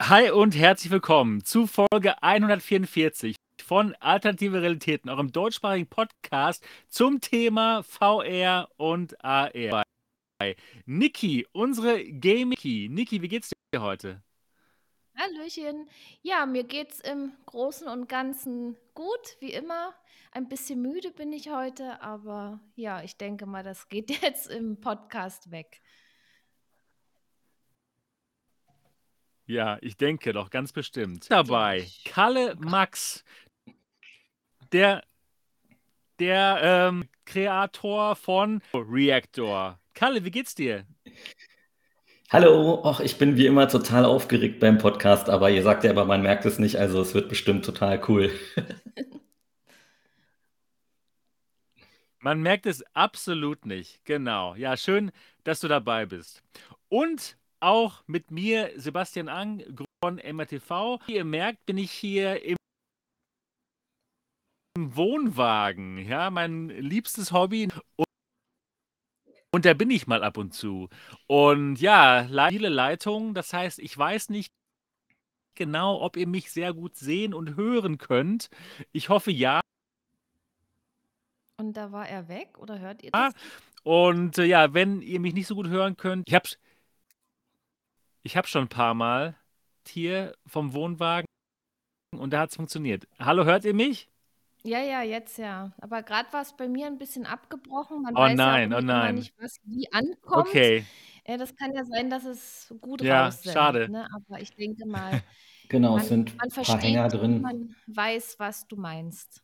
Hi und herzlich willkommen zu Folge 144 von Alternative Realitäten, eurem deutschsprachigen Podcast zum Thema VR und AR. Niki, unsere Game-Niki. Niki, wie geht's dir heute? Hallöchen. Ja, mir geht's im Großen und Ganzen gut, wie immer. Ein bisschen müde bin ich heute, aber ja, ich denke mal, das geht jetzt im Podcast weg. Ja, ich denke doch, ganz bestimmt. Ja, Dabei ich Kalle gucke. Max, der, der Kreator von Reactor. Kalle, wie geht's dir? Hallo, ach, ich bin wie immer total aufgeregt beim Podcast, aber ihr sagt ja immer, man merkt es nicht, also es wird bestimmt total cool. Man merkt es absolut nicht. Genau. Ja, schön, dass du dabei bist. Und auch mit mir, Sebastian Ang von MRTV. Wie ihr merkt, bin ich hier im Wohnwagen. Ja, mein liebstes Hobby. Und da bin ich mal ab und zu. Und ja, viele Leitungen. Das heißt, ich weiß nicht genau, ob ihr mich sehr gut sehen und hören könnt. Ich hoffe ja. Und da war er weg, oder hört ihr das? Und ja, wenn ihr mich nicht so gut hören könnt, ich hab schon ein paar Mal hier vom Wohnwagen und da hat es funktioniert. Hallo, hört ihr mich? Ja, ja, jetzt ja. Aber gerade war es bei mir ein bisschen abgebrochen. Man Oh weiß ja auch nein, oh immer nein. nicht, was wie ankommt. Okay, Das kann ja sein, dass es gut ja, raussendet, schade. ne? Aber ich denke mal, Genau, es man, sind man ein paar versteht Hänger dich und drin. man weiß, was du meinst.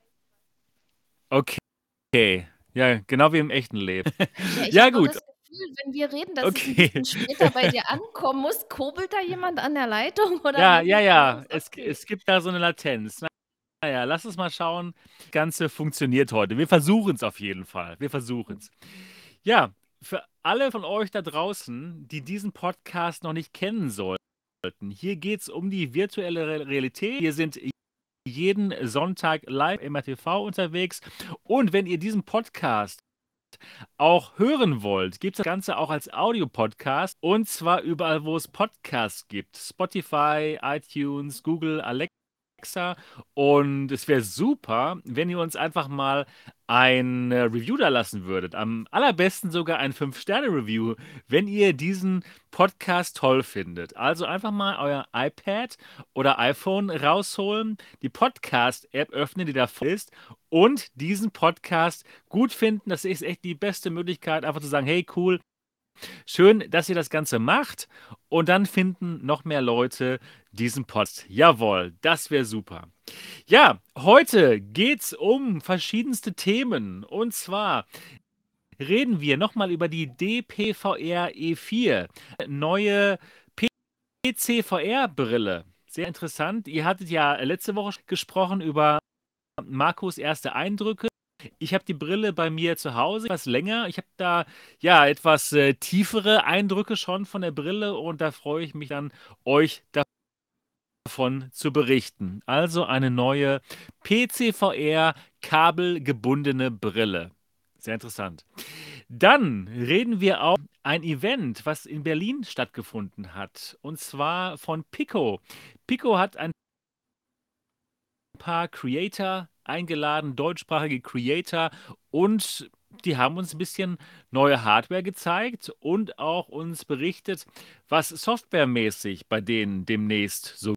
Okay. Ja, genau wie im echten Leben. Ja, ich Ja, habe auch gut. das Gefühl, wenn wir reden, dass es ein Okay. bisschen später bei dir ankommen muss. Kurbelt da jemand an der Leitung oder Ja, wie ja, sieht's ja. aus? Es, Okay. es gibt da so eine Latenz. Naja, lass uns mal schauen. Das Ganze funktioniert heute. Wir versuchen es auf jeden Fall. Wir versuchen es. Ja, für alle von euch da draußen, die diesen Podcast noch nicht kennen sollten, hier geht es um die virtuelle Realität. Wir sind jeden Sonntag live im TV unterwegs. Und wenn ihr diesen Podcast auch hören wollt, gibt es das Ganze auch als Audiopodcast. Und zwar überall, wo es Podcasts gibt. Spotify, iTunes, Google, Alexa. Und es wäre super, wenn ihr uns einfach mal ein Review da lassen würdet. Am allerbesten sogar ein 5-Sterne-Review, wenn ihr diesen Podcast toll findet. Also einfach mal euer iPad oder iPhone rausholen, die Podcast-App öffnen, die da ist, und diesen Podcast gut finden. Das ist echt die beste Möglichkeit, einfach zu sagen, hey, cool, schön, dass ihr das Ganze macht. Und dann finden noch mehr Leute diesen Podcast. Jawohl, das wäre super. Ja, heute geht's um verschiedenste Themen. Und zwar reden wir nochmal über die DPVR E4, neue PC-VR-Brille. Sehr interessant. Ihr hattet ja letzte Woche gesprochen über Markus erste Eindrücke. Ich habe die Brille bei mir zu Hause etwas länger. Ich habe da ja etwas tiefere Eindrücke schon von der Brille und da freue ich mich dann, euch davon zu berichten. Also eine neue PCVR kabelgebundene Brille. Sehr interessant. Dann reden wir auch ein Event, was in Berlin stattgefunden hat. Und zwar von Pico. Pico hat ein paar Creator eingeladen, deutschsprachige Creator, und die haben uns ein bisschen neue Hardware gezeigt und auch uns berichtet, was softwaremäßig bei denen demnächst so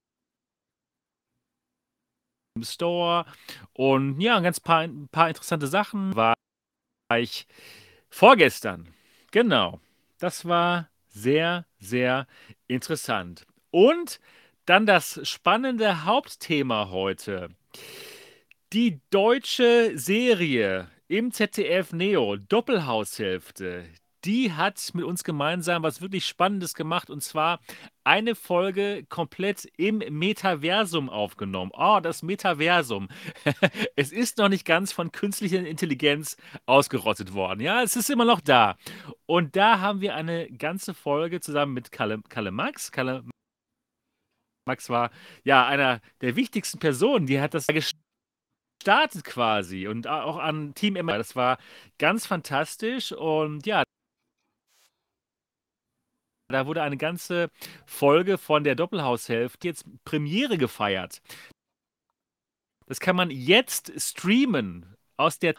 im Store und ja, ein paar interessante Sachen war ich vorgestern. Genau. Das war sehr, sehr interessant. Und dann das spannende Hauptthema heute. Die deutsche Serie im ZDF Neo, Doppelhaushälfte, die hat mit uns gemeinsam was wirklich Spannendes gemacht, und zwar eine Folge komplett im Metaversum aufgenommen. Oh, das Metaversum. Es ist noch nicht ganz von künstlicher Intelligenz ausgerottet worden. Ja, es ist immer noch da. Und da haben wir eine ganze Folge zusammen mit Kalle Max. Kalle Max war ja einer der wichtigsten Personen, die hat das gestartet quasi, und auch an Team Emma. Das war ganz fantastisch und ja, Da wurde eine ganze Folge von der Doppelhaushälfte jetzt Premiere gefeiert. Das kann man jetzt streamen aus der.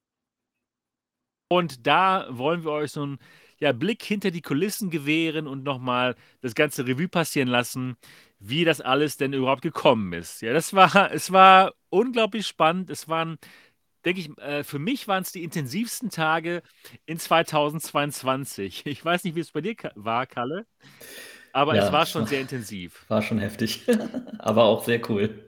Und da wollen wir euch so einen Blick hinter die Kulissen gewähren und nochmal das ganze Revue passieren lassen, wie das alles denn überhaupt gekommen ist. Ja, es war unglaublich spannend. Es waren, denke ich, für mich waren es die intensivsten Tage in 2022. Ich weiß nicht, wie es bei dir war, Kalle, aber es Ja, war es schon sehr intensiv. war schon heftig, aber auch sehr cool.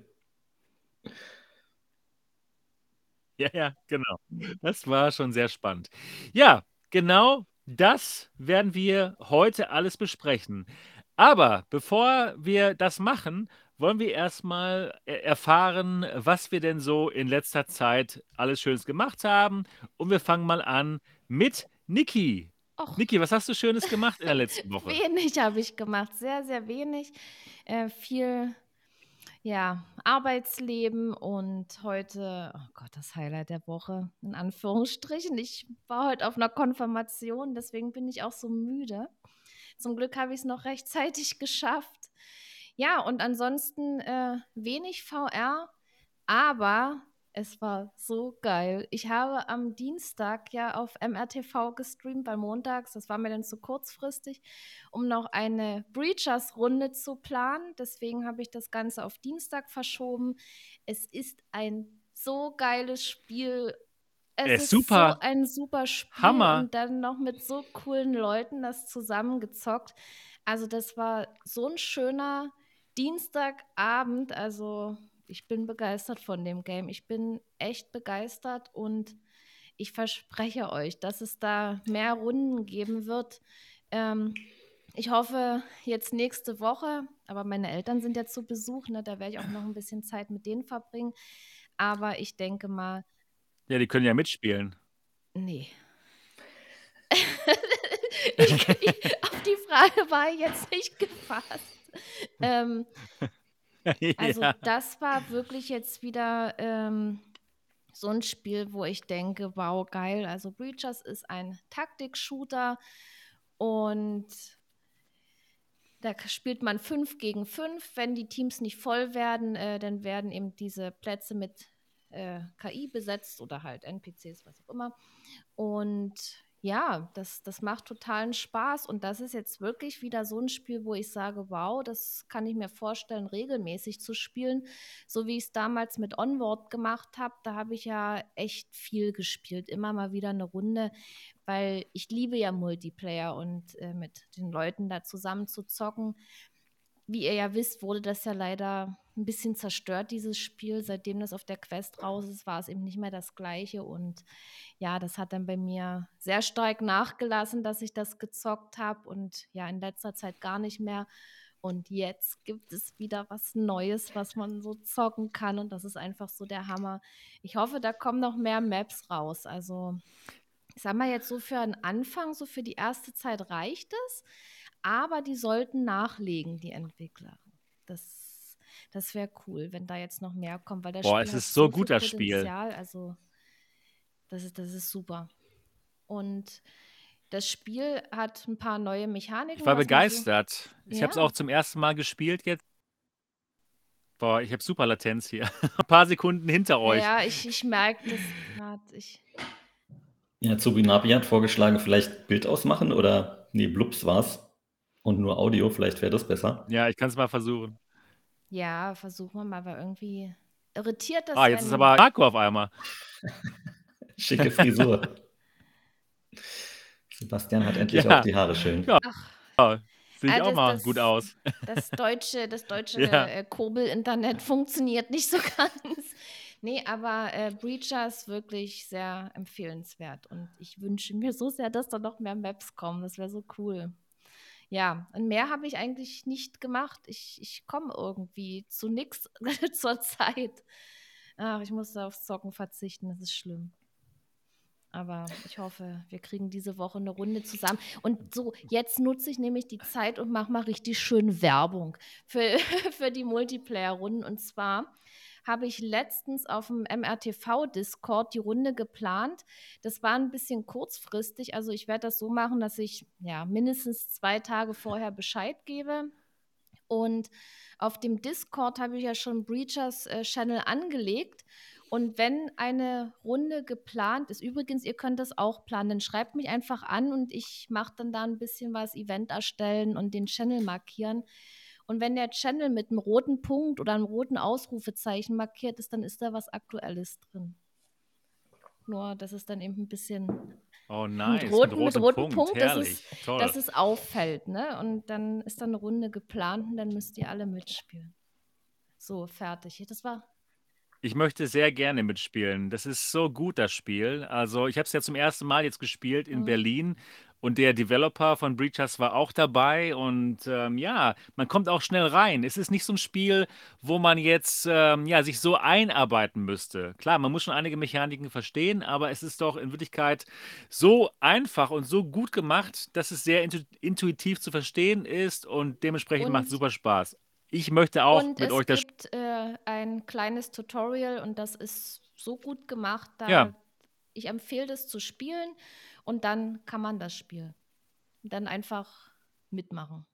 Ja, genau. Das war schon sehr spannend. Ja, genau das werden wir heute alles besprechen. Aber bevor wir das machen, wollen wir erstmal erfahren, was wir denn so in letzter Zeit alles Schönes gemacht haben. Und wir fangen mal an mit Niki. Och, Niki, was hast du Schönes gemacht in der letzten Woche? wenig habe ich gemacht, sehr, sehr wenig. Viel, ja, Arbeitsleben und heute, oh Gott, das Highlight der Woche, in Anführungsstrichen. Ich war heute auf einer Konfirmation, deswegen bin ich auch so müde. Zum Glück habe ich es noch rechtzeitig geschafft. Ja, und ansonsten wenig VR, aber es war so geil. Ich habe am Dienstag ja auf MRTV gestreamt, weil montags, das war mir dann zu kurzfristig, um noch eine Breachers-Runde zu planen. Deswegen habe ich das Ganze auf Dienstag verschoben. Es ist ein so geiles Spiel. Es ist so Super. ein super Spiel Hammer. und dann noch mit so coolen Leuten das zusammengezockt. Also das war so ein schöner Dienstagabend. Also ich bin begeistert von dem Game. Ich bin echt begeistert und ich verspreche euch, dass es da mehr Runden geben wird. Ich hoffe jetzt nächste Woche, aber meine Eltern sind ja zu Besuch, ne? Da werde ich auch noch ein bisschen Zeit mit denen verbringen. Aber ich denke mal, Ja, die können ja mitspielen. nee. Auf die Frage war ich jetzt nicht gefasst. Also Ja. das war wirklich jetzt wieder so ein Spiel, wo ich denke, wow, geil. Also Breachers ist ein Taktik-Shooter und da spielt man 5 gegen 5. Wenn die Teams nicht voll werden, dann werden eben diese Plätze mit KI besetzt oder halt NPCs, was auch immer. Und ja, das macht totalen Spaß. Und das ist jetzt wirklich wieder so ein Spiel, wo ich sage, wow, das kann ich mir vorstellen, regelmäßig zu spielen. So wie ich es damals mit Onward gemacht habe. Da habe ich ja echt viel gespielt. Immer mal wieder eine Runde, weil ich liebe ja Multiplayer und mit den Leuten da zusammen zu zocken. Wie ihr ja wisst, wurde das ja leider ein bisschen zerstört, dieses Spiel. Seitdem das auf der Quest raus ist, war es eben nicht mehr das Gleiche. Und ja, das hat dann bei mir sehr stark nachgelassen, dass ich das gezockt habe und ja, in letzter Zeit gar nicht mehr. Und jetzt gibt es wieder was Neues, was man so zocken kann. Und das ist einfach so der Hammer. Ich hoffe, da kommen noch mehr Maps raus. Also, ich sag mal jetzt so für einen Anfang, so für die erste Zeit reicht es. Aber die sollten nachlegen, die Entwickler. Das wäre cool, wenn da jetzt noch mehr kommt, weil das Boah, Spiel es hat ist so so viel gut, das Spiel. Potenzial. Also, das ist super. Und das Spiel hat ein paar neue Ich Mechaniken, war was man so. begeistert. Ich habe es Ja, auch zum ersten Mal gespielt jetzt. Boah, ich habe super Latenz hier. Ein paar Sekunden hinter euch. ja, ich merke das gerade. Ja, Zubinabi hat vorgeschlagen, vielleicht Bild ausmachen oder nee, Blups war's. Und nur Audio, vielleicht wäre das besser. Ja, ich kann es mal versuchen. Ja, versuchen wir mal, weil irgendwie irritiert Ah, das, jetzt ist wenn. aber Marco auf einmal. Schicke Frisur. Sebastian hat endlich auch Ja, die Haare schön. ja, Ach, sehe ich auch mal gut aus. das deutsche Ja. Kurbel-Internet funktioniert nicht so ganz. Nee, aber Breacher ist wirklich sehr empfehlenswert und ich wünsche mir so sehr, dass da noch mehr Maps kommen. Das wäre so cool. Ja, und mehr habe ich eigentlich nicht gemacht. Ich komme irgendwie zu nichts zur Zeit. Ach, ich muss da aufs Zocken verzichten, das ist schlimm. Aber ich hoffe, wir kriegen diese Woche eine Runde zusammen. Und so, jetzt nutze ich nämlich die Zeit und mache mal richtig schön Werbung für, für die Multiplayer-Runden. Und zwar habe ich letztens auf dem MRTV-Discord die Runde geplant. Das war ein bisschen kurzfristig. Also ich werde das so machen, dass ich ja mindestens 2 Tage vorher Bescheid gebe. Und auf dem Discord habe ich ja schon Breachers Channel angelegt. Und wenn eine Runde geplant ist, übrigens, ihr könnt das auch planen, dann schreibt mich einfach an und ich mache dann da ein bisschen was, Event erstellen und den Channel markieren. Und wenn der Channel mit einem roten Punkt oder einem roten Ausrufezeichen markiert ist, dann ist da was Aktuelles drin. Nur, dass es dann eben ein bisschen Oh, mit nice. Mit roten rotem Punkt, Punkt. Herrlich. Toll. dass es auffällt, ne? Und dann ist dann eine Runde geplant und dann müsst ihr alle mitspielen. So, fertig. Das war. Ich möchte sehr gerne mitspielen. Das ist so gut, das Spiel. Also, ich habe es ja zum ersten Mal jetzt gespielt in Berlin und der Developer von Breachers war auch dabei und ja, man kommt auch schnell rein. Es ist nicht so ein Spiel, wo man jetzt ja, sich so einarbeiten müsste. Klar, man muss schon einige Mechaniken verstehen, aber es ist doch in Wirklichkeit so einfach und so gut gemacht, dass es sehr intuitiv zu verstehen ist und dementsprechend macht es Und, super Spaß. Ich möchte auch und mit euch es das Spiel. gibt ein kleines Tutorial und das ist so gut gemacht, Ja. ich empfehle das zu spielen und dann kann man das Spiel. Und dann einfach mitmachen.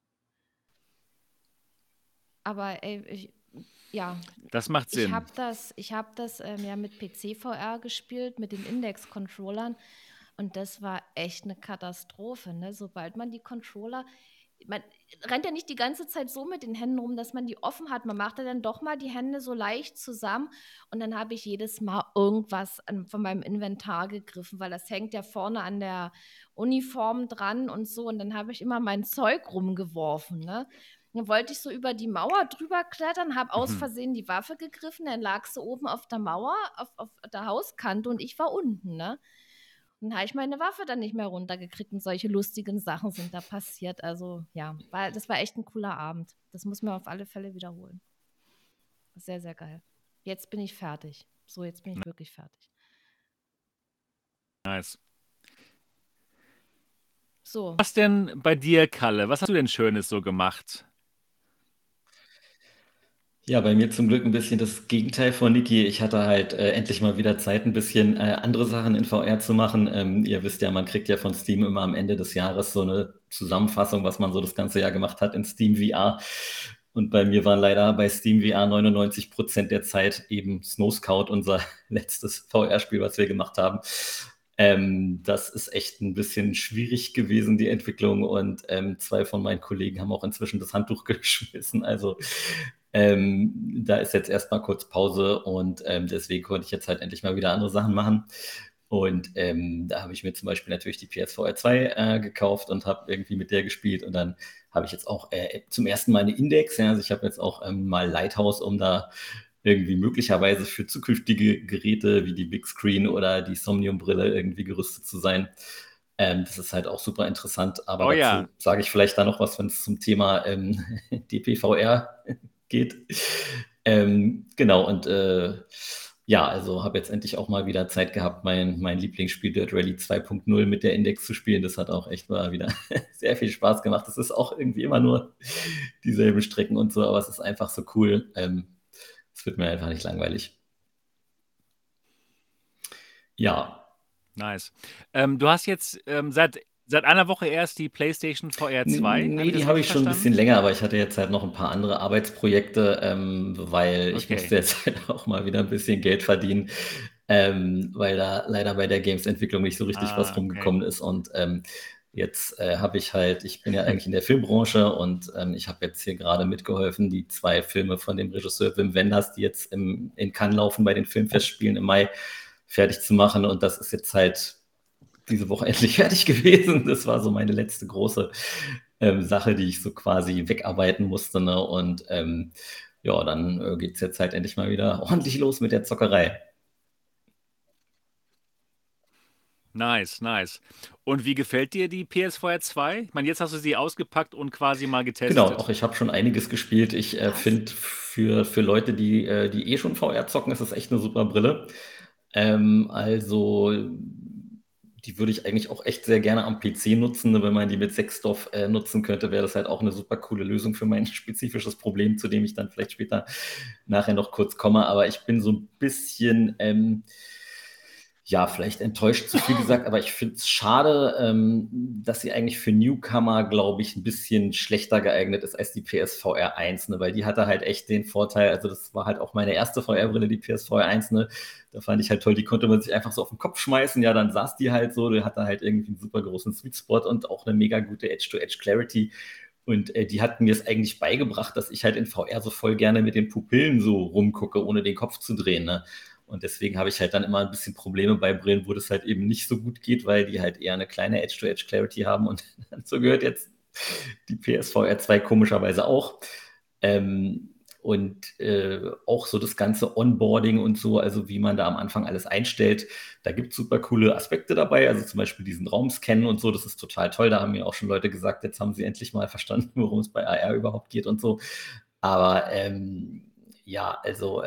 Aber ja, Das macht ich Sinn. habe das ja mit PC-VR gespielt, mit den Index-Controllern. Und das war echt eine Katastrophe. Ne? Sobald man die Controller, man rennt ja nicht die ganze Zeit so mit den Händen rum, dass man die offen hat. Man macht ja dann doch mal die Hände so leicht zusammen. Und dann habe ich jedes Mal irgendwas von meinem Inventar gegriffen, weil das hängt ja vorne an der Uniform dran und so. Und dann habe ich immer mein Zeug rumgeworfen. Ne? Dann wollte ich so über die Mauer drüber klettern, habe aus Versehen die Waffe gegriffen, dann lag sie oben auf der Mauer, auf der Hauskante und ich war unten, ne? Und dann habe ich meine Waffe dann nicht mehr runtergekriegt und solche lustigen Sachen sind da passiert. Also ja, das war echt ein cooler Abend. Das muss man auf alle Fälle wiederholen. Sehr, sehr geil. Jetzt bin ich fertig. So, jetzt bin ich wirklich fertig. Nice. So. Was denn bei dir, Kalle? Was hast du denn Schönes so gemacht? Ja, bei mir zum Glück ein bisschen das Gegenteil von Niki. Ich hatte halt endlich mal wieder Zeit, ein bisschen andere Sachen in VR zu machen. Ihr wisst ja, man kriegt ja von Steam immer am Ende des Jahres so eine Zusammenfassung, was man so das ganze Jahr gemacht hat in Steam VR. Und bei mir waren leider bei Steam VR 99% der Zeit eben Snow Scout, unser letztes VR-Spiel, was wir gemacht haben. Das ist echt ein bisschen schwierig gewesen, die Entwicklung. Und 2 von meinen Kollegen haben auch inzwischen das Handtuch geschmissen. Also da ist jetzt erstmal kurz Pause und deswegen konnte ich jetzt halt endlich mal wieder andere Sachen machen. Und da habe ich mir zum Beispiel natürlich die PSVR 2 gekauft und habe irgendwie mit der gespielt. Und dann habe ich jetzt auch zum ersten Mal eine Index. Ja, also ich habe jetzt auch mal Lighthouse, um da irgendwie möglicherweise für zukünftige Geräte wie die Big Screen oder die Somnium-Brille irgendwie gerüstet zu sein. Das ist halt auch super interessant, aber Oh dazu ja, sage ich vielleicht dann noch was, wenn es zum Thema DPVR geht. Genau, und ja, also habe jetzt endlich auch mal wieder Zeit gehabt, mein Lieblingsspiel Dirt Rally 2.0 mit der Index zu spielen. Das hat auch echt mal wieder sehr viel Spaß gemacht. Es ist auch irgendwie immer nur dieselben Strecken und so, aber es ist einfach so cool. Es wird mir einfach nicht langweilig. Ja, nice. Du hast jetzt seit einer Woche erst die PlayStation VR 2. Habe nee, ich die das habe richtig ich schon ein verstanden? bisschen länger, aber ich hatte jetzt halt noch ein paar andere Arbeitsprojekte, weil ich musste Okay. jetzt halt auch mal wieder ein bisschen Geld verdienen, weil da leider bei der Games-Entwicklung nicht so richtig was Okay. rumgekommen ist. Und jetzt habe ich halt, ich bin ja eigentlich in der Filmbranche und ich habe jetzt hier gerade mitgeholfen, die 2 Filme von dem Regisseur Wim Wenders, die jetzt in Cannes laufen bei den Filmfestspielen im Mai, fertig zu machen. Und das ist jetzt halt diese Woche endlich fertig gewesen. Das war so meine letzte große Sache, die ich so quasi wegarbeiten musste. Ne? Und ja, dann geht es jetzt halt endlich mal wieder ordentlich los mit der Zockerei. Nice, nice. Und wie gefällt dir die PSVR 2? Ich meine, jetzt hast du sie ausgepackt und quasi mal Genau, auch getestet. ich habe schon einiges gespielt. Ich Krass. finde, für Leute, die schon VR zocken, ist das echt eine super Brille. Also die würde ich eigentlich auch echt sehr gerne am PC nutzen. Ne? Wenn man die mit Sexdorf nutzen könnte, wäre das halt auch eine super coole Lösung für mein spezifisches Problem, zu dem ich dann vielleicht später nachher noch kurz komme. Aber ich bin so ein bisschen, ja, vielleicht enttäuscht zu viel gesagt, aber ich finde es schade, dass sie eigentlich für Newcomer, glaube ich, ein bisschen schlechter geeignet ist als die PSVR 1, ne? Weil die hatte halt echt den Vorteil, also das war halt auch meine erste VR-Brille, die PSVR 1, ne? Da fand ich halt toll, die konnte man sich einfach so auf den Kopf schmeißen, ja, dann saß die halt so, die hatte halt irgendwie einen super großen Sweet Spot und auch eine mega gute Edge-to-Edge-Clarity. Und die hat mir es eigentlich beigebracht, dass ich halt in VR so voll gerne mit den Pupillen so rumgucke, ohne den Kopf zu drehen, ne? Und deswegen habe ich halt dann immer ein bisschen Probleme bei Brillen, wo das halt eben nicht so gut geht, weil die halt eher eine kleine Edge-to-Edge-Clarity haben. Und dazu gehört jetzt die PSVR 2 komischerweise auch. Und auch so das ganze Onboarding und so, also wie man da am Anfang alles einstellt, da gibt es super coole Aspekte dabei, also zum Beispiel diesen Raumscannen und so, das ist total toll. Da haben mir auch schon Leute gesagt, jetzt haben sie endlich mal verstanden, worum es bei AR überhaupt geht und so. Aber ja, also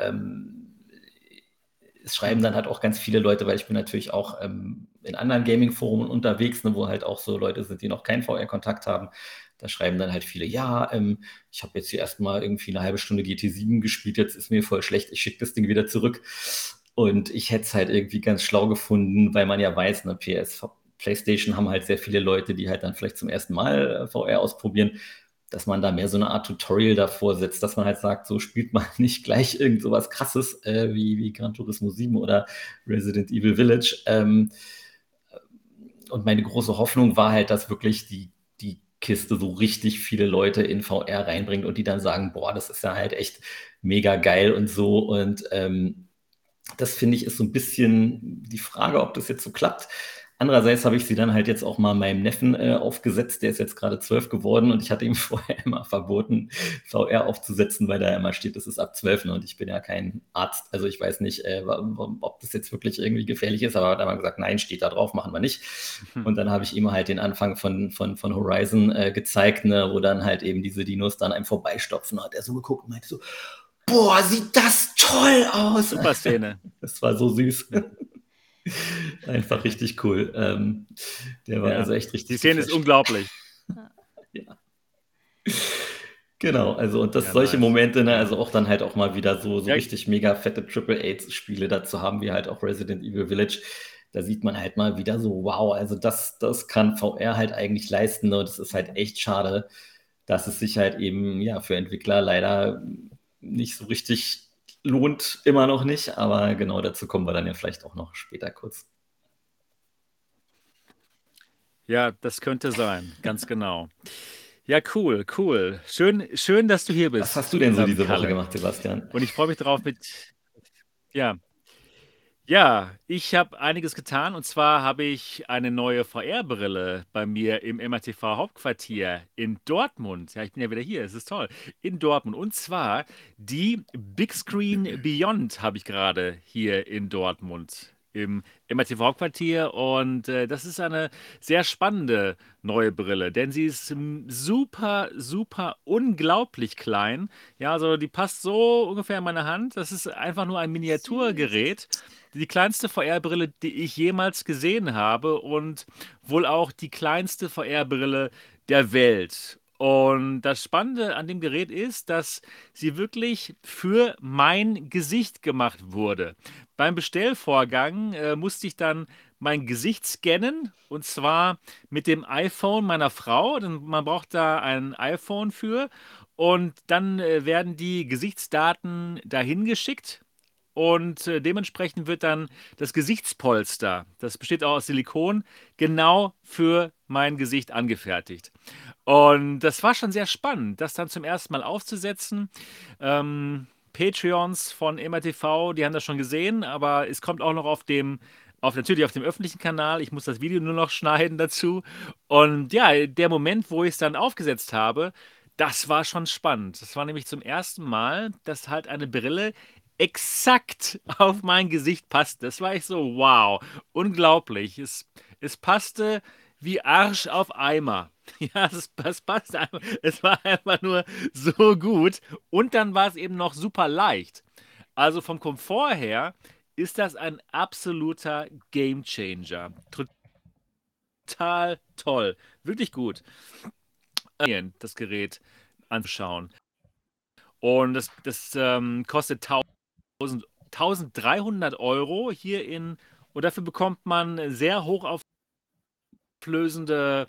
es schreiben dann halt auch ganz viele Leute, weil ich bin natürlich auch in anderen Gaming-Foren unterwegs, ne, wo halt auch so Leute sind, die noch keinen VR-Kontakt haben. Da schreiben dann halt viele, ja, ich habe jetzt hier erstmal irgendwie eine halbe Stunde GT7 gespielt, jetzt ist mir voll schlecht, ich schicke das Ding wieder zurück. Und ich hätte es halt irgendwie ganz schlau gefunden, weil man ja weiß, ne, PlayStation haben halt sehr viele Leute, die halt dann vielleicht zum ersten Mal VR ausprobieren, dass man da mehr so eine Art Tutorial davor setzt, dass man halt sagt, so spielt man nicht gleich irgend sowas Krasses wie Gran Turismo 7 oder Resident Evil Village. Und meine große Hoffnung war halt, dass wirklich die Kiste so richtig viele Leute in VR reinbringt und die dann sagen, boah, das ist ja halt echt mega geil und so. Und das finde ich ist so ein bisschen die Frage, ob das jetzt so klappt. Andererseits habe ich sie dann halt jetzt auch mal meinem Neffen aufgesetzt. Der ist jetzt gerade 12 geworden und ich hatte ihm vorher immer verboten, VR aufzusetzen, weil da immer steht, das ist ab 12. Ne? Und ich bin ja kein Arzt. Also ich weiß nicht, ob das jetzt wirklich irgendwie gefährlich ist, aber er hat immer gesagt, nein, steht da drauf, machen wir nicht. Und dann habe ich ihm halt den Anfang von Horizon gezeigt, ne? Wo dann halt eben diese Dinos dann einem vorbeistopfen. Da hat er so geguckt und meinte so, boah, sieht das toll aus. Super Szene. Das war so süß. Einfach richtig cool. Der war Ja. also echt richtig Die Szene ist geflasht. unglaublich. Ja. Genau, also und das Ja, solche nice. Momente, ne, Ja. also auch dann halt auch mal wieder so Ja. richtig mega fette Triple-A-Spiele dazu haben, wie halt auch Resident Evil Village. Da sieht man halt mal wieder so, wow, also das kann VR halt eigentlich leisten. Ne? Und das ist halt echt schade, dass es sich halt eben ja für Entwickler leider nicht so richtig lohnt, immer noch nicht. Aber genau dazu kommen wir dann ja vielleicht auch noch später kurz. Ja, das könnte sein, ganz genau. Ja, cool, cool. Schön, dass du hier bist. Was hast du denn so diese Kalle. Woche gemacht, Sebastian? Und ich freue mich darauf ja. Ja, ich habe einiges getan und zwar habe ich eine neue VR-Brille bei mir im MRTV Hauptquartier in Dortmund. Ja, ich bin ja wieder hier, es ist toll. In Dortmund. Und zwar die Big Screen Beyond habe ich gerade hier in Dortmund im MRTV Hauptquartier und das ist eine sehr spannende neue Brille, denn sie ist super, super unglaublich klein. Ja, also die passt so ungefähr in meine Hand. Das ist einfach nur ein Miniaturgerät. Die kleinste VR-Brille, die ich jemals gesehen habe und wohl auch die kleinste VR-Brille der Welt. Und das Spannende an dem Gerät ist, dass sie wirklich für mein Gesicht gemacht wurde. Beim Bestellvorgang musste ich dann mein Gesicht scannen und zwar mit dem iPhone meiner Frau, denn man braucht da ein iPhone für und dann werden die Gesichtsdaten dahin geschickt und dementsprechend wird dann das Gesichtspolster, das besteht auch aus Silikon, genau für mein Gesicht angefertigt. Und das war schon sehr spannend, das dann zum ersten Mal aufzusetzen. Patreons von MRTV, die haben das schon gesehen, aber es kommt auch noch natürlich auf dem öffentlichen Kanal. Ich muss das Video nur noch schneiden dazu. Und ja, der Moment, wo ich es dann aufgesetzt habe, das war schon spannend. Das war nämlich zum ersten Mal, dass halt eine Brille exakt auf mein Gesicht passte. Das war ich so, wow, unglaublich. Es passte wie Arsch auf Eimer. Ja, es passt einfach. Es war einfach nur so gut. Und dann war es eben noch super leicht. Also vom Komfort her ist das ein absoluter Gamechanger. total toll. Wirklich gut. Das Gerät anzuschauen. Und das kostet 1300 Euro hier und dafür bekommt man sehr hochauflösende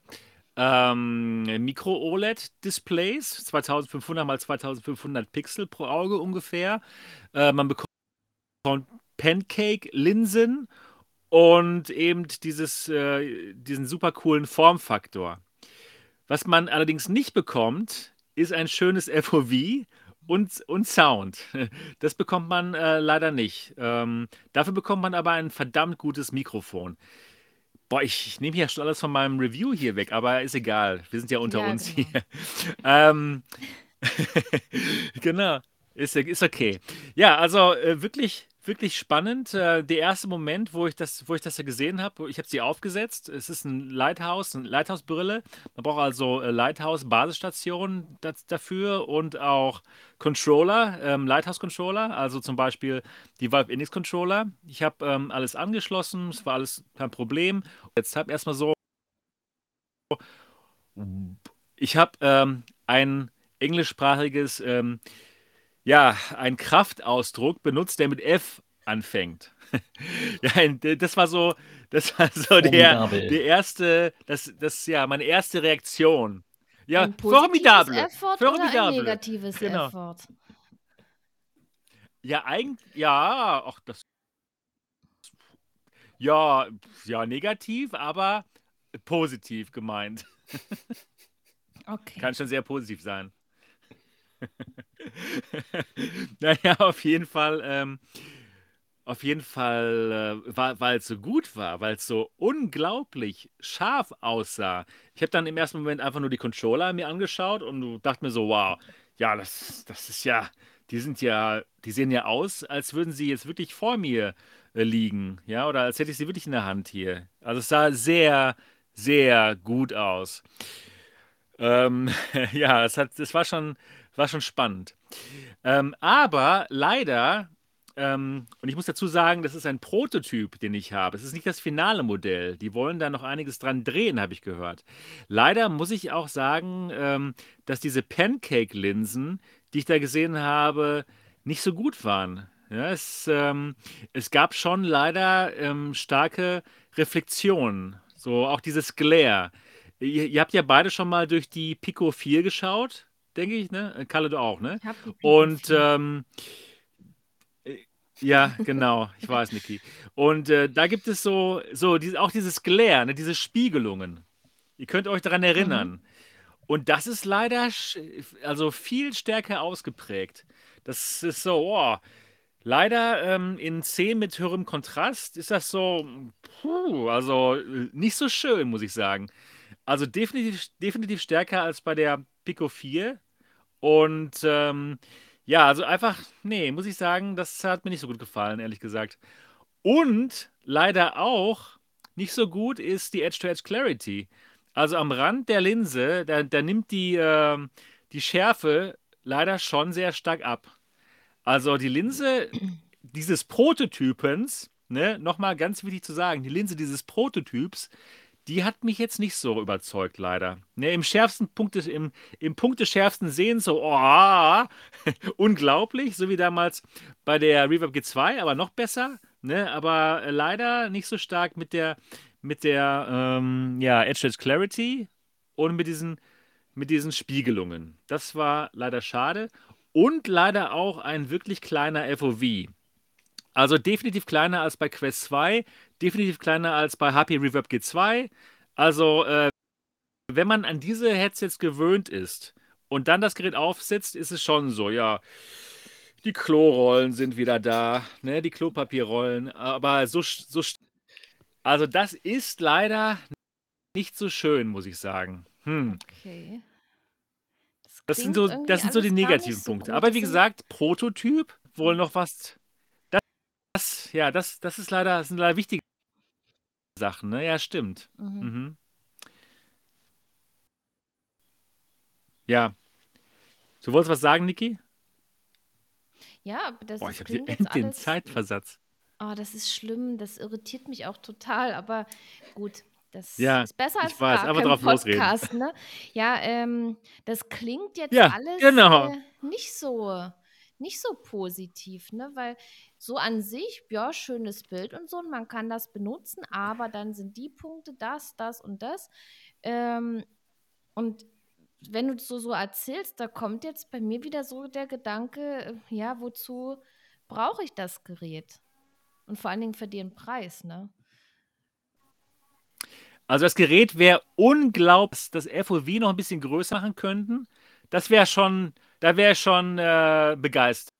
Micro-OLED-Displays, 2500 mal 2500 Pixel pro Auge ungefähr. Man bekommt Pancake-Linsen und eben diesen super coolen Formfaktor. Was man allerdings nicht bekommt, ist ein schönes FOV und Sound. Das bekommt man leider nicht. Dafür bekommt man aber ein verdammt gutes Mikrofon. Boah, ich nehme ja schon alles von meinem Review hier weg, aber ist egal. Wir sind ja unter Ja, uns genau. hier. Ähm, genau, ist okay. Ja, also wirklich, wirklich spannend. Der erste Moment, wo ich das ja gesehen habe, ich habe sie aufgesetzt. Es ist ein Lighthouse, eine Lighthouse-Brille. Man braucht also Lighthouse-Basisstationen dafür und auch Controller, Lighthouse-Controller, also zum Beispiel die Valve Index-Controller. Ich habe alles angeschlossen, es war alles kein Problem. Jetzt habe erstmal so, ich habe ein englischsprachiges ja, ein Kraftausdruck benutzt, der mit F anfängt. Ja, das war so Formidabel. der erste, ja, meine erste Reaktion. Ja, Ein positives formidable, Effort oder ein formidable, negatives genau. Effort? Ja, eigentlich, ja, ach, ja, ja, negativ, aber positiv gemeint. Okay. Kann schon sehr positiv sein. Naja, auf jeden Fall, weil es so gut war, weil es so unglaublich scharf aussah. Ich habe dann im ersten Moment einfach nur die Controller mir angeschaut und dachte mir so, wow, ja, das ist ja, die sehen ja aus, als würden sie jetzt wirklich vor mir liegen, ja, oder als hätte ich sie wirklich in der Hand hier. Also es sah sehr, sehr gut aus. Ähm, ja, das war schon spannend. Aber leider, und ich muss dazu sagen, das ist ein Prototyp, den ich habe. Es ist nicht das finale Modell. Die wollen da noch einiges dran drehen, habe ich gehört. Leider muss ich auch sagen, dass diese Pancake-Linsen, die ich da gesehen habe, nicht so gut waren. Ja, es gab schon leider starke Reflexionen, so auch dieses Glare. Ihr habt ja beide schon mal durch die Pico 4 geschaut, denke ich, ne? Kalle, du auch, ne? Ich habe die Pico Und 4. äh, ja, genau, ich weiß, Niki. Und da gibt es auch dieses Glare, ne, diese Spiegelungen. Ihr könnt euch daran Mhm. erinnern. Und das ist leider also viel stärker ausgeprägt. Das ist so, oh, leider in 10 mit höherem Kontrast ist das so, also nicht so schön, muss ich sagen. Also definitiv, definitiv stärker als bei der Pico 4. Und ja, also einfach, nee, muss ich sagen, das hat mir nicht so gut gefallen, ehrlich gesagt. Und leider auch nicht so gut ist die Edge-to-Edge Clarity. Also am Rand der Linse, da nimmt die Schärfe leider schon sehr stark ab. Also die Linse dieses Prototypens, ne, nochmal ganz wichtig zu sagen, die Linse dieses Prototyps, die hat mich jetzt nicht so überzeugt, leider. Ne, im Punkt des schärfsten Sehens so, oh, unglaublich, so wie damals bei der Reverb G2, aber noch besser. Ne, aber leider nicht so stark mit der ja, Edge Clarity und mit diesen Spiegelungen. Das war leider schade. Und leider auch ein wirklich kleiner FOV. Also definitiv kleiner als bei Quest 2, definitiv kleiner als bei HP Reverb G2. Also, wenn man an diese Headsets gewöhnt ist und dann das Gerät aufsetzt, ist es schon so, ja, die Klorollen sind wieder da, ne, die Klopapierrollen, aber also das ist leider nicht so schön, muss ich sagen. Okay. Das Das sind klingt so, irgendwie das sind so die alles gar nicht negativen so Punkte. gut. Aber Das wie sind. gesagt, Prototyp, wohl noch was. Ja, das sind leider wichtige Sachen, ne? Ja, stimmt. Mhm. Mhm. Ja. Du wolltest was sagen, Niki? Ja, aber Boah, ich habe hier klingt jetzt den alles. Zeitversatz. Oh, das ist schlimm. Das irritiert mich auch total. Aber gut. Das Ja, ist besser ich als weiß, gar einfach kein drauf losreden. Podcast, ne? Ja, das klingt jetzt Ja, alles genau. nicht so positiv, ne? Weil so an sich, ja, schönes Bild und so, und man kann das benutzen, aber dann sind die Punkte das und das. Ähm, und wenn du so erzählst, da kommt jetzt bei mir wieder so der Gedanke, ja, wozu brauche ich das Gerät? Und vor allen Dingen für den Preis, ne? Also das Gerät wäre unglaublich, dass das FOV noch ein bisschen größer machen könnten. Das wäre schon, da wäre ich schon begeistert.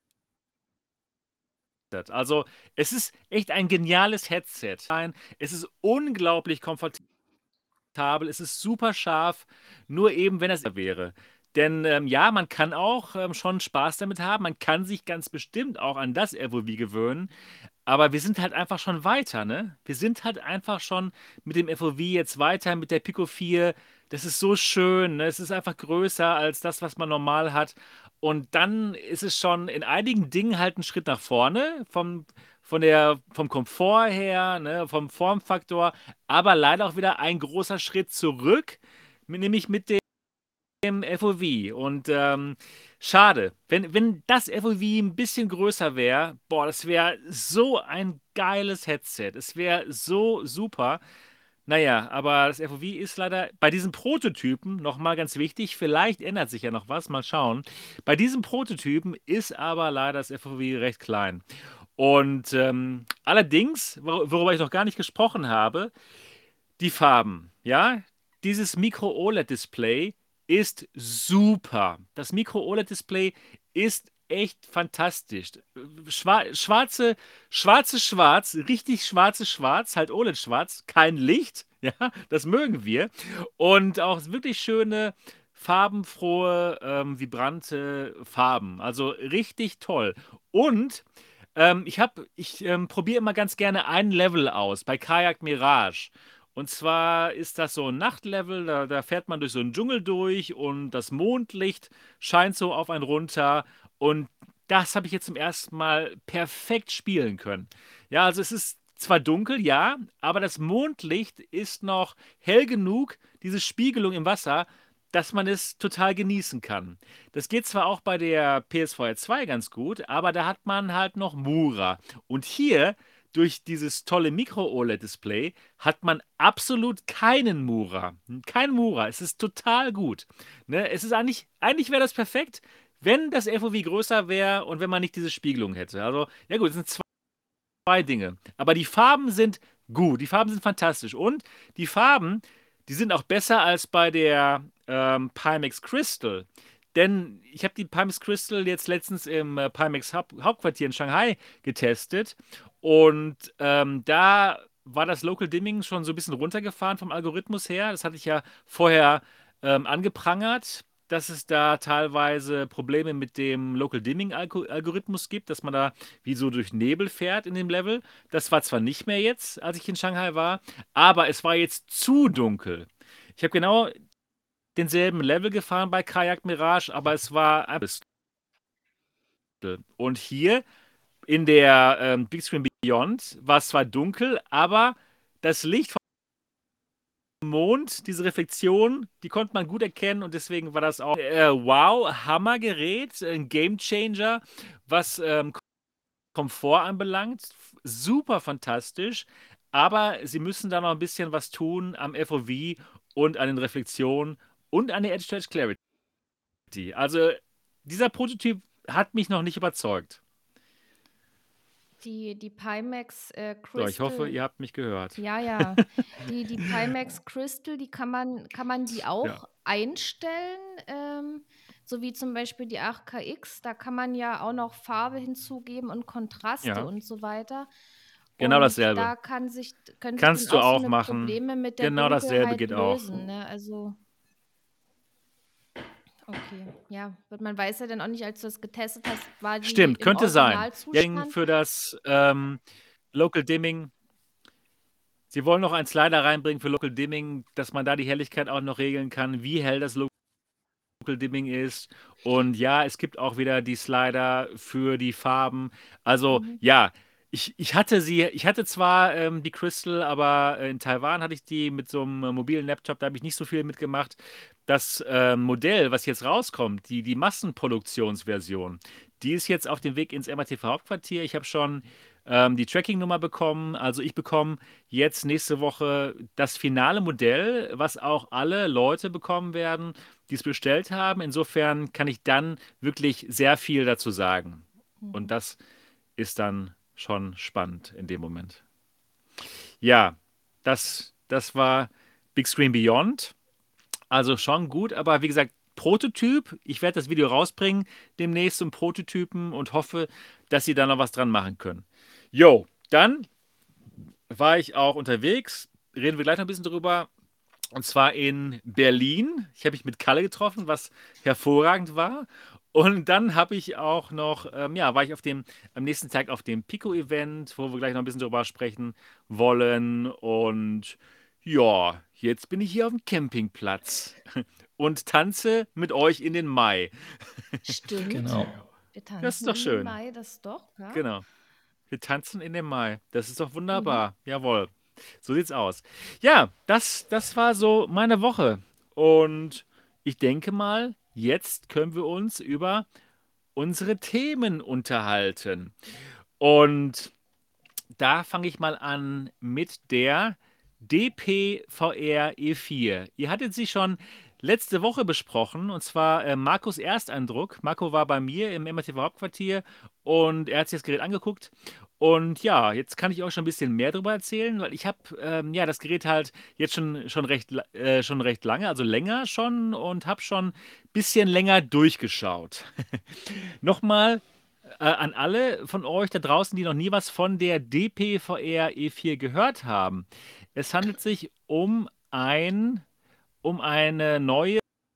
Also es ist echt ein geniales Headset. Es ist unglaublich komfortabel. Es ist super scharf, nur eben, wenn es wäre. Denn ja, man kann auch schon Spaß damit haben. Man kann sich ganz bestimmt auch an das FOV gewöhnen. Aber wir sind halt einfach schon weiter, ne? Wir sind halt einfach schon mit dem FOV jetzt weiter, mit der Pico 4. Das ist so schön, ne? Es ist einfach größer als das, was man normal hat. Und dann ist es schon in einigen Dingen halt ein Schritt nach vorne, vom Komfort her, ne? Vom Formfaktor, aber leider auch wieder ein großer Schritt zurück, nämlich mit dem FOV. Und schade, wenn das FOV ein bisschen größer wäre, boah, das wäre so ein geiles Headset. Es wäre so super. Naja, aber das FOV ist leider bei diesen Prototypen nochmal ganz wichtig. Vielleicht ändert sich ja noch was, mal schauen. Bei diesen Prototypen ist aber leider das FOV recht klein. Und allerdings, worüber ich noch gar nicht gesprochen habe, die Farben, ja? Dieses Micro-OLED-Display ist super. Das Micro-OLED-Display ist echt fantastisch. Schwarz, richtig schwarzes Schwarz, halt OLED-Schwarz, kein Licht, ja, das mögen wir. Und auch wirklich schöne, farbenfrohe, vibrante Farben. Also richtig toll. Und ich probiere immer ganz gerne ein Level aus bei Kajak Mirage. Und zwar ist das so ein Nachtlevel, da fährt man durch so einen Dschungel durch und das Mondlicht scheint so auf einen runter. Und das habe ich jetzt zum ersten Mal perfekt spielen können. Ja, also es ist zwar dunkel, ja, aber das Mondlicht ist noch hell genug, diese Spiegelung im Wasser, dass man es total genießen kann. Das geht zwar auch bei der PSVR 2 ganz gut, aber da hat man halt noch Mura. Und hier, durch dieses tolle Micro-OLED-Display, hat man absolut keinen Mura. Kein Mura. Es ist total gut. Ne? Es ist eigentlich wäre das perfekt, wenn das FOV größer wäre und wenn man nicht diese Spiegelung hätte. Also, ja gut, es sind zwei Dinge. Aber die Farben sind gut. Die Farben sind fantastisch. Und die Farben, die sind auch besser als bei der Pimax Crystal. Denn ich habe die Pimax Crystal jetzt letztens im Pimax Hauptquartier in Shanghai getestet. Und da war das Local Dimming schon so ein bisschen runtergefahren vom Algorithmus her. Das hatte ich ja vorher angeprangert, dass es da teilweise Probleme mit dem Local Dimming Algorithmus gibt, dass man da wie so durch Nebel fährt in dem Level. Das war zwar nicht mehr jetzt, als ich in Shanghai war, aber es war jetzt zu dunkel. Ich habe genau denselben Level gefahren bei Kajak Mirage, aber es war ein bisschen. Und hier in der Big Screen Beyond war es zwar dunkel, aber das Licht vom Mond, diese Reflexion, die konnte man gut erkennen und deswegen war das auch wow, Hammergerät, ein Gamechanger, was Komfort anbelangt. Super fantastisch, aber sie müssen da noch ein bisschen was tun am FOV und an den Reflexionen und an der Edge-to-Edge Clarity. Also dieser Prototyp hat mich noch nicht überzeugt. Die Pimax So, ich hoffe, Crystal, ihr habt mich gehört. ja. Die Pimax Crystal, die kann man die Ja. auch einstellen, so wie zum Beispiel die 8KX. Da kann man ja auch noch Farbe hinzugeben und Kontraste Ja, und so weiter. genau Und dasselbe. da können sich dann Kannst du auch so auch eine machen. Probleme mit der Genau dasselbe Dunkelheit geht auch. lösen, ne? Also, okay, ja. Man weiß ja dann auch nicht, als du das getestet hast, war die Stimmt, im könnte sein. Ja, Originalzustand? für das Local Dimming. Sie wollen noch einen Slider reinbringen für Local Dimming, dass man da die Helligkeit auch noch regeln kann, wie hell das Local Dimming ist. Und ja, es gibt auch wieder die Slider für die Farben. Also Mhm. ja, Ich hatte zwar die Crystal, aber in Taiwan hatte ich die mit so einem mobilen Laptop, da habe ich nicht so viel mitgemacht. Das Modell, was jetzt rauskommt, die Massenproduktionsversion, die ist jetzt auf dem Weg ins MATV-Hauptquartier. Ich habe schon die Tracking-Nummer bekommen. Also ich bekomme jetzt nächste Woche das finale Modell, was auch alle Leute bekommen werden, die es bestellt haben. Insofern kann ich dann wirklich sehr viel dazu sagen. Und Mhm. das ist dann schon spannend in dem Moment. Ja, das war Big Screen Beyond. Also schon gut, aber wie gesagt, Prototyp. Ich werde das Video rausbringen demnächst zum Prototypen und hoffe, dass sie da noch was dran machen können. Jo, dann war ich auch unterwegs. Reden wir gleich noch ein bisschen drüber. Und zwar in Berlin. Ich habe mich mit Kalle getroffen, was hervorragend war. Und dann habe ich auch noch, ja, war ich am nächsten Tag auf dem Pico-Event, wo wir gleich noch ein bisschen drüber sprechen wollen. Und ja, jetzt bin ich hier auf dem Campingplatz und tanze mit euch in den Mai. Stimmt. Genau. Wir Das ist tanzen doch in den schön. Mai, das doch, ja. Genau. Wir tanzen in den Mai. Das ist doch Mhm. wunderbar. Jawohl. So sieht's aus. Ja, das war so meine Woche. Und ich denke mal, jetzt können wir uns über unsere Themen unterhalten. Und da fange ich mal an mit der DPVR E4. Ihr hattet sie schon letzte Woche besprochen, und zwar Markus Ersteindruck. Marco war bei mir im MRTV Hauptquartier und er hat sich das Gerät angeguckt. Und ja, jetzt kann ich euch schon ein bisschen mehr darüber erzählen, weil ich habe ja das Gerät halt jetzt schon recht lange, also länger schon und habe schon ein bisschen länger durchgeschaut. Nochmal an alle von euch da draußen, die noch nie was von der DPVR E4 gehört haben. Es handelt sich um eine neue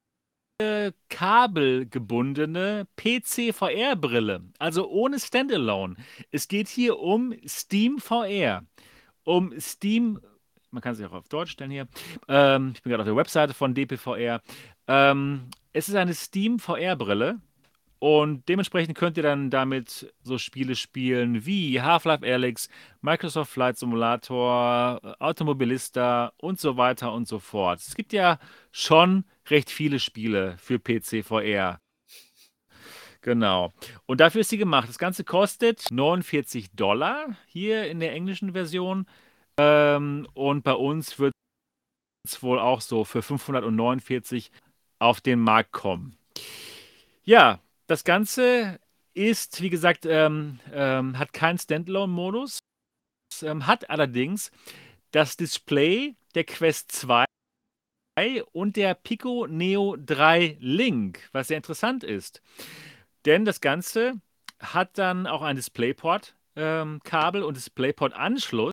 kabelgebundene PC-VR-Brille, also ohne Standalone. Es geht hier um Steam VR, um Steam, man kann es ja auch auf Deutsch stellen hier. Ich bin gerade auf der Webseite von DPVR. Es ist eine Steam VR-Brille. Und dementsprechend könnt ihr dann damit so Spiele spielen wie Half-Life Alyx, Microsoft Flight Simulator, Automobilista und so weiter und so fort. Es gibt ja schon recht viele Spiele für PC VR. Genau. Und dafür ist sie gemacht. Das Ganze kostet $49 hier in der englischen Version. Und bei uns wird es wohl auch so für 549 auf den Markt kommen. Ja, das Ganze ist, wie gesagt, hat keinen Standalone-Modus, hat allerdings das Display der Quest 2 und der Pico Neo 3 Link, was sehr interessant ist. Denn das Ganze hat dann auch ein DisplayPort-Kabel und DisplayPort-Anschluss.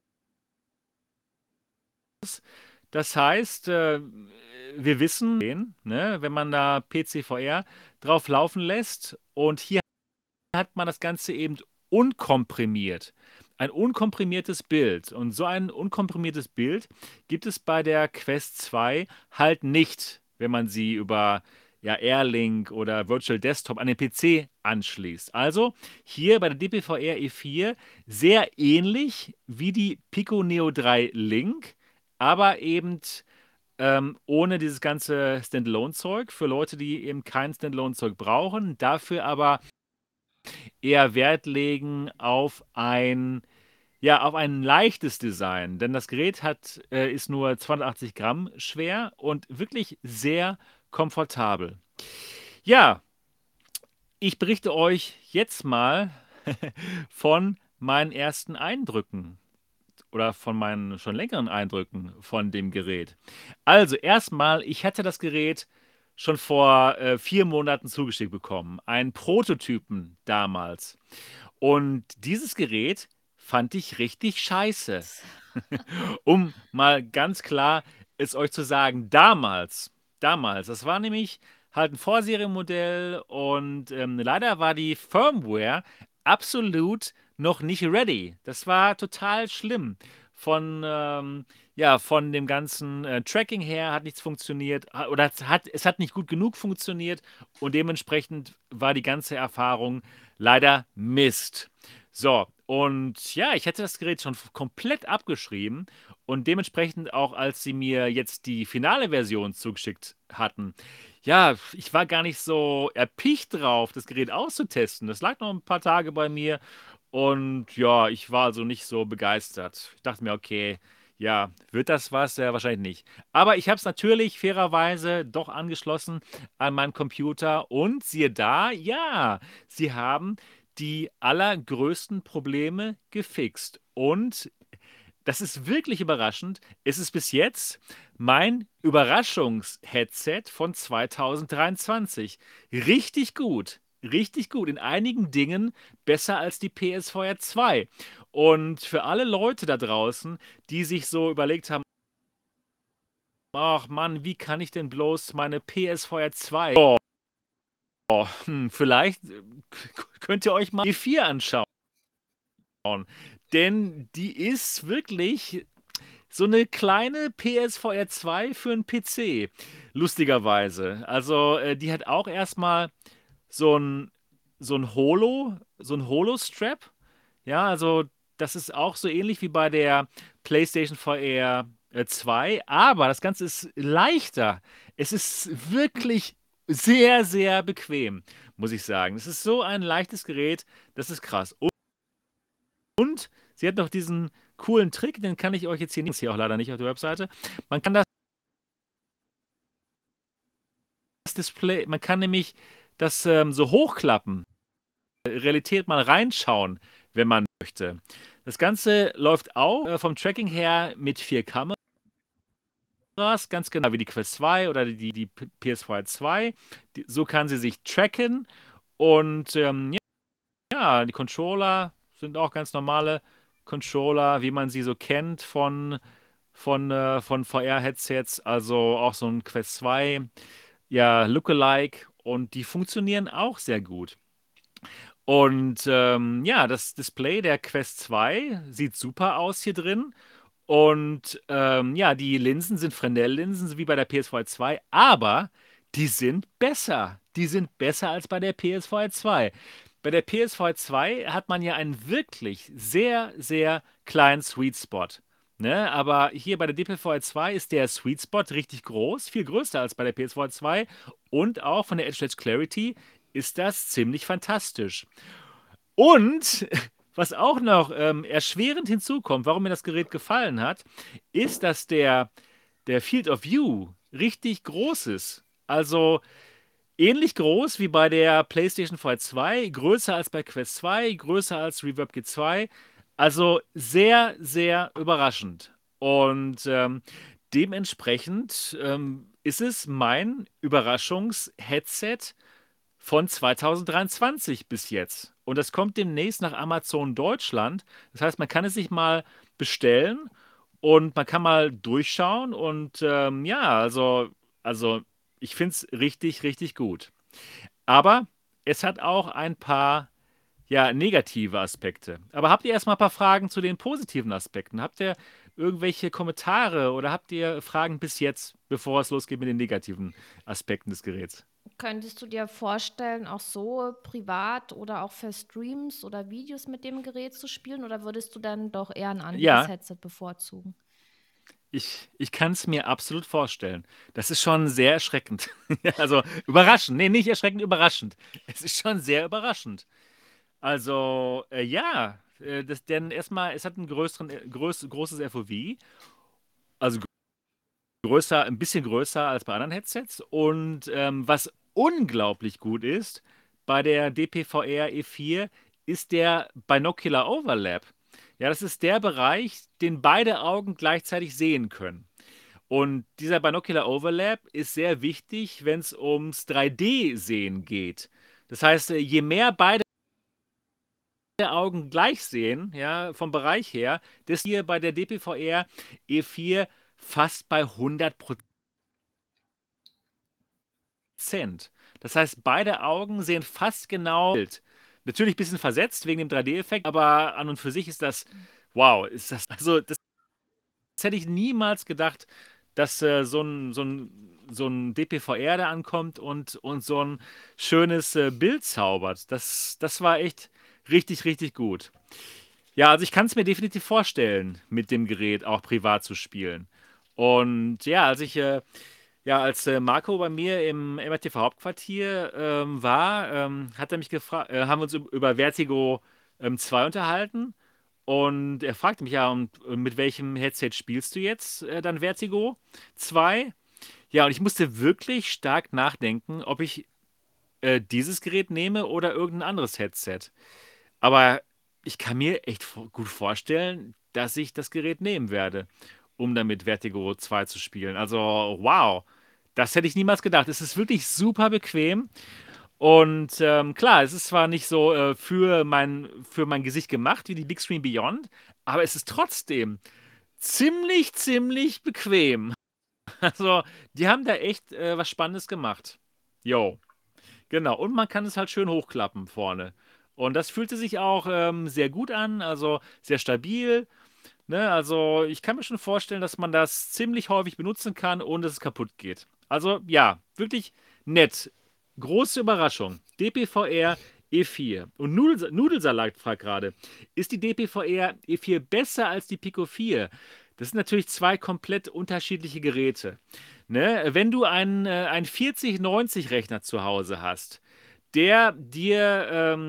Das heißt, wir wissen, ne, wenn man da PCVR drauf laufen lässt und hier hat man das Ganze eben unkomprimiert. Ein unkomprimiertes Bild. Und so ein unkomprimiertes Bild gibt es bei der Quest 2 halt nicht, wenn man sie über ja, Airlink oder Virtual Desktop an den PC anschließt. Also hier bei der DPVR E4 sehr ähnlich wie die Pico Neo 3 Link, aber eben ohne dieses ganze Standalone-Zeug für Leute, die eben kein Standalone-Zeug brauchen, dafür aber eher Wert legen ja, auf ein leichtes Design, denn das Gerät ist nur 280 Gramm schwer und wirklich sehr komfortabel. Ja, ich berichte euch jetzt mal von meinen ersten Eindrücken oder von meinen schon längeren Eindrücken von dem Gerät. Also erstmal, ich hatte das Gerät schon vor 4 Monaten zugeschickt bekommen, einen Prototypen damals. Und dieses Gerät fand ich richtig scheiße. Um mal ganz klar es euch zu sagen, damals, das war nämlich halt ein Vorserienmodell und leider war die Firmware absolut noch nicht ready. Das war total schlimm. Ja, von dem ganzen Tracking her hat nichts funktioniert oder es hat nicht gut genug funktioniert und dementsprechend war die ganze Erfahrung leider Mist. So, Und ja, ich hätte das Gerät schon komplett abgeschrieben und dementsprechend auch, als sie mir jetzt die finale Version zugeschickt hatten, ja, ich war gar nicht so erpicht drauf, das Gerät auszutesten. Das lag noch ein paar Tage bei mir und ja, ich war also nicht so begeistert. Ich dachte mir, okay, ja, wird das was? Ja, wahrscheinlich nicht. Aber ich habe es natürlich fairerweise doch angeschlossen an meinen Computer und siehe da, ja, sie haben die allergrößten Probleme gefixt. Und das ist wirklich überraschend. Es ist bis jetzt mein Überraschungsheadset von 2023. Richtig gut. Richtig gut. In einigen Dingen besser als die PSVR 2. Und für alle Leute da draußen, die sich so überlegt haben, ach Mann, wie kann ich denn bloß meine PSVR 2? Vielleicht könnt ihr euch mal die 4 anschauen. Denn die ist wirklich so eine kleine PSVR 2 für einen PC. Lustigerweise. Also, die hat auch erstmal so ein, so ein Holo-Strap. Ja, also, das ist auch so ähnlich wie bei der PlayStation VR 2, aber das Ganze ist leichter. Es ist wirklich sehr, sehr bequem, muss ich sagen. Es ist so ein leichtes Gerät, das ist krass. Und sie hat noch diesen coolen Trick, den kann ich euch jetzt hier nicht, hier auch leider nicht auf der Webseite. Man kann das Display, man kann nämlich das so hochklappen, Realität mal reinschauen, wenn man möchte. Das Ganze läuft auch vom Tracking her mit 4 Kameras, ganz genau wie die Quest 2 oder die PS4 2. So kann sie sich tracken und ja, die Controller sind auch ganz normale Controller, wie man sie so kennt von VR-Headsets, also auch so ein Quest 2, ja, Lookalike und die funktionieren auch sehr gut. Und ja, das Display der Quest 2 sieht super aus hier drin. Und ja, die Linsen sind Fresnel-Linsen, so wie bei der PS4 2, aber die sind besser. Die sind besser als bei der PS4 2. Bei der PS4 2 hat man ja einen wirklich sehr, sehr kleinen Sweet Spot. Ne? Aber hier bei der DPVR 2 ist der Sweet Spot richtig groß, viel größer als bei der PS4 2. Und auch von der Edge Edge Clarity ist das ziemlich fantastisch. Und was auch noch erschwerend hinzukommt, warum mir das Gerät gefallen hat, ist, dass der Field of View richtig groß ist. Also ähnlich groß wie bei der PlayStation 4 2, größer als bei Quest 2, größer als Reverb G2. Also sehr, sehr überraschend. Und dementsprechend ist es mein Überraschungs-Headset von 2023 bis jetzt. Und das kommt demnächst nach Amazon Deutschland. Das heißt, man kann es sich mal bestellen und man kann mal durchschauen. Und ja, also ich finde es richtig, richtig gut. Aber es hat auch ein paar ja, negative Aspekte. Aber habt ihr erstmal ein paar Fragen zu den positiven Aspekten? Habt ihr irgendwelche Kommentare oder habt ihr Fragen bis jetzt, bevor es losgeht mit den negativen Aspekten des Geräts? Könntest du dir vorstellen, auch so privat oder auch für Streams oder Videos mit dem Gerät zu spielen oder würdest du dann doch eher ein anderes Ja, Headset bevorzugen? ich kann es mir absolut vorstellen. Das ist schon sehr erschreckend. Also überraschend. Nee, nicht erschreckend, überraschend. Es ist schon sehr überraschend. Also, ja, denn erstmal, es hat einen großes FOV, also größer, ein bisschen größer als bei anderen Headsets. Und was unglaublich gut ist, bei der DPVR E4 ist der Binocular Overlap. Ja, das ist der Bereich, den beide Augen gleichzeitig sehen können. Und dieser Binocular Overlap ist sehr wichtig, wenn es ums 3D-Sehen geht. Das heißt, je mehr beide Augen gleich sehen, ja, vom Bereich her, desto hier bei der DPVR E4 fast bei 100%. Das heißt, beide Augen sehen fast genau Bild. Natürlich ein bisschen versetzt wegen dem 3D-Effekt, aber an und für sich ist das, wow, ist das, also das hätte ich niemals gedacht, dass so ein DPVR da ankommt und so ein schönes Bild zaubert. Das war echt richtig, richtig gut. Ja, also ich kann es mir definitiv vorstellen, mit dem Gerät auch privat zu spielen. Und ja, als Marco bei mir im MRTV Hauptquartier war, hat er mich gefragt, haben wir uns über Vertigo 2 unterhalten. Und er fragte mich ja, und mit welchem Headset spielst du jetzt dann Vertigo 2? Ja, und ich musste wirklich stark nachdenken, ob ich dieses Gerät nehme oder irgendein anderes Headset. Aber ich kann mir echt gut vorstellen, dass ich das Gerät nehmen werde, um damit Vertigo 2 zu spielen. Also, wow, das hätte ich niemals gedacht. Es ist wirklich super bequem. Und klar, es ist zwar nicht so für mein Gesicht gemacht wie die Big Screen Beyond, aber es ist trotzdem ziemlich bequem. Also, die haben da echt was Spannendes gemacht. Jo. Genau, und man kann es halt schön hochklappen vorne. Und das fühlte sich auch sehr gut an, also sehr stabil. Ne? Also ich kann mir schon vorstellen, dass man das ziemlich häufig benutzen kann, ohne dass es kaputt geht. Also ja, wirklich nett. Große Überraschung. DPVR E4. Und Nudelsalat fragt gerade, ist die DPVR E4 besser als die Pico 4? Das sind natürlich zwei komplett unterschiedliche Geräte. Ne? Wenn du einen 4090-Rechner zu Hause hast, der dir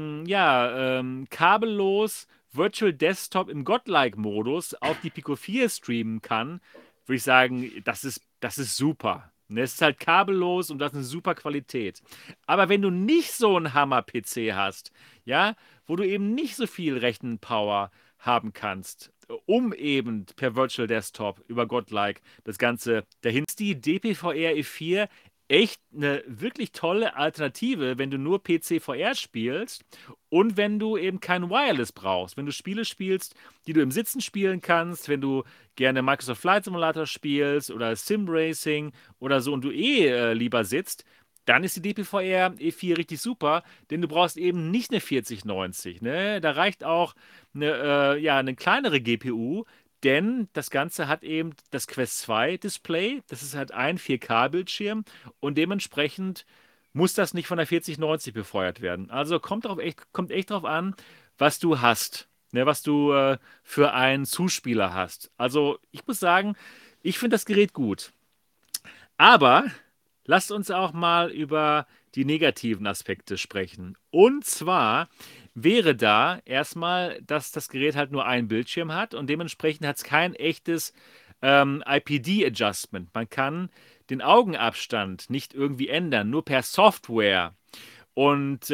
kabellos Virtual Desktop im Godlike-Modus auf die Pico 4 streamen kann, würde ich sagen, das ist super. Ne, es ist halt kabellos und das ist eine super Qualität. Aber wenn du nicht so einen Hammer-PC hast, ja, wo du eben nicht so viel Rechenpower haben kannst, um eben per Virtual Desktop über Godlike das Ganze dahin, ist die DPVR E4 echt eine wirklich tolle Alternative, wenn du nur PC-VR spielst und wenn du eben kein Wireless brauchst. Wenn du Spiele spielst, die du im Sitzen spielen kannst, wenn du gerne Microsoft Flight Simulator spielst oder Sim Racing oder so und du lieber sitzt, dann ist die DPVR E4 richtig super, denn du brauchst eben nicht eine 4090. Ne? Da reicht auch eine kleinere GPU, denn das Ganze hat eben das Quest 2 Display. Das ist halt ein 4K-Bildschirm und dementsprechend muss das nicht von der 4090 befeuert werden. Also kommt echt drauf an, was du hast, ne, was du für einen Zuspieler hast. Also ich muss sagen, ich finde das Gerät gut. Aber lasst uns auch mal über die negativen Aspekte sprechen. Und zwar wäre da erstmal, dass das Gerät halt nur einen Bildschirm hat und dementsprechend hat es kein echtes IPD-Adjustment. Man kann den Augenabstand nicht irgendwie ändern, nur per Software. Und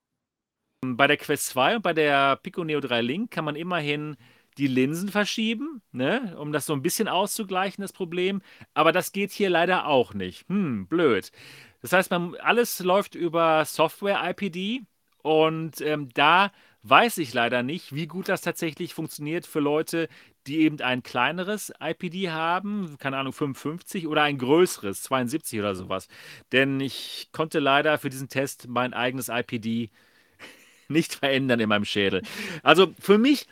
bei der Quest 2 und bei der Pico Neo 3 Link kann man immerhin die Linsen verschieben, ne, um das so ein bisschen auszugleichen, das Problem. Aber das geht hier leider auch nicht. Blöd. Das heißt, alles läuft über Software IPD und da weiß ich leider nicht, wie gut das tatsächlich funktioniert für Leute, die eben ein kleineres IPD haben, keine Ahnung, 55 oder ein größeres, 72 oder sowas. Denn ich konnte leider für diesen Test mein eigenes IPD nicht verändern in meinem Schädel. Also für mich,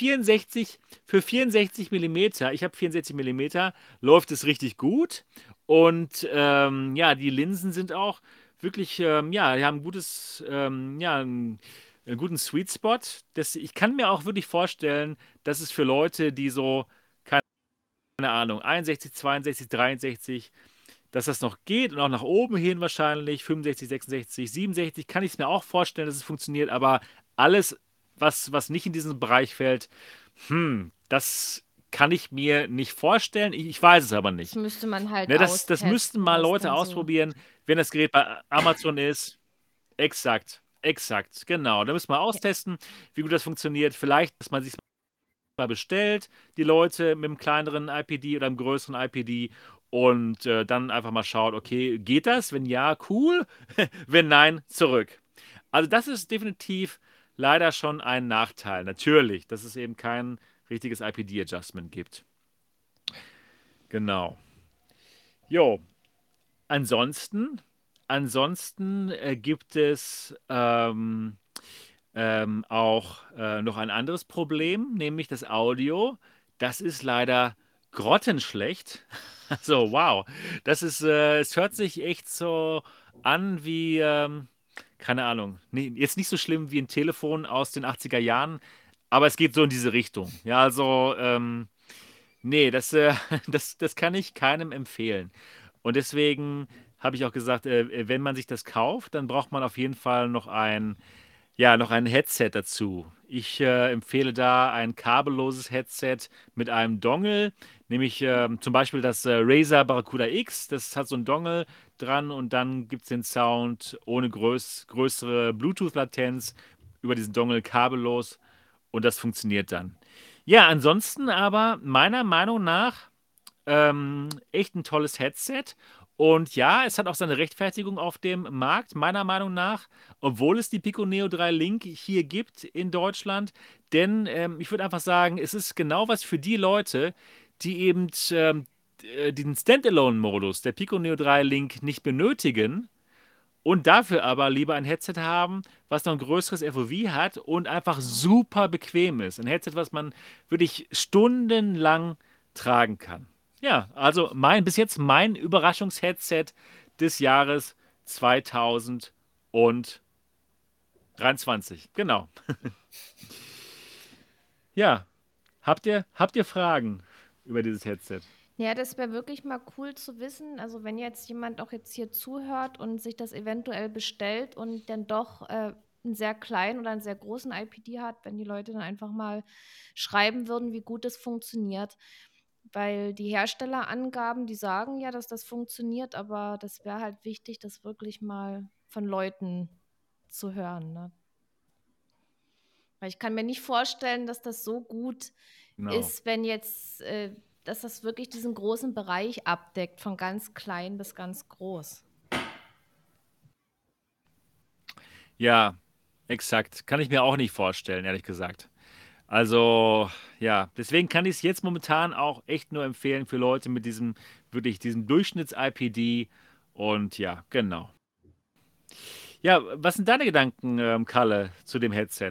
für 64 Millimeter, ich habe 64 Millimeter, läuft es richtig gut. Und ja, die Linsen sind auch wirklich, ja, die haben einen guten Sweet Spot. Ich kann mir auch wirklich vorstellen, dass es für Leute, die so, keine Ahnung, 61, 62, 63, dass das noch geht und auch nach oben hin wahrscheinlich, 65, 66, 67, kann ich es mir auch vorstellen, dass es funktioniert, aber alles, was nicht in diesen Bereich fällt, das kann ich mir nicht vorstellen. Ich weiß es aber Das nicht. müsste man halt Ne, das müssten austesten, mal was Leute dann so. ausprobieren, wenn das Gerät bei Amazon ist. Exakt, genau. Da müssen wir Ja. austesten, wie gut das funktioniert. Vielleicht, dass man sich mal bestellt, die Leute mit einem kleineren IPD oder einem größeren IPD und dann einfach mal schaut, okay, geht das? Wenn ja, cool. Wenn nein, zurück. Also das ist definitiv leider schon ein Nachteil. Natürlich, dass es eben kein richtiges IPD-Adjustment gibt. Genau. Jo, ansonsten, ansonsten gibt es auch noch ein anderes Problem, nämlich das Audio. Das ist leider grottenschlecht. Also, wow. Es hört sich echt so an wie, keine Ahnung, nee, jetzt nicht so schlimm wie ein Telefon aus den 80er Jahren, Aber es geht so in diese Richtung. Ja, also, nee, das kann ich keinem empfehlen. Und deswegen habe ich auch gesagt, wenn man sich das kauft, dann braucht man auf jeden Fall noch ein Headset dazu. Ich empfehle da ein kabelloses Headset mit einem Dongle, nämlich zum Beispiel das Razer Barracuda X. Das hat so einen Dongle dran und dann gibt es den Sound ohne größere Bluetooth-Latenz über diesen Dongle kabellos und das funktioniert dann. Ja, ansonsten aber meiner Meinung nach echt ein tolles Headset. Und ja, es hat auch seine Rechtfertigung auf dem Markt, meiner Meinung nach, obwohl es die Pico Neo 3 Link hier gibt in Deutschland. Denn ich würde einfach sagen, es ist genau was für die Leute, die eben den Standalone-Modus der Pico Neo 3 Link nicht benötigen und dafür aber lieber ein Headset haben, was noch ein größeres FOV hat und einfach super bequem ist. Ein Headset, was man wirklich stundenlang tragen kann. Ja, also bis jetzt mein Überraschungsheadset des Jahres 2023. Genau. Ja, habt ihr Fragen über dieses Headset? Ja, das wäre wirklich mal cool zu wissen. Also wenn jetzt jemand auch jetzt hier zuhört und sich das eventuell bestellt und dann doch einen sehr kleinen oder einen sehr großen IPD hat, wenn die Leute dann einfach mal schreiben würden, wie gut es funktioniert. Weil die Herstellerangaben, die sagen ja, dass das funktioniert, aber das wäre halt wichtig, das wirklich mal von Leuten zu hören. Ne? Weil ich kann mir nicht vorstellen, dass das so gut Genau. ist, wenn jetzt, dass das wirklich diesen großen Bereich abdeckt, von ganz klein bis ganz groß. Ja, exakt. Kann ich mir auch nicht vorstellen, ehrlich gesagt. Also, ja, deswegen kann ich es jetzt momentan auch echt nur empfehlen für Leute mit diesem Durchschnitts-IPD. Und ja, genau. Ja, was sind deine Gedanken, Kalle, zu dem Headset?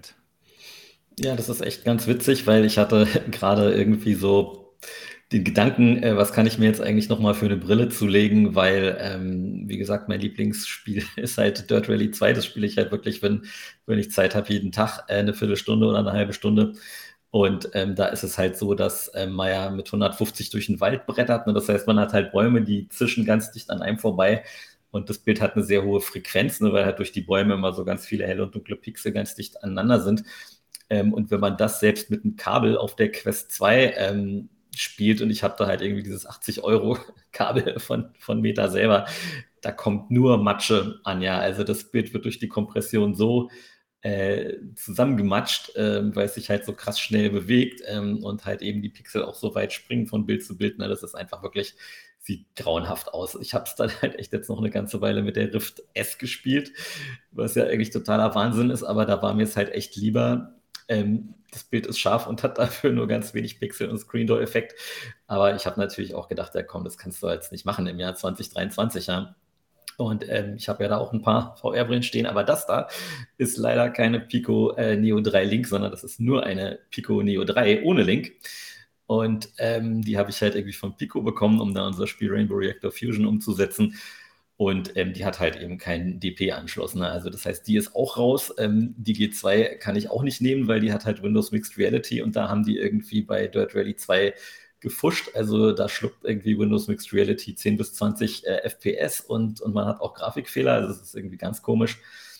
Ja, das ist echt ganz witzig, weil ich hatte gerade irgendwie so den Gedanken, was kann ich mir jetzt eigentlich noch mal für eine Brille zulegen, weil, wie gesagt, mein Lieblingsspiel ist halt Dirt Rally 2. Das spiele ich halt wirklich, wenn ich Zeit habe, jeden Tag, 'ne Viertelstunde oder eine halbe Stunde. Und, da ist es halt so, dass, man ja mit 150 durch den Wald brettert, ne? Das heißt, man hat halt Bäume, die zischen ganz dicht an einem vorbei und das Bild hat eine sehr hohe Frequenz, ne, weil halt durch die Bäume immer so ganz viele helle und dunkle Pixel ganz dicht aneinander sind. Und wenn man das selbst mit einem Kabel auf der Quest 2 spielt und ich habe da halt irgendwie dieses 80 € Kabel von Meta selber, da kommt nur Matsche an, ja. Also das Bild wird durch die Kompression so zusammengematscht, weil es sich halt so krass schnell bewegt und halt eben die Pixel auch so weit springen von Bild zu Bild. Ne? Das ist einfach wirklich, sieht grauenhaft aus. Ich habe es dann halt echt jetzt noch eine ganze Weile mit der Rift S gespielt, was ja eigentlich totaler Wahnsinn ist, aber da war mir es halt echt lieber, das Bild ist scharf und hat dafür nur ganz wenig Pixel und Screen Door Effekt. Aber ich habe natürlich auch gedacht, ja komm, das kannst du jetzt nicht machen im Jahr 2023, ja. Und ich habe ja da auch ein paar VR-Brillen stehen, aber das da ist leider keine Pico Neo 3 Link, sondern das ist nur eine Pico Neo 3 ohne Link. Und die habe ich halt irgendwie von Pico bekommen, um da unser Spiel Rainbow Reactor Fusion umzusetzen. Und die hat halt eben keinen DP-Anschluss. Ne? Also das heißt, die ist auch raus. Die G2 kann ich auch nicht nehmen, weil die hat halt Windows Mixed Reality und da haben die irgendwie bei Dirt Rally 2 gefuscht. Also da schluckt irgendwie Windows Mixed Reality 10 bis 20 FPS und man hat auch Grafikfehler. Also das ist irgendwie ganz komisch.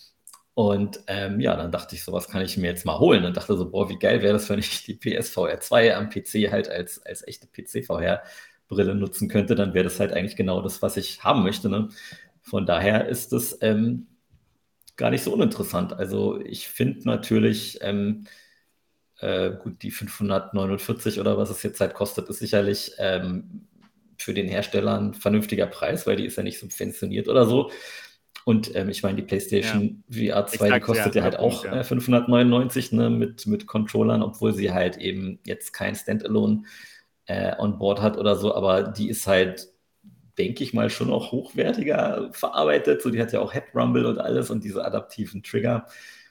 Und ja, dann dachte ich, sowas kann ich mir jetzt mal holen und dachte so, boah, wie geil wäre das, wenn ich die PSVR 2 am PC halt als echte PC-VR-Brille nutzen könnte, dann wäre das halt eigentlich genau das, was ich haben möchte. Ne? Von daher ist es gar nicht so uninteressant. Also ich finde natürlich, gut, die 549 oder was es jetzt halt kostet, ist sicherlich für den Hersteller ein vernünftiger Preis, weil die ist ja nicht subventioniert oder so. Und ich meine, die PlayStation VR 2, die Exakt, kostet ja, ja halt guter Punkt, auch ja. 599, ne, mit Controllern, obwohl sie halt eben jetzt kein Standalone on Board hat oder so, aber die ist halt, denke ich mal, schon auch hochwertiger verarbeitet. So, die hat ja auch Head Rumble und alles und diese adaptiven Trigger.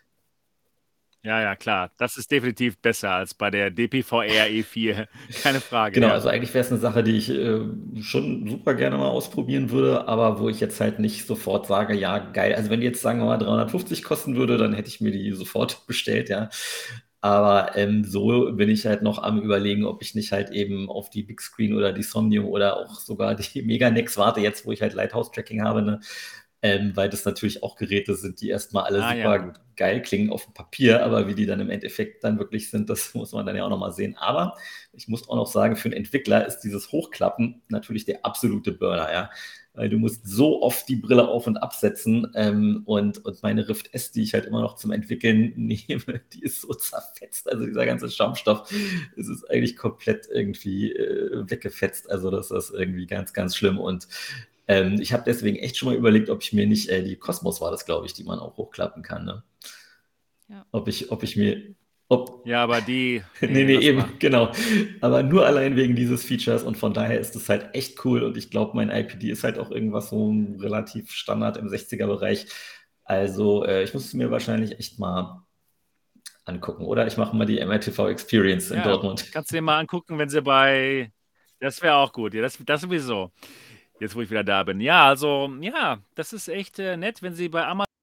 Ja, ja, klar. Das ist definitiv besser als bei der DPVR E4. Keine Frage, Genau, ja. also eigentlich wäre es eine Sache, die ich schon super gerne mal ausprobieren würde, aber wo ich jetzt halt nicht sofort sage, ja, geil. Also wenn die jetzt, sagen wir mal, 350 kosten würde, dann hätte ich mir die sofort bestellt, ja. Aber so bin ich halt noch am Überlegen, ob ich nicht halt eben auf die Big Screen oder die Somnium oder auch sogar die Meganex warte, jetzt wo ich halt Lighthouse-Tracking habe, ne? Weil das natürlich auch Geräte sind, die erstmal alle super geil klingen auf dem Papier, aber wie die dann im Endeffekt dann wirklich sind, das muss man dann ja auch nochmal sehen. Aber ich muss auch noch sagen, für einen Entwickler ist dieses Hochklappen natürlich der absolute Burner, ja. Weil du musst so oft die Brille auf- und absetzen und meine Rift S, die ich halt immer noch zum Entwickeln nehme, die ist so zerfetzt. Also dieser ganze Schaumstoff, es ist eigentlich komplett irgendwie weggefetzt. Also das ist irgendwie ganz, ganz schlimm und ich habe deswegen echt schon mal überlegt, ob ich mir nicht, die Cosmos war das, glaube ich, die man auch hochklappen kann, ne? Ja. Ob ich mir, Ja, aber die. nee, lass eben, mal. genau. Aber nur allein wegen dieses Features und von daher ist es halt echt cool und ich glaube, mein IPD ist halt auch irgendwas so relativ Standard im 60er-Bereich. Also ich muss es mir wahrscheinlich echt mal angucken. Oder ich mache mal die MRTV Experience in Dortmund. Kannst du dir mal angucken, wenn sie bei. Das wäre auch gut. Ja, das sowieso. Jetzt, wo ich wieder da bin. Ja, also, ja, das ist echt nett, wenn sie bei Amazon.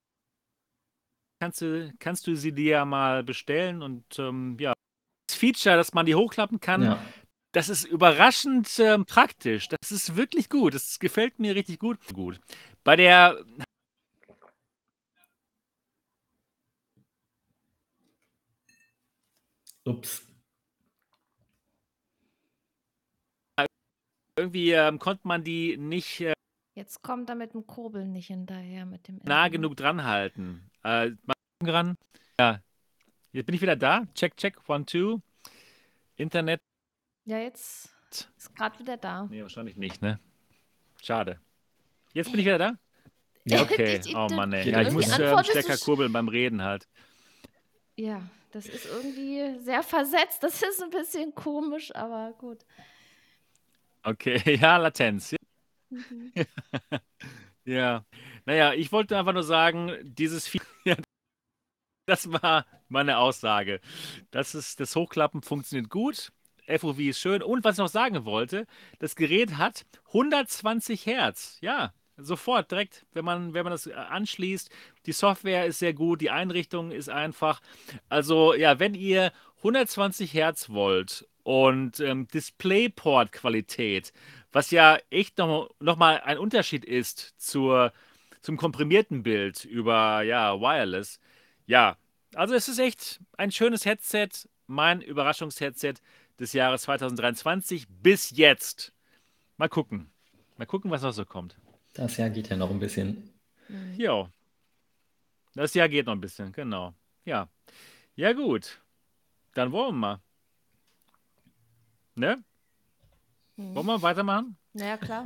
Kannst du sie dir ja mal bestellen und ja. Das Feature, dass man die hochklappen kann, Ja. das ist überraschend praktisch. Das ist wirklich gut. Das gefällt mir richtig gut. Bei der. Ups. Irgendwie konnte man die nicht Jetzt kommt er mit dem Kurbeln nicht hinterher mit dem nah Internet. genug dran halten. Ran. Ja. Jetzt bin ich wieder da. Check, 1, 2. Internet. Ja, jetzt ist gerade wieder da. Nee, wahrscheinlich nicht, ne? Schade. Jetzt bin ich wieder da? Ja. Okay. Oh Mann, ey. Geht Ja, ich irgendwie muss antwortest du stärker kurbeln beim Reden halt. Ja, das ist irgendwie sehr versetzt. Das ist ein bisschen komisch, aber gut. Okay, ja, Latenz. Mhm. Ja. Naja, ich wollte einfach nur sagen, ja, das war meine Aussage. Das Hochklappen funktioniert gut. FOV ist schön. Und was ich noch sagen wollte, das Gerät hat 120 Hertz. Ja, sofort, direkt, wenn man das anschließt. Die Software ist sehr gut, die Einrichtung ist einfach. Also, ja, wenn ihr 120 Hertz wollt und Displayport-Qualität, was ja echt noch mal ein Unterschied ist zum komprimierten Bild über, ja, Wireless. Ja, also es ist echt ein schönes Headset, mein Überraschungsheadset des Jahres 2023 bis jetzt. Mal gucken. Mal gucken, was noch so kommt. Das Jahr geht ja noch ein bisschen. Jo. Das Jahr geht noch ein bisschen, genau. Ja. Ja, gut. Dann wollen wir mal. Ne? Wollen wir weitermachen? Naja, klar.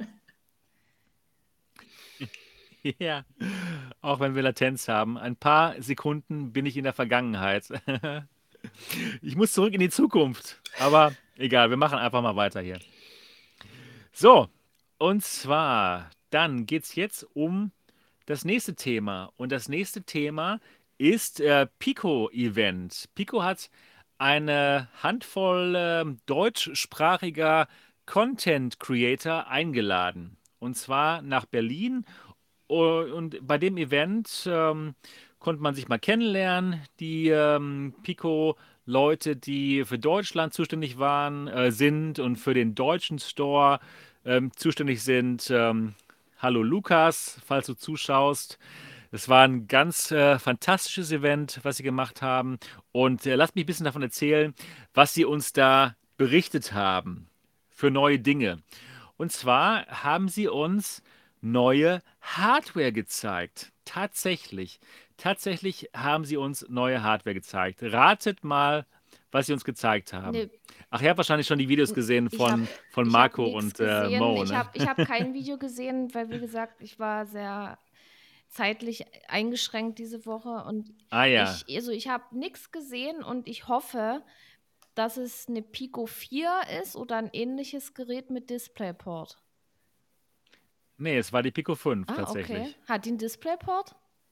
Ja. Auch wenn wir Latenz haben. Ein paar Sekunden bin ich in der Vergangenheit. Ich muss zurück in die Zukunft. Aber egal, wir machen einfach mal weiter hier. So, und zwar, dann geht es jetzt um das nächste Thema. Und das nächste Thema ist Pico-Event. Pico hat eine Handvoll deutschsprachiger Content Creator eingeladen. Und zwar nach Berlin. Und bei dem Event konnte man sich mal kennenlernen. Die Pico-Leute, die für Deutschland zuständig sind und für den deutschen Store zuständig sind. Hallo Lukas, falls du zuschaust. Es war ein ganz fantastisches Event, was sie gemacht haben. Und lasst mich ein bisschen davon erzählen, was sie uns da berichtet haben für neue Dinge. Und zwar haben sie uns neue Hardware gezeigt. Tatsächlich. Tatsächlich haben sie uns neue Hardware gezeigt. Ratet mal, was sie uns gezeigt haben. Nee. Ach, ihr habt wahrscheinlich schon die Videos gesehen von Marco und Mo, ne? Ich hab kein Video gesehen, weil, wie gesagt, ich war sehr zeitlich eingeschränkt diese Woche und ja. ich habe nichts gesehen und ich hoffe, dass es eine Pico 4 ist oder ein ähnliches Gerät mit DisplayPort. Nee, es war die Pico 5 tatsächlich. Okay. Hat die einen DisplayPort?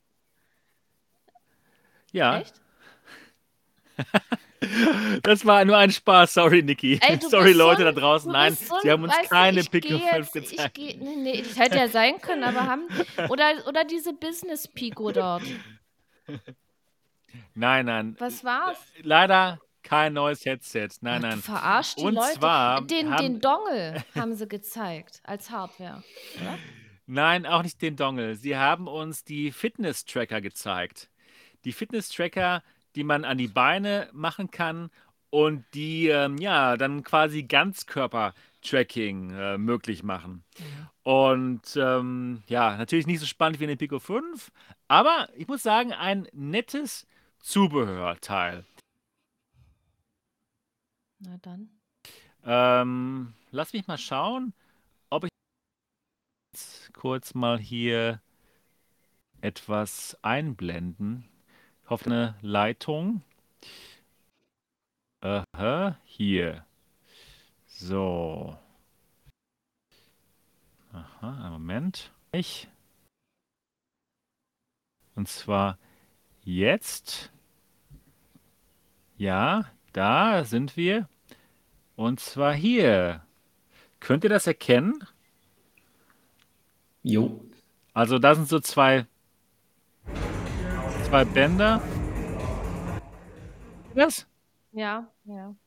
Ja. Echt? Das war nur ein Spaß, sorry, Niki. Ey, Sorry, Leute da draußen. Nein, sie haben uns weißt du, keine ich Pico gehe 5 jetzt, gezeigt. nee, das hätte ja sein können, aber oder diese Business Pico dort. Nein. Was war's? Leider kein neues Headset. Nein, Du nein. verarschst die Und Leute. zwar Den Dongle haben sie gezeigt als Hardware, oder? Nein, auch nicht den Dongle. Sie haben uns die Fitness-Tracker gezeigt. Die Fitness-Tracker, die man an die Beine machen kann und die ja dann quasi Ganzkörper-Tracking möglich machen. Und ja, natürlich nicht so spannend wie eine Pico 5, aber ich muss sagen, ein nettes Zubehörteil. Na dann. Lass mich mal schauen, ob ich jetzt kurz mal hier etwas einblenden. Ich hoffe, eine Leitung. Hier. So. Aha, einen Moment. Und zwar jetzt. Ja, da sind wir. Und zwar hier. Könnt ihr das erkennen? Jo. Also da sind so zwei Bänder. Das? Ja. Ja?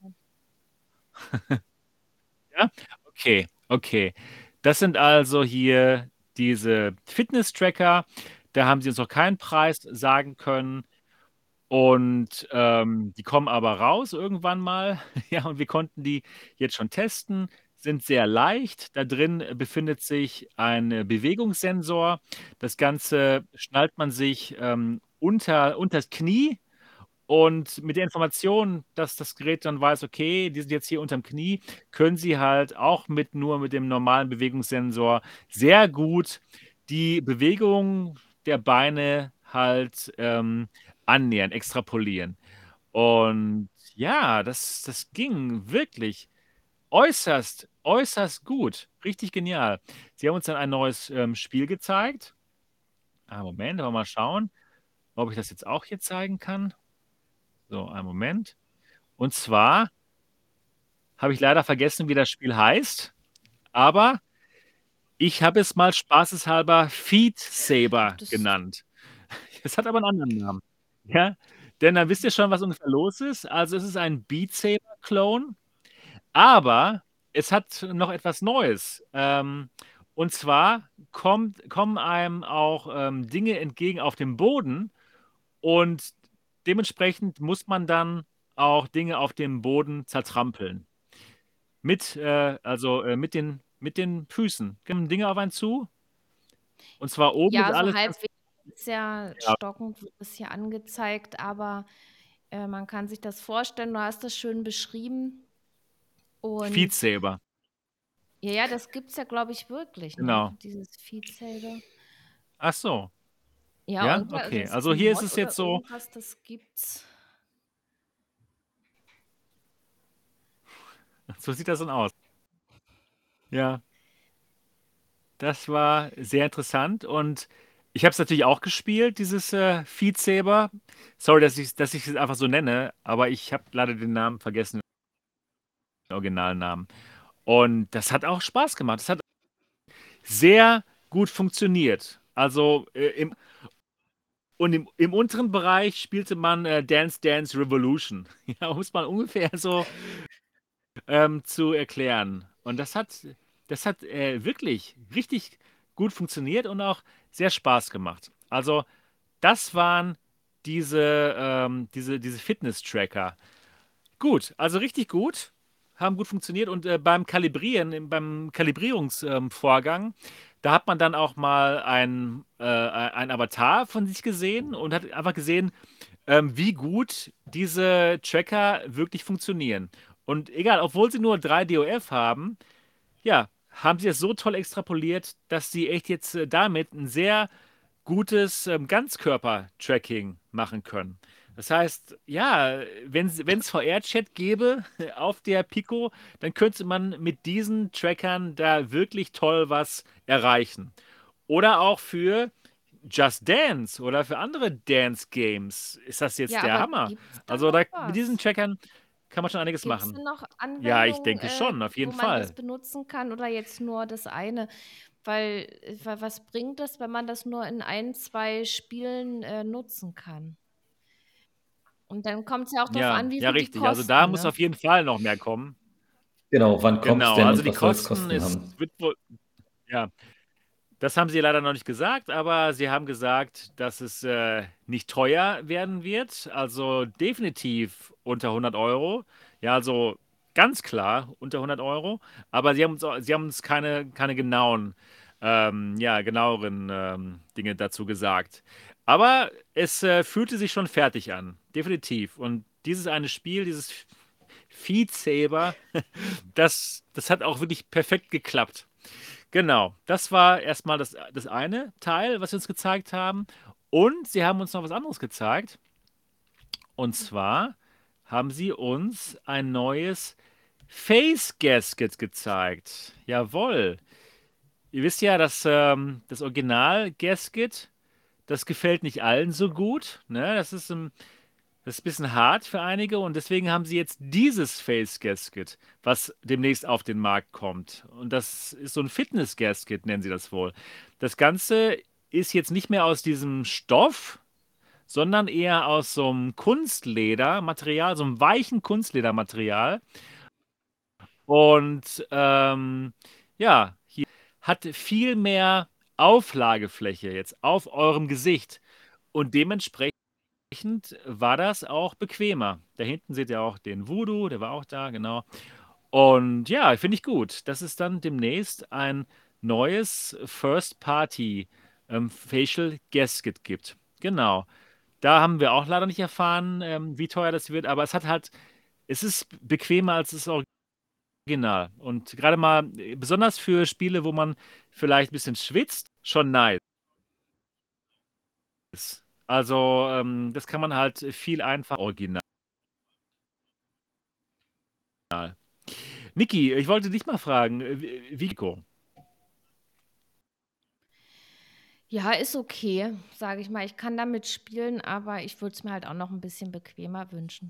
Okay. Das sind also hier diese Fitness-Tracker. Da haben sie uns noch keinen Preis sagen können. Und die kommen aber raus irgendwann mal. Ja, und wir konnten die jetzt schon testen, sind sehr leicht. Da drin befindet sich ein Bewegungssensor. Das Ganze schnallt man sich unter das Knie. Und mit der Information, dass das Gerät dann weiß, okay, die sind jetzt hier unterm Knie, können Sie halt auch nur mit dem normalen Bewegungssensor sehr gut die Bewegung der Beine halt annähern, extrapolieren. Und ja, das ging wirklich äußerst gut. Richtig genial. Sie haben uns dann ein neues Spiel gezeigt. Moment, aber mal schauen, ob ich das jetzt auch hier zeigen kann. So, einen Moment. Und zwar habe ich leider vergessen, wie das Spiel heißt, aber ich habe es mal spaßeshalber Feed Saber Das, genannt. Es hat aber einen anderen Namen. Ja, denn dann wisst ihr schon, was ungefähr los ist. Also es ist ein Beat Saber-Clone, aber es hat noch etwas Neues. Und zwar kommen einem auch Dinge entgegen auf dem Boden und dementsprechend muss man dann auch Dinge auf dem Boden zertrampeln. Mit den Füßen. Kommen Dinge auf einen zu. Und zwar oben ist ja, so alles das. halbwegs sehr Ja, stockend wird es hier angezeigt, aber man kann sich das vorstellen. Du hast das schön beschrieben. Feed Und Saber. ja, das gibt es ja, glaube ich, wirklich, ne? Genau. Dieses Feed Saber. Ach so. Ja, Ja, und ja, okay. das ist Also ein hier ist Mod es oder jetzt so. irgendwas, das gibt's. So sieht das dann aus. Ja, das war sehr interessant. Und ich habe es natürlich auch gespielt, dieses Feed Saber. Sorry, dass ich es einfach so nenne, aber ich habe leider den Namen vergessen, den Originalnamen. Und das hat auch Spaß gemacht. Das hat sehr gut funktioniert. Also im unteren Bereich spielte man Dance Dance Revolution. Ja, muss man ungefähr so zu erklären. Und das hat wirklich richtig gut funktioniert und auch sehr Spaß gemacht. Also, das waren diese Fitness-Tracker. Gut, also richtig gut, haben gut funktioniert und beim Kalibrieren, beim Kalibrierungsvorgang, da hat man dann auch mal ein Avatar von sich gesehen und hat einfach gesehen, wie gut diese Tracker wirklich funktionieren. Und egal, obwohl sie nur 3 DOF haben, ja, haben sie es so toll extrapoliert, dass sie echt jetzt damit ein sehr gutes Ganzkörper-Tracking machen können. Das heißt, ja, wenn es VR-Chat gäbe auf der Pico, dann könnte man mit diesen Trackern da wirklich toll was erreichen. Oder auch für Just Dance oder für andere Dance-Games ist das jetzt Ja, der aber Hammer. gibt es da Also noch mit diesen was? Trackern kann man schon einiges Gibt es machen. denn noch Ja, ich Anwendungen, denke schon, auf wo jeden man das Fall. benutzen kann oder jetzt nur das eine? Weil, was bringt das, wenn man das nur in ein, zwei Spielen nutzen kann? Und dann kommt es ja auch darauf Ja, an, wie ja, viel die richtig. Also da kosten, muss ne? auf jeden Fall noch mehr kommen. Genau, wann kommt's Genau, denn also und die was soll es Kosten kosten haben? wird wohl, ja, das haben sie leider noch nicht gesagt, aber sie haben gesagt, dass es nicht teuer werden wird. Also definitiv unter 100 Euro. Ja, also ganz klar unter 100 Euro. Aber sie haben uns keine genaueren Dinge dazu gesagt. Aber es fühlte sich schon fertig an. Definitiv. Und dieses eine Spiel, dieses Feed Saber, das hat auch wirklich perfekt geklappt. Genau, das war erstmal das eine Teil, was sie uns gezeigt haben. Und sie haben uns noch was anderes gezeigt. Und zwar haben sie uns ein neues Face Gasket gezeigt. Jawohl. Ihr wisst ja, dass das Original Gasket, das gefällt nicht allen so gut. Ne? Das ist ein bisschen hart für einige und deswegen haben sie jetzt dieses Face Gasket, was demnächst auf den Markt kommt. Und das ist so ein Fitness Gasket, nennen sie das wohl. Das Ganze ist jetzt nicht mehr aus diesem Stoff, sondern eher aus so einem Kunstledermaterial, so einem weichen Kunstledermaterial. Und hier hat viel mehr Auflagefläche jetzt auf eurem Gesicht. Und dementsprechend war das auch bequemer. Da hinten seht ihr auch den Voodoo, der war auch da, genau. Und ja, finde ich gut, dass es dann demnächst ein neues First-Party Facial Gasket gibt. Genau. Da haben wir auch leider nicht erfahren, wie teuer das wird, aber es ist bequemer als das Original. Und gerade mal, besonders für Spiele, wo man vielleicht ein bisschen schwitzt, schon nice. Also, das kann man halt viel einfacher original. Niki, ich wollte dich mal fragen, Vico. Ja, ist okay, sage ich mal. Ich kann damit spielen, aber ich würde es mir halt auch noch ein bisschen bequemer wünschen.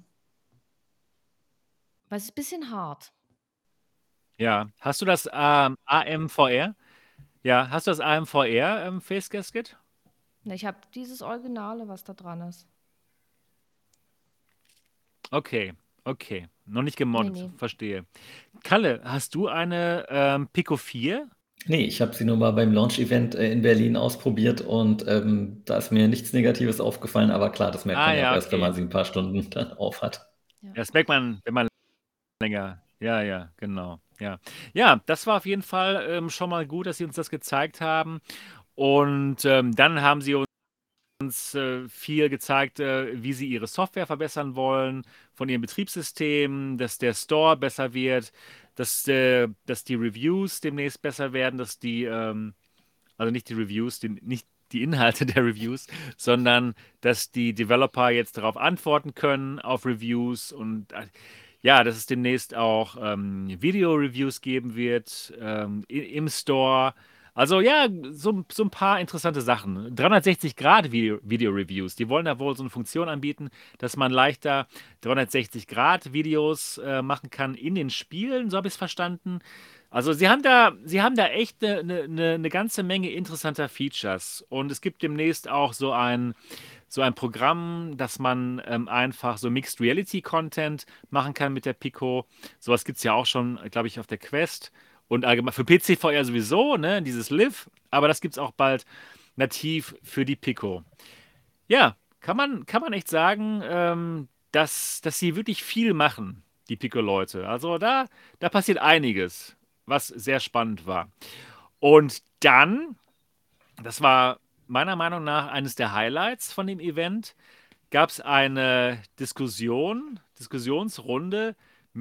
Weil es ist ein bisschen hart. Ja, hast du das AMVR? Ja, hast du das AMVR Face Gasket? Ne, ich habe dieses Originale, was da dran ist. Okay, okay. Noch nicht Ne, gemoddet, ne. verstehe. Kalle, hast du eine Pico 4? Nee, ich habe sie nur mal beim Launch-Event in Berlin ausprobiert und da ist mir nichts Negatives aufgefallen, aber klar, das merkt Ah man ja auch ja, erst, wenn okay. man sie ein paar Stunden dann auf hat. Ja. Das merkt man, wenn man länger. Ja, ja, genau. Ja. Ja, das war auf jeden Fall schon mal gut, dass sie uns das gezeigt haben. Und dann haben sie uns viel gezeigt, wie sie ihre Software verbessern wollen, von ihrem Betriebssystem, dass der Store besser wird, dass die Reviews demnächst besser werden, also nicht die Reviews, nicht die Inhalte der Reviews, sondern dass die Developer jetzt darauf antworten können auf Reviews und ja, dass es demnächst auch Video-Reviews geben wird im Store. Also ja, so ein paar interessante Sachen. 360-Grad-Video-Reviews. Die wollen da wohl so eine Funktion anbieten, dass man leichter 360-Grad-Videos machen kann in den Spielen, so habe ich es verstanden. Also sie haben da echt eine ganze Menge interessanter Features. Und es gibt demnächst auch so ein Programm, dass man einfach so Mixed Reality Content machen kann mit der Pico. Sowas gibt es ja auch schon, glaube ich, auf der Quest. Und allgemein für PC-VR sowieso, ne, dieses Live. Aber das gibt es auch bald nativ für die Pico. Ja, kann man echt sagen, dass sie wirklich viel machen, die Pico-Leute. Also da passiert einiges, was sehr spannend war. Und dann, das war meiner Meinung nach eines der Highlights von dem Event, gab es eine Diskussionsrunde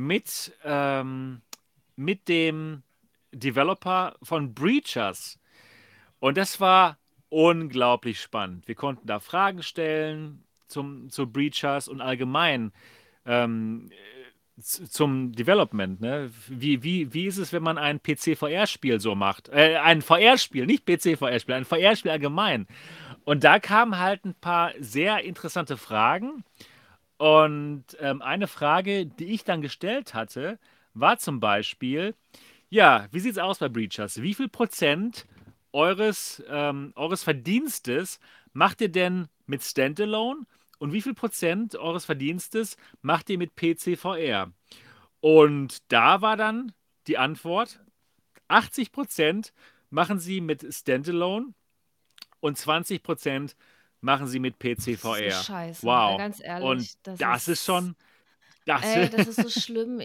mit dem Developer von Breachers. Und das war unglaublich spannend. Wir konnten da Fragen stellen zu Breachers und allgemein ähm, zum Development. Ne? Wie ist es, wenn man ein PC-VR-Spiel so macht? Ein VR-Spiel, nicht PC-VR-Spiel, ein VR-Spiel allgemein. Und da kamen halt ein paar sehr interessante Fragen. Und eine Frage, die ich dann gestellt hatte, war zum Beispiel, ja, wie sieht es aus bei Breachers? Wie viel Prozent eures Verdienstes macht ihr denn mit Standalone und wie viel Prozent eures Verdienstes macht ihr mit PC VR? Und da war dann die Antwort, 80% machen sie mit Standalone und 20% machen sie mit PC Das ist VR. scheiße, Wow. ganz Und ehrlich. das ist schon, das, Das ist so schlimm.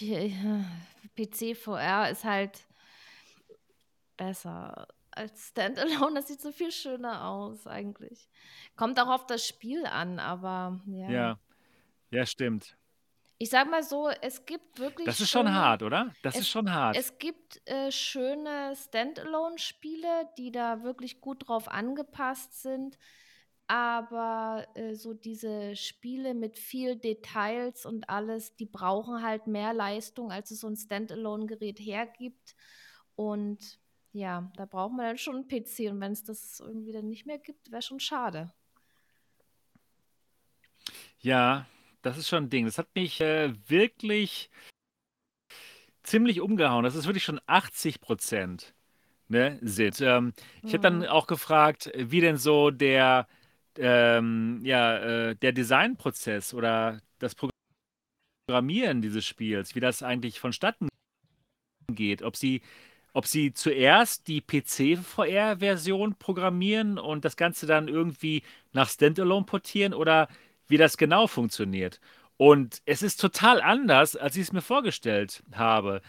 PC VR ist halt besser als Standalone. Das sieht so viel schöner aus eigentlich. Kommt auch auf das Spiel an, aber ja. ja, ja, stimmt. Ich sag mal so, es gibt wirklich Das ist schon schöne hart, oder? Das ist es schon hart. es gibt, schöne Standalone-Spiele, die da wirklich gut drauf angepasst sind, aber, so diese Spiele mit viel Details und alles, die brauchen halt mehr Leistung, als es so 'n Standalone-Gerät hergibt. Und ja, da braucht man dann schon 'n PC und wenn's das irgendwie dann nicht mehr gibt, wäre schon schade. Ja, das ist schon ein Ding. Das hat mich wirklich ziemlich umgehauen. Das ist wirklich schon 80%, ne, sind. Ich habe dann Mhm. auch gefragt, wie denn so der Designprozess oder das Programmieren dieses Spiels, wie das eigentlich vonstatten geht. Ob sie zuerst die PC-VR-Version programmieren und das Ganze dann irgendwie nach Standalone portieren oder wie das genau funktioniert. Und es ist total anders, als ich es mir vorgestellt habe.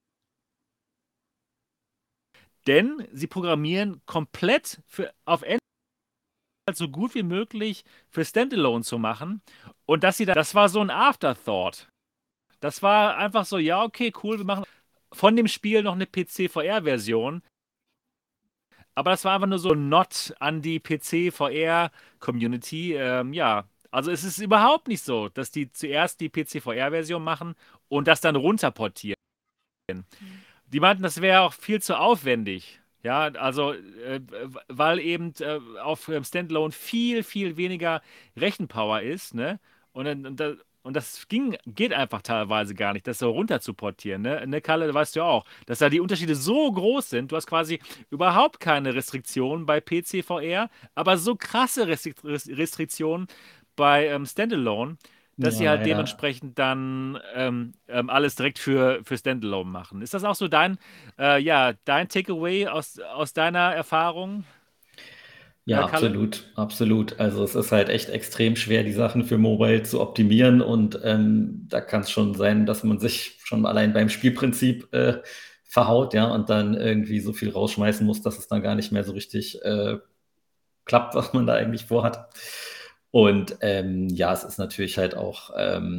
Denn sie programmieren komplett auf Android so gut wie möglich für Standalone zu machen. Und das war so ein Afterthought. Das war einfach so, ja, okay, cool, wir machen von dem Spiel noch eine PC-VR-Version. Aber das war einfach nur so ein Nod an die PC-VR-Community. Ja, also es ist überhaupt nicht so, dass die zuerst die PC-VR-Version machen und das dann runterportieren. Mhm. Die meinten, das wäre auch viel zu aufwendig. Ja, also, weil eben auf Standalone viel, viel weniger Rechenpower ist, ne? Und das geht einfach teilweise gar nicht, das so runter zu portieren, ne, Kalle, weißt du ja auch, dass da die Unterschiede so groß sind. Du hast quasi überhaupt keine Restriktionen bei PC-VR, aber so krasse Restriktionen bei Standalone, dass Ja, sie halt leider. dementsprechend dann alles direkt für Standalone machen. Ist das auch so dein Takeaway aus deiner Erfahrung, Ja, Kalle? absolut, absolut. Also es ist halt echt extrem schwer, die Sachen für Mobile zu optimieren und da kann es schon sein, dass man sich schon allein beim Spielprinzip verhaut, ja, und dann irgendwie so viel rausschmeißen muss, dass es dann gar nicht mehr so richtig klappt, was man da eigentlich vorhat. Und ja, es ist natürlich halt auch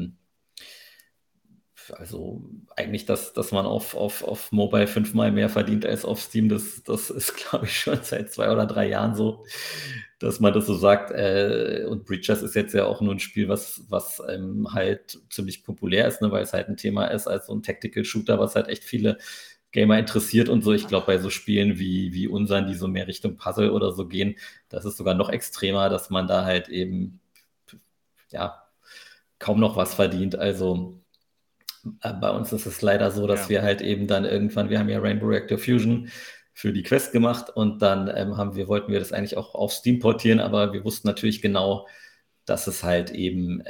also eigentlich, dass man auf Mobile 5-mal mehr verdient als auf Steam, das ist, glaube ich, schon seit 2 oder 3 Jahren so, dass man das so sagt. Und Breachers ist jetzt ja auch nur ein Spiel, was halt ziemlich populär ist, ne, weil es halt ein Thema ist, als so ein Tactical Shooter, was halt echt viele Gamer interessiert und so. Ich glaube, bei so Spielen wie unseren, die so mehr Richtung Puzzle oder so gehen, das ist sogar noch extremer, dass man da halt eben ja kaum noch was verdient. Also bei uns ist es leider so, dass Ja. wir halt eben dann irgendwann, wir haben ja Rainbow Reactor Fusion für die Quest gemacht und dann wollten wir das eigentlich auch auf Steam portieren, aber wir wussten natürlich genau, dass es halt eben,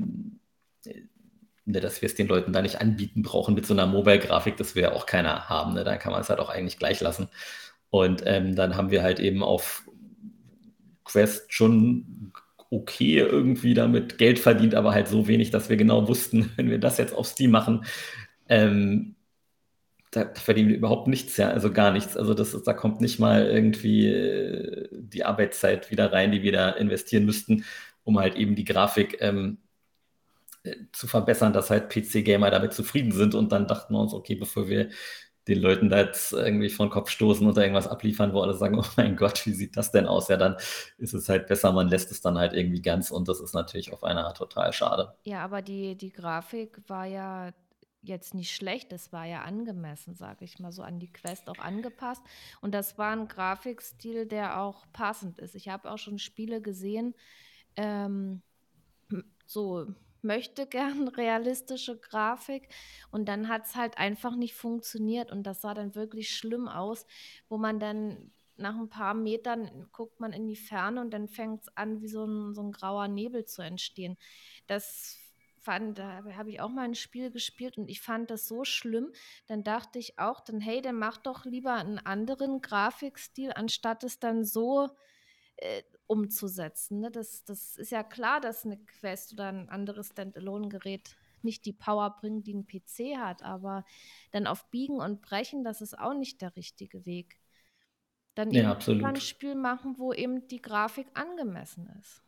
ne, dass wir es den Leuten da nicht anbieten brauchen mit so einer Mobile-Grafik, das will ja auch keiner haben. Ne? Dann kann man es halt auch eigentlich gleich lassen. Und dann haben wir halt eben auf Quest schon okay irgendwie damit Geld verdient, aber halt so wenig, dass wir genau wussten, wenn wir das jetzt auf Steam machen, ähm, da verdienen wir überhaupt nichts, ja, also gar nichts. Also da kommt nicht mal irgendwie die Arbeitszeit wieder rein, die wir da investieren müssten, um halt eben die Grafik zu verbessern, dass halt PC-Gamer damit zufrieden sind. Und dann dachten wir uns, okay, bevor wir den Leuten da jetzt irgendwie vor den Kopf stoßen oder irgendwas abliefern, wo alle sagen, oh mein Gott, wie sieht das denn aus? Ja, dann ist es halt besser, man lässt es dann halt irgendwie ganz und das ist natürlich auf eine Art total schade. Ja, aber die Grafik war ja jetzt nicht schlecht, das war ja angemessen, sage ich mal, so an die Quest auch angepasst. Und das war ein Grafikstil, der auch passend ist. Ich habe auch schon Spiele gesehen, ähm, so möchte gern realistische Grafik und dann hat es halt einfach nicht funktioniert und das sah dann wirklich schlimm aus, wo man dann nach ein paar Metern guckt man in die Ferne und dann fängt es an, wie so ein grauer Nebel zu entstehen. Da habe ich auch mal ein Spiel gespielt und ich fand das so schlimm. Dann dachte ich auch, dann mach doch lieber einen anderen Grafikstil, anstatt es dann so umzusetzen. Ne? Das ist ja klar, dass eine Quest oder ein anderes Standalone-Gerät nicht die Power bringt, die ein PC hat, aber dann auf Biegen und Brechen, das ist auch nicht der richtige Weg. Dann Ja, eben lieber ein absolut. Spiel machen, wo eben die Grafik angemessen ist.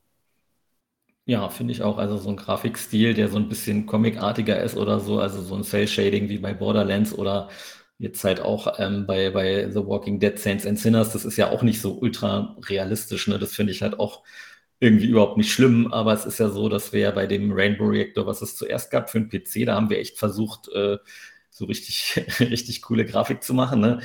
Ja, finde ich auch. Also so ein Grafikstil, der so ein bisschen comicartiger ist oder so, also so ein Cell-Shading wie bei Borderlands oder jetzt halt auch bei The Walking Dead, Saints and Sinners, das ist ja auch nicht so ultra realistisch, ne? Das finde ich halt auch irgendwie überhaupt nicht schlimm, aber es ist ja so, dass wir ja bei dem Rainbow Reactor, was es zuerst gab für den PC, da haben wir echt versucht, so richtig, richtig coole Grafik zu machen, ne?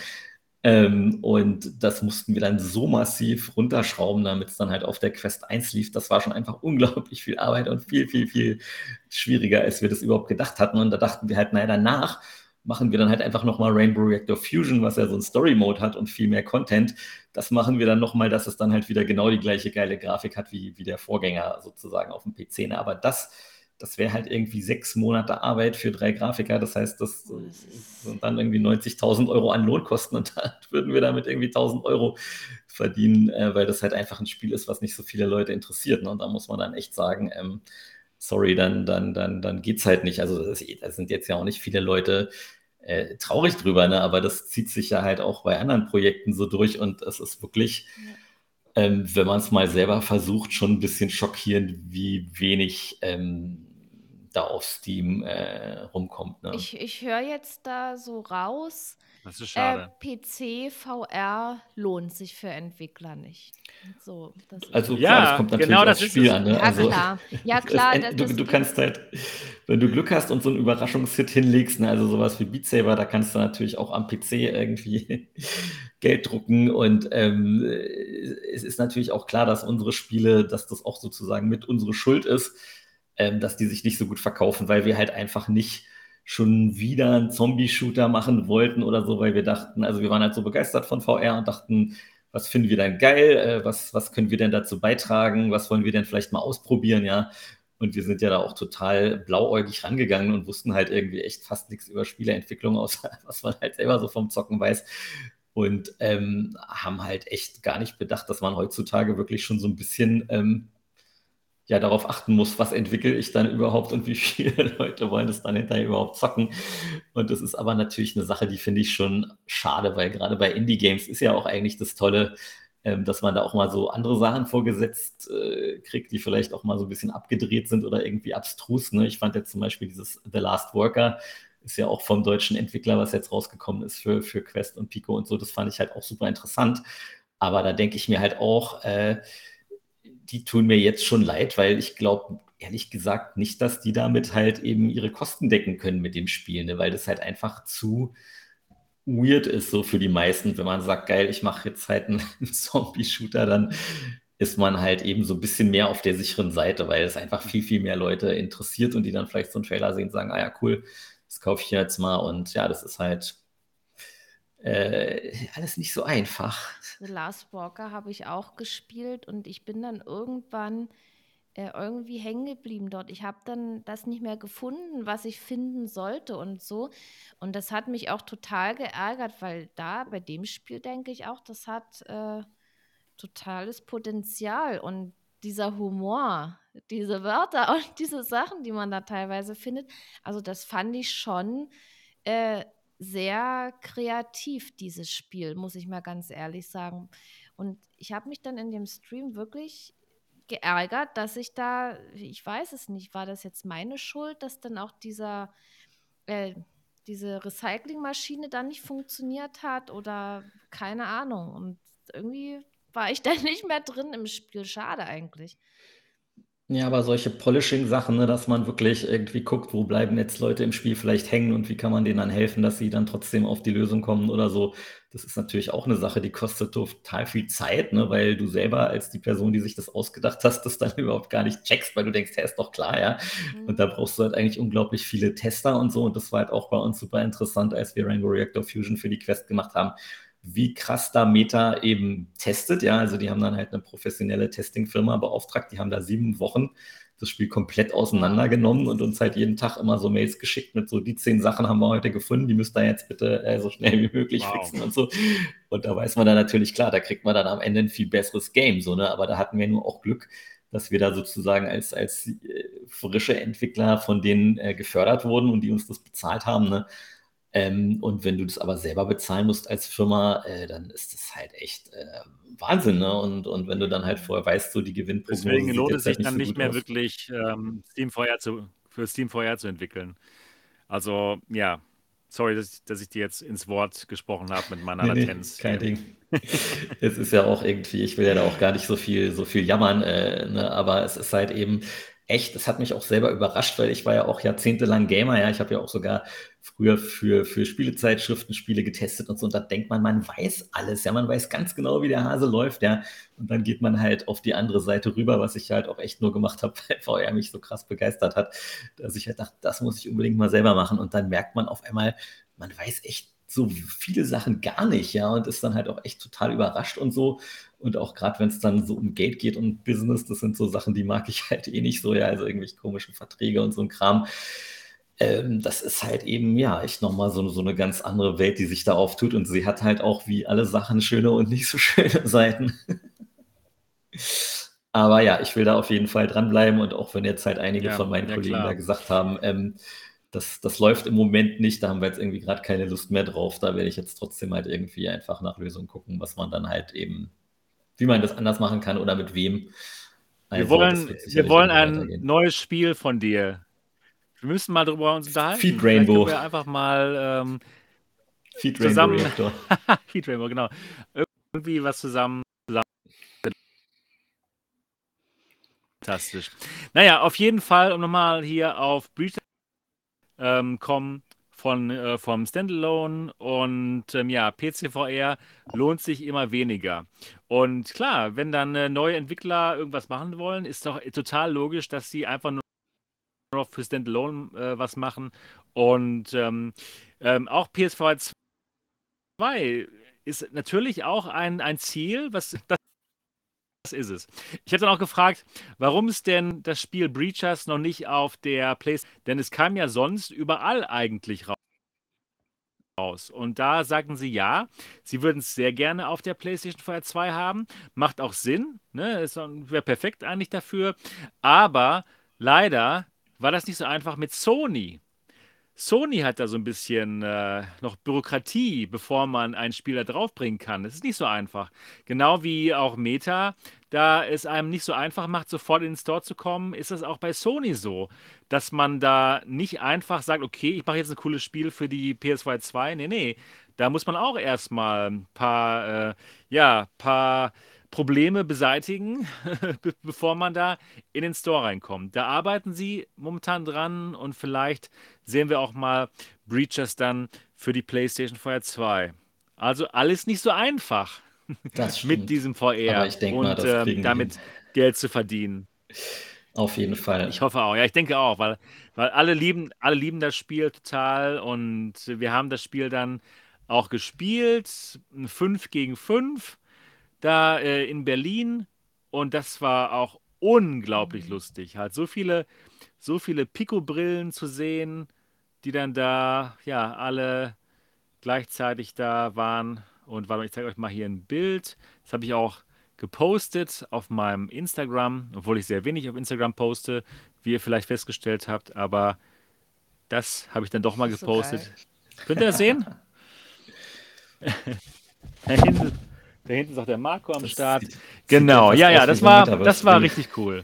Und das mussten wir dann so massiv runterschrauben, damit es dann halt auf der Quest 1 lief. Das war schon einfach unglaublich viel Arbeit und viel, viel, viel schwieriger, als wir das überhaupt gedacht hatten. Und da dachten wir halt, naja, danach machen wir dann halt einfach nochmal Rainbow Reactor Fusion, was ja so ein Story-Mode hat und viel mehr Content. Das machen wir dann nochmal, dass es dann halt wieder genau die gleiche geile Grafik hat wie der Vorgänger sozusagen auf dem PC. Ne? Aber das wäre halt irgendwie 6 Monate Arbeit für 3 Grafiker. Das heißt, das sind dann irgendwie 90.000 Euro an Lohnkosten und dann würden wir damit irgendwie 1.000 Euro verdienen, weil das halt einfach ein Spiel ist, was nicht so viele Leute interessiert. Ne? Und da muss man dann echt sagen, sorry, dann geht's halt nicht. Also da sind jetzt ja auch nicht viele Leute traurig drüber, ne? Aber das zieht sich ja halt auch bei anderen Projekten so durch und es ist wirklich, wenn man es mal selber versucht, schon ein bisschen schockierend, wie wenig da auf Steam rumkommt. Ne? Ich höre jetzt da so raus, Das ist schade. PC, VR lohnt sich für Entwickler nicht. So, das ist Also so. klar, das Ja, kommt natürlich genau das aufs ist Spiel es. an. Ne? Ja, Also klar. Ja, klar, du kannst halt, wenn du Glück hast und so einen Überraschungshit hinlegst, ne, also sowas wie Beat Saber, da kannst du natürlich auch am PC irgendwie Geld drucken. Und es ist natürlich auch klar, dass unsere Spiele, dass das auch sozusagen mit unsere Schuld ist, dass die sich nicht so gut verkaufen, weil wir halt einfach nicht schon wieder einen Zombie-Shooter machen wollten oder so, weil wir dachten, also wir waren halt so begeistert von VR und dachten, was finden wir denn geil, was können wir denn dazu beitragen, was wollen wir denn vielleicht mal ausprobieren, ja. Und wir sind ja da auch total blauäugig rangegangen und wussten halt irgendwie echt fast nichts über Spieleentwicklung, außer was man halt selber so vom Zocken weiß. Und haben halt echt gar nicht bedacht, dass man heutzutage wirklich schon so ein bisschen ja darauf achten muss, was entwickle ich dann überhaupt und wie viele Leute wollen das dann hinterher überhaupt zocken. Und das ist aber natürlich eine Sache, die finde ich schon schade, weil gerade bei Indie-Games ist ja auch eigentlich das Tolle, dass man da auch mal so andere Sachen vorgesetzt kriegt, die vielleicht auch mal so ein bisschen abgedreht sind oder irgendwie abstrus. Ne? Ich fand jetzt zum Beispiel dieses The Last Worker, ist ja auch vom deutschen Entwickler, was jetzt rausgekommen ist für Quest und Pico und so, das fand ich halt auch super interessant. Aber da denke ich mir halt auch, die tun mir jetzt schon leid, weil ich glaube, ehrlich gesagt, nicht, dass die damit halt eben ihre Kosten decken können mit dem Spiel, ne? Weil das halt einfach zu weird ist, so für die meisten. Wenn man sagt, geil, ich mache jetzt halt einen Zombie-Shooter, dann ist man halt eben so ein bisschen mehr auf der sicheren Seite, weil es einfach viel, viel mehr Leute interessiert und die dann vielleicht so einen Trailer sehen und sagen, ah ja, cool, das kaufe ich jetzt mal. Und ja, das ist halt alles nicht so einfach. The Last Walker habe ich auch gespielt und ich bin dann irgendwann irgendwie hängen geblieben dort. Ich habe dann das nicht mehr gefunden, was ich finden sollte und so. Und das hat mich auch total geärgert, weil da bei dem Spiel denke ich auch, das hat totales Potenzial und dieser Humor, diese Wörter und diese Sachen, die man da teilweise findet, also das fand ich schon äh, sehr kreativ, dieses Spiel, muss ich mal ganz ehrlich sagen. Und ich habe mich dann in dem Stream wirklich geärgert, dass ich da, ich weiß es nicht, war das jetzt meine Schuld, dass dann auch äh, diese Recyclingmaschine dann nicht funktioniert hat oder keine Ahnung. Und irgendwie war ich da nicht mehr drin im Spiel. Schade eigentlich. Ja, aber solche Polishing-Sachen, ne, dass man wirklich irgendwie guckt, wo bleiben jetzt Leute im Spiel vielleicht hängen und wie kann man denen dann helfen, dass sie dann trotzdem auf die Lösung kommen oder so. Das ist natürlich auch eine Sache, die kostet total viel Zeit, ne, weil du selber als die Person, die sich das ausgedacht hast, das dann überhaupt gar nicht checkst, weil du denkst, ja, ist doch klar, ja. Und da brauchst du halt eigentlich unglaublich viele Tester und so. Und das war halt auch bei uns super interessant, als wir Rainbow Reactor Fusion für die Quest gemacht haben, wie krass da Meta eben testet. Ja, also die haben dann halt eine professionelle Testingfirma beauftragt, die haben da 7 Wochen das Spiel komplett auseinandergenommen und uns halt jeden Tag immer so Mails geschickt mit so, die 10 Sachen haben wir heute gefunden, die müsst ihr jetzt bitte so schnell wie möglich fixen und so. Und da weiß man dann natürlich, klar, da kriegt man dann am Ende ein viel besseres Game, so, ne? Aber da hatten wir nur auch Glück, dass wir da sozusagen als frische Entwickler von denen gefördert wurden und die uns das bezahlt haben, ne? Und wenn du das aber selber bezahlen musst als Firma, dann ist das halt echt Wahnsinn, ne? Und wenn du dann halt vorher weißt, so die Gewinnprognose Deswegen sieht lohnt es jetzt halt sich nicht dann so nicht gut mehr aus. wirklich für SteamVR zu entwickeln. Also, ja, sorry, dass ich dir jetzt ins Wort gesprochen habe mit meiner Nee, Latenz kein hier. Ding. Es ist ja auch irgendwie, ich will ja da auch gar nicht so viel jammern, ne? Aber es ist halt eben echt, es hat mich auch selber überrascht, weil ich war ja auch jahrzehntelang Gamer, ja. Ich habe ja auch sogar früher für Spielezeitschriften Spiele getestet und so. Und da denkt man weiß alles, ja. Man weiß ganz genau, wie der Hase läuft, ja. Und dann geht man halt auf die andere Seite rüber, was ich halt auch echt nur gemacht habe, weil VR mich so krass begeistert hat, dass ich halt dachte, das muss ich unbedingt mal selber machen. Und dann merkt man auf einmal, man weiß echt so viele Sachen gar nicht, ja, und ist dann halt auch echt total überrascht und so. Und auch gerade, wenn es dann so um Geld geht und Business, das sind so Sachen, die mag ich halt eh nicht so, ja, also irgendwelche komischen Verträge und so ein Kram. Das ist halt eben, ja, echt nochmal so eine ganz andere Welt, die sich da auftut. Und sie hat halt auch wie alle Sachen schöne und nicht so schöne Seiten. Aber ja, ich will da auf jeden Fall dranbleiben. Und auch wenn jetzt halt einige von meinen Kollegen da klar. gesagt haben, das läuft im Moment nicht, da haben wir jetzt irgendwie gerade keine Lust mehr drauf. Da werde ich jetzt trotzdem halt irgendwie einfach nach Lösungen gucken, was man dann halt eben, wie man das anders machen kann oder mit wem. Wir Also, das wird sicherlich wollen irgendwie ein weitergehen. neues Spiel von dir. Wir müssen mal darüber uns unterhalten. Feed Vielleicht können Rainbow. wir einfach mal Feed Rainbow zusammen, Reactor. Feed Rainbow, genau, irgendwie was zusammen. Fantastisch. Naja, auf jeden Fall, um nochmal hier auf Breach kommen vom Standalone und ja, PC-VR lohnt sich immer weniger. Und klar, wenn dann neue Entwickler irgendwas machen wollen, ist doch total logisch, dass sie einfach nur noch für Standalone was machen. Und auch PS4 2 ist natürlich auch ein Ziel, das ist es. Ich habe dann auch gefragt, warum es denn das Spiel Breachers noch nicht auf der PlayStation, denn es kam ja sonst überall eigentlich raus. Und da sagten sie ja, sie würden es sehr gerne auf der PlayStation 4 2 haben. Macht auch Sinn, ne? Wäre perfekt eigentlich dafür. Aber leider war das nicht so einfach mit Sony. Sony hat da so ein bisschen noch Bürokratie, bevor man ein Spiel da draufbringen kann. Das ist nicht so einfach. Genau wie auch Meta, da es einem nicht so einfach macht, sofort in den Store zu kommen, ist das auch bei Sony so, dass man da nicht einfach sagt, okay, ich mache jetzt ein cooles Spiel für die PS2 2. Nee, nee, da muss man auch erstmal ein paar Probleme beseitigen, bevor man da in den Store reinkommt. Da arbeiten sie momentan dran und vielleicht sehen wir auch mal Breachers dann für die PlayStation 4 2. Also alles nicht so einfach Das mit stimmt. diesem Aber VR ich denke mal, und das kriegen die hin. damit Geld zu verdienen. Auf jeden Fall. Ich hoffe auch. Ja, ich denke auch, weil alle lieben das Spiel total und wir haben das Spiel dann auch gespielt, 5 gegen 5 da in Berlin und das war auch unglaublich lustig. Halt so viele Pico-Brillen zu sehen, die dann da ja alle gleichzeitig da waren. Und warte mal, ich zeige euch mal hier ein Bild. Das habe ich auch gepostet auf meinem Instagram, obwohl ich sehr wenig auf Instagram poste, wie ihr vielleicht festgestellt habt. Aber das habe ich dann doch mal Das ist so geil. gepostet. Könnt ihr das sehen? Da hinten, da hinten ist auch der Marco am Das Start. sieht ja Genau, fast ja, ja, aus wie so ein das war Metaverse-Ring. richtig cool.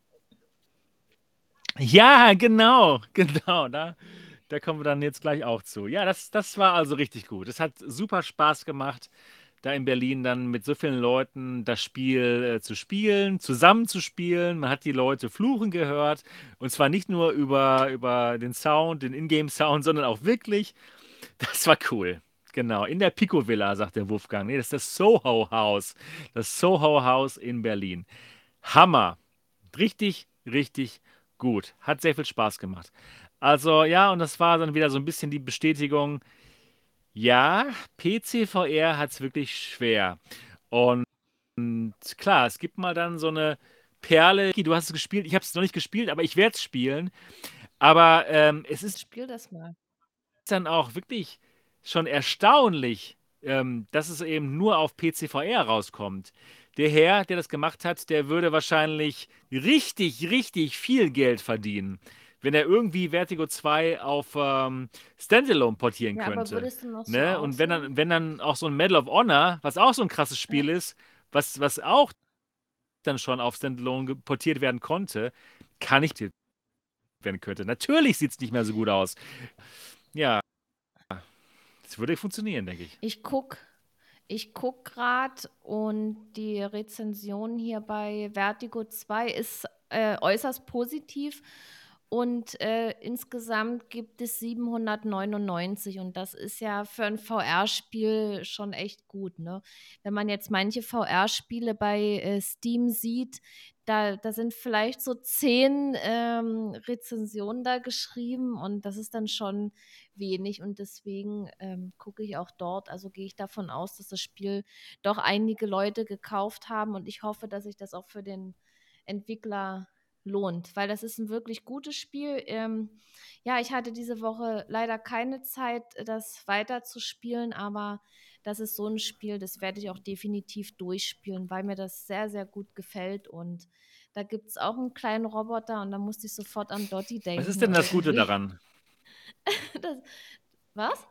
Ja, genau, genau, da kommen wir dann jetzt gleich auch zu. Ja, das war also richtig gut. Es hat super Spaß gemacht, da in Berlin dann mit so vielen Leuten das Spiel zu spielen, zusammen zu spielen. Man hat die Leute fluchen gehört. Und zwar nicht nur über den Sound, den Ingame-Sound, sondern auch wirklich. Das war cool. Genau, in der Pico Villa, sagt der Wolfgang. Nee, das ist das Soho House. Das Soho House in Berlin. Hammer. Richtig, richtig gut. Hat sehr viel Spaß gemacht. Also ja, und das war dann wieder so ein bisschen die Bestätigung. Ja, PC-VR hat es wirklich schwer. Und klar, es gibt mal dann so eine Perle. Du hast es gespielt, ich habe es noch nicht gespielt, aber ich werde es spielen. Aber es ist Spiel das mal. dann auch wirklich schon erstaunlich, dass es eben nur auf PC-VR rauskommt. Der Herr, der das gemacht hat, der würde wahrscheinlich richtig, richtig viel Geld verdienen, wenn er irgendwie Vertigo 2 auf Standalone portieren Ja, aber könnte. würdest du noch so Ne? Und wenn aussehen? dann, wenn dann auch so ein Medal of Honor, was auch so ein krasses Ja. Spiel ist, was auch dann schon auf Standalone portiert werden konnte, kann ich portiert werden könnte. Natürlich sieht es nicht mehr so gut aus. Ja, es würde funktionieren, denke ich. Ich guck gerade und die Rezension hier bei Vertigo 2 ist äußerst positiv und insgesamt gibt es 799 und das ist ja für ein VR-Spiel schon echt gut, ne? Wenn man jetzt manche VR-Spiele bei Steam sieht, da sind vielleicht so 10 Rezensionen da geschrieben und das ist dann schon wenig und deswegen gucke ich auch dort, also gehe ich davon aus, dass das Spiel doch einige Leute gekauft haben und ich hoffe, dass sich das auch für den Entwickler lohnt, weil das ist ein wirklich gutes Spiel. Ja, ich hatte diese Woche leider keine Zeit, das weiterzuspielen, aber das ist so ein Spiel, das werde ich auch definitiv durchspielen, weil mir das sehr, sehr gut gefällt und da gibt es auch einen kleinen Roboter und da musste ich sofort an Dottie Was ist denken denn das Gute irgendwie. daran? Das, was?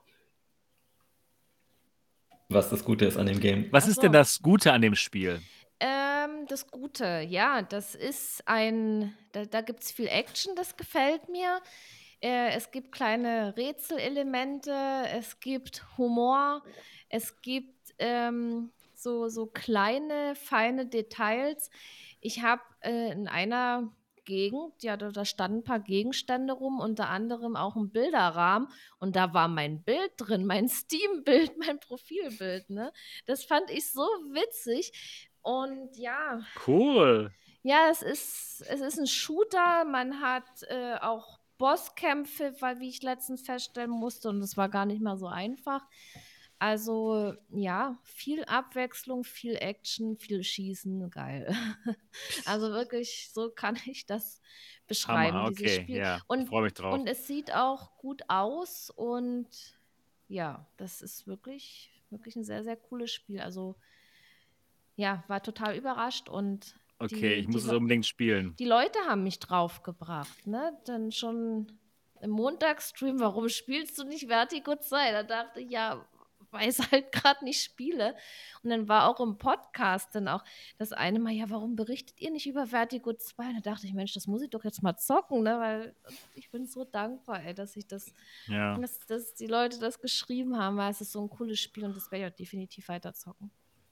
Was das Gute ist an dem Game. Was Ach ist denn so. das Gute an dem Spiel? Das Gute, ja, das ist da gibt es viel Action, das gefällt mir. Es gibt kleine Rätselelemente, es gibt Humor, es gibt so kleine, feine Details. Ich habe in einer Gegend, ja, da standen ein paar Gegenstände rum, unter anderem auch ein Bilderrahmen und da war mein Bild drin, mein Steam-Bild, mein Profilbild, ne? Das fand ich so witzig. Und ja, Cool. ja, es ist ein Shooter. Man hat auch Bosskämpfe, weil, wie ich letztens feststellen musste, und es war gar nicht mal so einfach. Also ja, viel Abwechslung, viel Action, viel Schießen, geil. Also wirklich, so kann ich das beschreiben, Hammer, dieses okay, Spiel. ja. Ich freue mich drauf. Und es sieht auch gut aus und ja, das ist wirklich, wirklich ein sehr, sehr cooles Spiel. Also ja, war total überrascht und Okay, die, ich die, muss es Le unbedingt spielen. die Leute haben mich draufgebracht, ne? Dann schon im Montagsstream, warum spielst du nicht Vertigo 2? Da dachte ich, ja, weil ich halt gerade nicht spiele. Und dann war auch im Podcast dann auch das eine Mal, ja, warum berichtet ihr nicht über Vertigo 2? Und da dachte ich, Mensch, das muss ich doch jetzt mal zocken, ne? Weil ich bin so dankbar, ey, Ja, dass die Leute das geschrieben haben, weil es ist so ein cooles Spiel und das werde ich auch definitiv weiter zocken.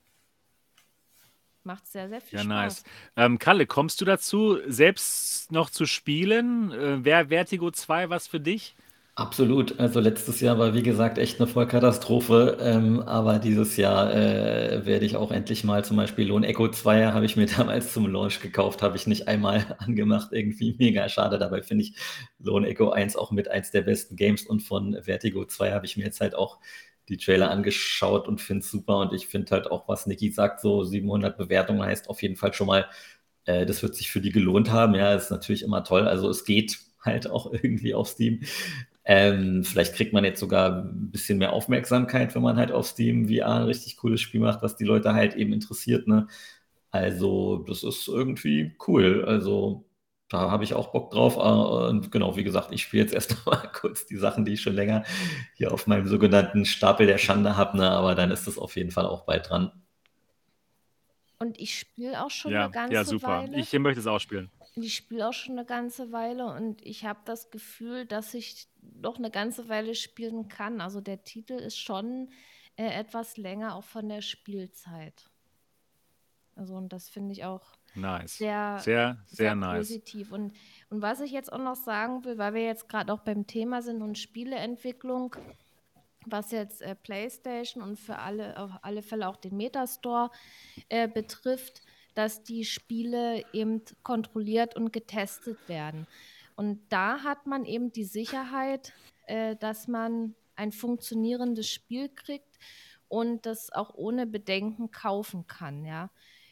Macht sehr, sehr viel ja, nice. Spaß. Kalle, kommst du dazu, selbst noch zu spielen? Wäre Vertigo 2 was für dich? Absolut. Also letztes Jahr war wie gesagt echt eine Vollkatastrophe, aber dieses Jahr werde ich auch endlich mal zum Beispiel Lone Echo 2 habe ich mir damals zum Launch gekauft, habe ich nicht einmal angemacht, irgendwie mega schade. Dabei finde ich Lone Echo 1 auch mit eins der besten Games und von Vertigo 2 habe ich mir jetzt halt auch die Trailer angeschaut und finde es super und ich finde halt auch, was Niki sagt, so 700 Bewertungen heißt auf jeden Fall schon mal, das wird sich für die gelohnt haben. Ja, ist natürlich immer toll. Also es geht halt auch irgendwie auf Steam. Vielleicht kriegt man jetzt sogar ein bisschen mehr Aufmerksamkeit, wenn man halt auf Steam VR ein richtig cooles Spiel macht, was die Leute halt eben interessiert, ne? Also, das ist irgendwie cool. Also, da habe ich auch Bock drauf. Und genau, wie gesagt, ich spiele jetzt erst mal kurz die Sachen, die ich schon länger hier auf meinem sogenannten Stapel der Schande habe, ne? Aber dann ist das auf jeden Fall auch bald dran. Und ich spiele auch schon eine Ja, ja, ganze super. Weile. Ich möchte es auch spielen. Ich spiele auch schon eine ganze Weile und ich habe das Gefühl, dass ich noch eine ganze Weile spielen kann. Also der Titel ist schon etwas länger auch von der Spielzeit. Also und das finde ich auch Nice. sehr, Sehr, sehr sehr nice. positiv. Und was ich jetzt auch noch sagen will, weil wir jetzt gerade auch beim Thema sind und Spieleentwicklung, was jetzt PlayStation und für alle, auf alle Fälle auch den Metastore betrifft, dass die Spiele eben kontrolliert und getestet werden. Und da hat man eben die Sicherheit, dass man ein funktionierendes Spiel kriegt und das auch ohne Bedenken kaufen kann, ja.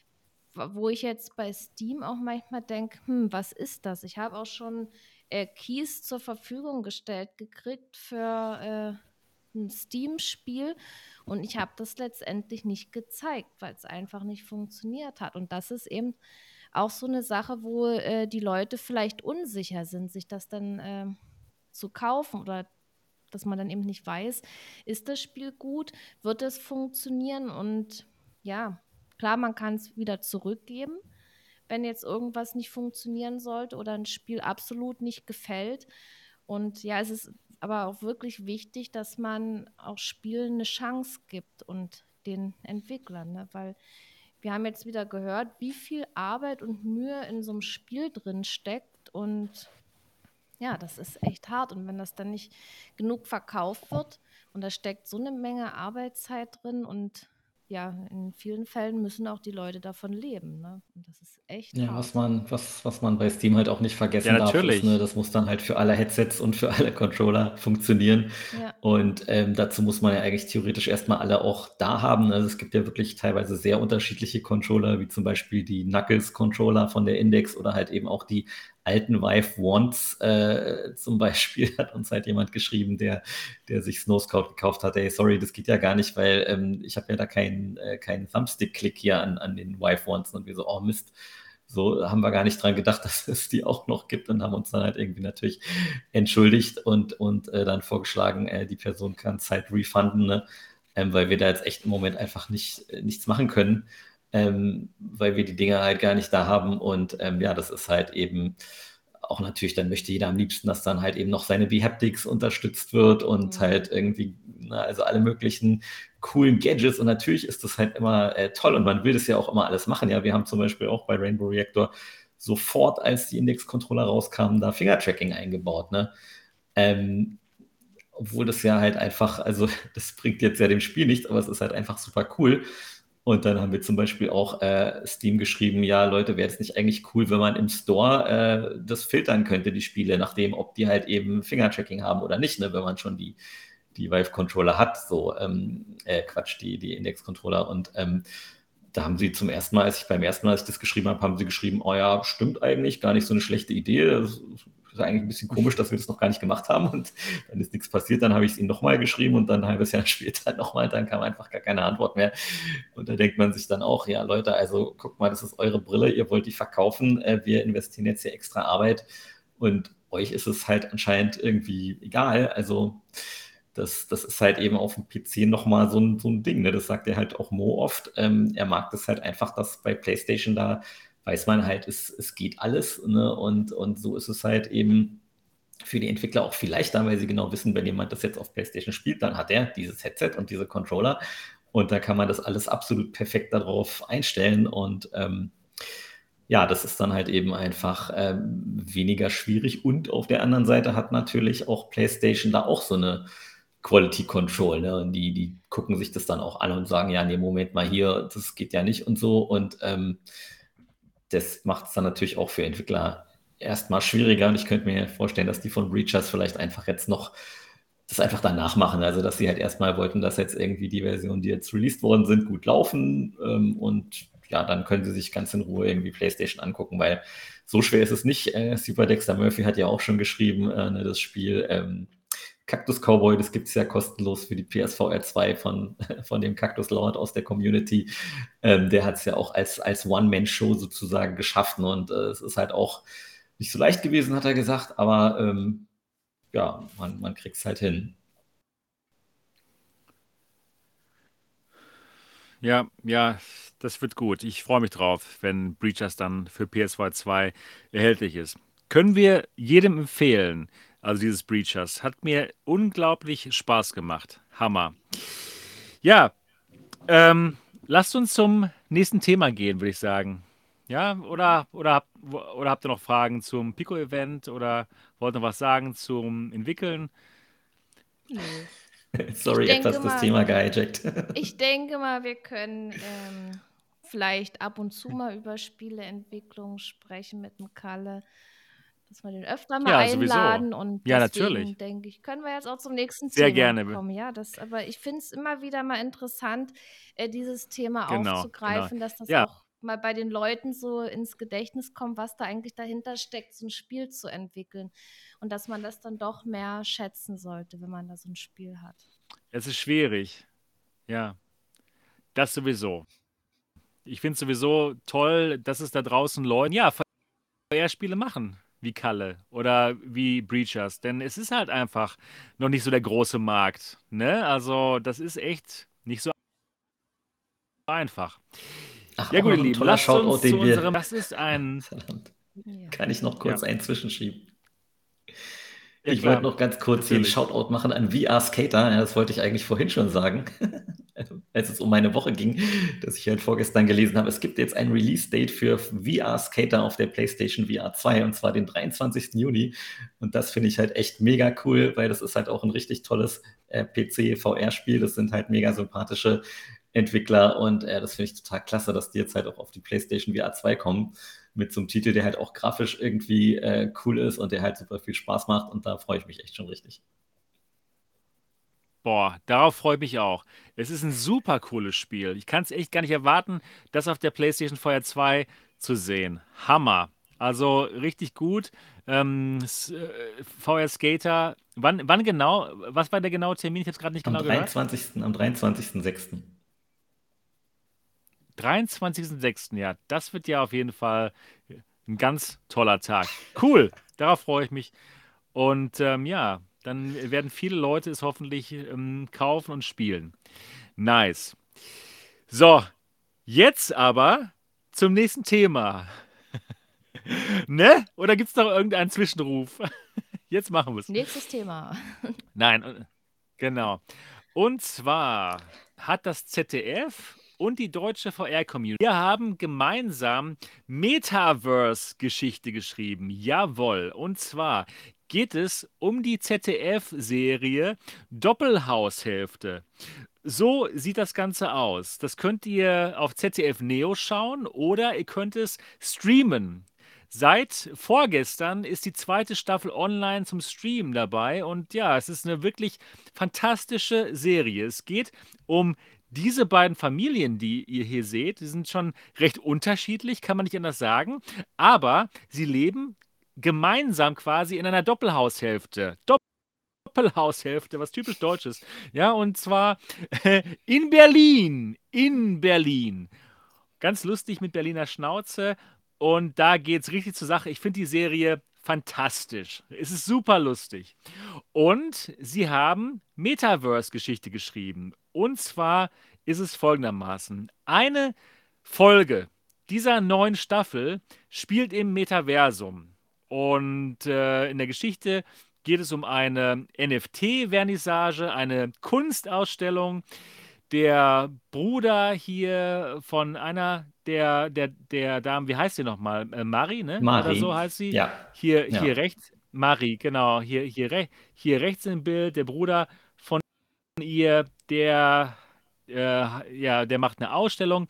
Wo ich jetzt bei Steam auch manchmal denke, was ist das? Ich habe auch schon Keys zur Verfügung gestellt gekriegt für ein Steam-Spiel und ich habe das letztendlich nicht gezeigt, weil es einfach nicht funktioniert hat. Und das ist eben auch so eine Sache, wo die Leute vielleicht unsicher sind, sich das dann zu kaufen oder dass man dann eben nicht weiß, ist das Spiel gut, wird es funktionieren und ja, klar, man kann es wieder zurückgeben, wenn jetzt irgendwas nicht funktionieren sollte oder ein Spiel absolut nicht gefällt. Und ja, es ist aber auch wirklich wichtig, dass man auch Spielen eine Chance gibt und den Entwicklern, ne? Weil wir haben jetzt wieder gehört, wie viel Arbeit und Mühe in so einem Spiel drin steckt und ja, das ist echt hart. Und wenn das dann nicht genug verkauft wird und da steckt so eine Menge Arbeitszeit drin und ja, in vielen Fällen müssen auch die Leute davon leben, ne? Und das ist echt Ja, was hart. man bei Steam halt auch nicht Ja, vergessen darf, ist, ne, natürlich. das muss dann halt für alle Headsets und für alle Controller funktionieren. Ja. Und dazu muss man ja eigentlich theoretisch erstmal alle auch da haben. Also es gibt ja wirklich teilweise sehr unterschiedliche Controller, wie zum Beispiel die Knuckles-Controller von der Index oder halt eben auch die alten Vive Wands zum Beispiel, hat uns halt jemand geschrieben, der sich Snow Scout gekauft hat. Ey, sorry, das geht ja gar nicht, weil ich habe ja da keinen Thumbstick-Klick hier an den Vive Wands. Und wir so, oh Mist. So haben wir gar nicht dran gedacht, dass es die auch noch gibt und haben uns dann halt irgendwie natürlich entschuldigt und dann vorgeschlagen, die Person kann es halt refunden, ne? Weil wir da jetzt echt im Moment einfach nichts machen können, weil wir die Dinger halt gar nicht da haben. Und ja, das ist halt eben auch natürlich, dann möchte jeder am liebsten, dass dann halt eben noch seine Behaptics unterstützt wird und halt irgendwie, also alle möglichen coolen Gadgets. Und natürlich ist das halt immer toll und man will das ja auch immer alles machen. Ja, wir haben zum Beispiel auch bei Rainbow Reactor sofort, als die Index-Controller rauskamen, da Finger-Tracking eingebaut, ne? Obwohl das ja halt einfach, also das bringt jetzt ja dem Spiel nichts, aber es ist halt einfach super cool. Und dann haben wir zum Beispiel auch Steam geschrieben, ja Leute, wäre es nicht eigentlich cool, wenn man im Store das filtern könnte, die Spiele, nachdem, ob die halt eben Finger-Tracking haben oder nicht, ne, wenn man schon die Vive-Controller hat, so, die Index-Controller. Und da haben sie beim ersten Mal, als ich das geschrieben habe, haben sie geschrieben, oh ja, stimmt eigentlich, gar nicht so eine schlechte Idee. Das ist eigentlich ein bisschen komisch, dass wir das noch gar nicht gemacht haben. Und dann ist nichts passiert. Dann habe ich es ihnen nochmal geschrieben und dann ein halbes Jahr später nochmal. Dann kam einfach gar keine Antwort mehr. Und da denkt man sich dann auch, ja Leute, also guckt mal, das ist eure Brille, ihr wollt die verkaufen. Wir investieren jetzt hier extra Arbeit und euch ist es halt anscheinend irgendwie egal. Also das ist halt eben auf dem PC nochmal so ein Ding. Ne? Das sagt er halt auch Mo oft. Er mag das halt einfach, dass bei PlayStation da weiß man halt, es geht alles. Ne? Und so ist es halt eben für die Entwickler auch viel leichter, weil sie genau wissen, wenn jemand das jetzt auf PlayStation spielt, dann hat er dieses Headset und diese Controller. Und da kann man das alles absolut perfekt darauf einstellen. Und ja, das ist dann halt eben einfach weniger schwierig. Und auf der anderen Seite hat natürlich auch PlayStation da auch so eine Quality Control, ne? Und die gucken sich das dann auch an und sagen, ja, nee, Moment mal hier, das geht ja nicht und so. Und das macht es dann natürlich auch für Entwickler erstmal schwieriger. Und ich könnte mir vorstellen, dass die von Breachers vielleicht einfach jetzt noch das einfach danach machen. Also, dass sie halt erstmal wollten, dass jetzt irgendwie die Versionen, die jetzt released worden sind, gut laufen. Und ja, dann können sie sich ganz in Ruhe irgendwie PlayStation angucken, weil so schwer ist es nicht. Super Dexter Murphy hat ja auch schon geschrieben, ne, das Spiel Cactus Cowboy, das gibt es ja kostenlos für die PSVR 2 von dem Cactus Lord aus der Community. Der hat es ja auch als One-Man-Show sozusagen geschaffen und es ist halt auch nicht so leicht gewesen, hat er gesagt, aber ja, man kriegt es halt hin. Ja, ja, das wird gut. Ich freue mich drauf, wenn Breachers dann für PS4 2 erhältlich ist. Können wir jedem empfehlen, also dieses Breachers. Hat mir unglaublich Spaß gemacht. Hammer. Ja, lasst uns zum nächsten Thema gehen, würde ich sagen. Ja, oder habt ihr noch Fragen zum Pico-Event oder wollt ihr noch was sagen zum Entwickeln? Nö. Ich Sorry, denke etwas das mal, Thema gehijackt. ich denke mal, wir können vielleicht ab und zu mal über Spieleentwicklung sprechen mit dem Kalle. dass wir den öfter mal Ja, sowieso. einladen und Ja, deswegen natürlich. denke ich, können wir jetzt auch zum nächsten Sehr Thema gerne. kommen. Ja, aber ich finde es immer wieder mal interessant, dieses Thema Genau. aufzugreifen, dass das Ja, auch mal bei den Leuten so ins Gedächtnis kommt, was da eigentlich dahinter steckt, so ein Spiel zu entwickeln und dass man das dann doch mehr schätzen sollte, wenn man da so ein Spiel hat. es ist schwierig. Ja, das sowieso. Ich finde es sowieso toll, dass es da draußen Leute, ja, VR-Spiele machen, wie Kalle oder wie Breachers. Denn es ist halt einfach noch nicht so der große Markt. Ne? Also, das ist echt nicht so einfach. Ach, Ja, auch gut, ihr noch ein Lieben, toller lasst Shoutout, uns zu den wir. unserem. Das ist ein. Verdammt, Ja. kann ich noch kurz Ja, einen zwischenschieben? ja Ich wollte klar, noch ganz kurz hier einen natürlich. Shoutout machen an VR Skater. Ja, das wollte ich eigentlich vorhin schon sagen, als es um meine Woche ging, dass ich halt vorgestern gelesen habe. Es gibt jetzt ein Release-Date für VR Skater auf der PlayStation VR 2 und zwar den 23. Juni. Und das finde ich halt echt mega cool, weil das ist halt auch ein richtig tolles PC-VR-Spiel. Das sind halt mega sympathische Entwickler und das finde ich total klasse, dass die jetzt halt auch auf die PlayStation VR 2 kommen mit so einem Titel, der halt auch grafisch irgendwie cool ist und der halt super viel Spaß macht und da freue ich mich echt schon richtig. Boah, darauf freue ich mich auch. Es ist ein super cooles Spiel. Ich kann es echt gar nicht erwarten, das auf der PlayStation VR 2 zu sehen. Hammer. Also richtig gut. VR Skater. Wann genau? Was war der genaue Termin? Ich habe es gerade nicht Am genau gehört. 23.06. 23.06. Ja, das wird ja auf jeden Fall ein ganz toller Tag. Cool. Darauf freue ich mich. Und ja, dann werden viele Leute es hoffentlich kaufen und spielen. Nice. So, jetzt aber zum nächsten Thema. Ne? Oder gibt es noch irgendeinen Zwischenruf? Jetzt machen wir es. Nächstes Thema. Nein, genau. Und zwar hat das ZDF und die deutsche VR-Community, wir haben gemeinsam Metaverse-Geschichte geschrieben. Jawohl. Und zwar geht es um die ZDF-Serie Doppelhaushälfte. So sieht das Ganze aus. Das könnt ihr auf ZDF Neo schauen oder ihr könnt es streamen. Seit vorgestern ist die zweite Staffel online zum Streamen dabei und ja, es ist eine wirklich fantastische Serie. Es geht um diese beiden Familien, die ihr hier seht. Die sind schon recht unterschiedlich, kann man nicht anders sagen, aber sie leben gemeinsam quasi in einer Doppelhaushälfte. Doppelhaushälfte, was typisch deutsch ist. Ja, und zwar in Berlin. In Berlin. Ganz lustig mit Berliner Schnauze. Und da geht es richtig zur Sache. Ich finde die Serie fantastisch. Es ist super lustig. Und sie haben Metaverse-Geschichte geschrieben. Und zwar ist es folgendermaßen: Eine Folge dieser neuen Staffel spielt im Metaversum. Und in der Geschichte geht es um eine NFT-Vernissage, eine Kunstausstellung. Der Bruder hier von einer der Damen, wie heißt sie nochmal? Mari, ne? Oder so Mari, heißt sie. ja, Hier ja. rechts, Mari, genau. Hier rechts im Bild, der Bruder von ihr, ja, der macht eine Ausstellung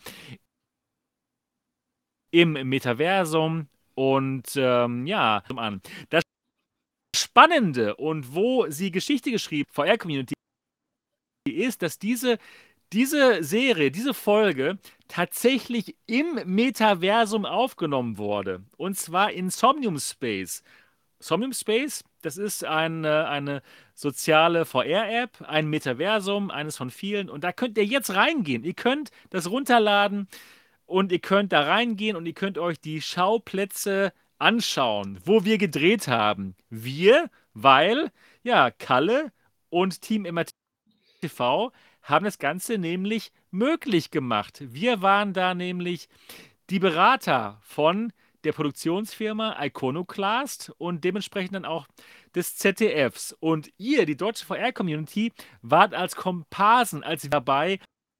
im Metaversum und ja, an. Das Spannende und wo sie Geschichte geschrieben, VR-Community, ist, dass diese Serie, diese Folge tatsächlich im Metaversum aufgenommen wurde. Und zwar in Somnium Space. Somnium Space, das ist eine soziale VR-App, ein Metaversum, eines von vielen. Und da könnt ihr jetzt reingehen. Ihr könnt das runterladen und ihr könnt da reingehen und ihr könnt euch die Schauplätze anschauen, wo wir gedreht haben. Wir, weil, ja, Kalle und Team MRTV haben das Ganze nämlich möglich gemacht. Wir waren da nämlich die Berater von der Produktionsfirma Iconoclast und dementsprechend dann auch des ZDFs. Und ihr, die deutsche VR-Community, wart als Komparsen, als dabei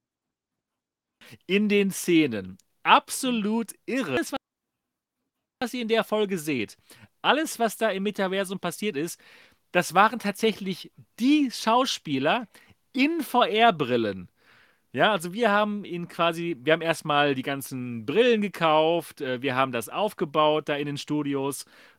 in den Szenen. Absolut irre. Alles, was ihr in der Folge seht, alles, was da im Metaversum passiert ist, das waren tatsächlich die Schauspieler in VR-Brillen. Ja, also wir haben erstmal die ganzen Brillen gekauft, wir haben das aufgebaut da in den Studios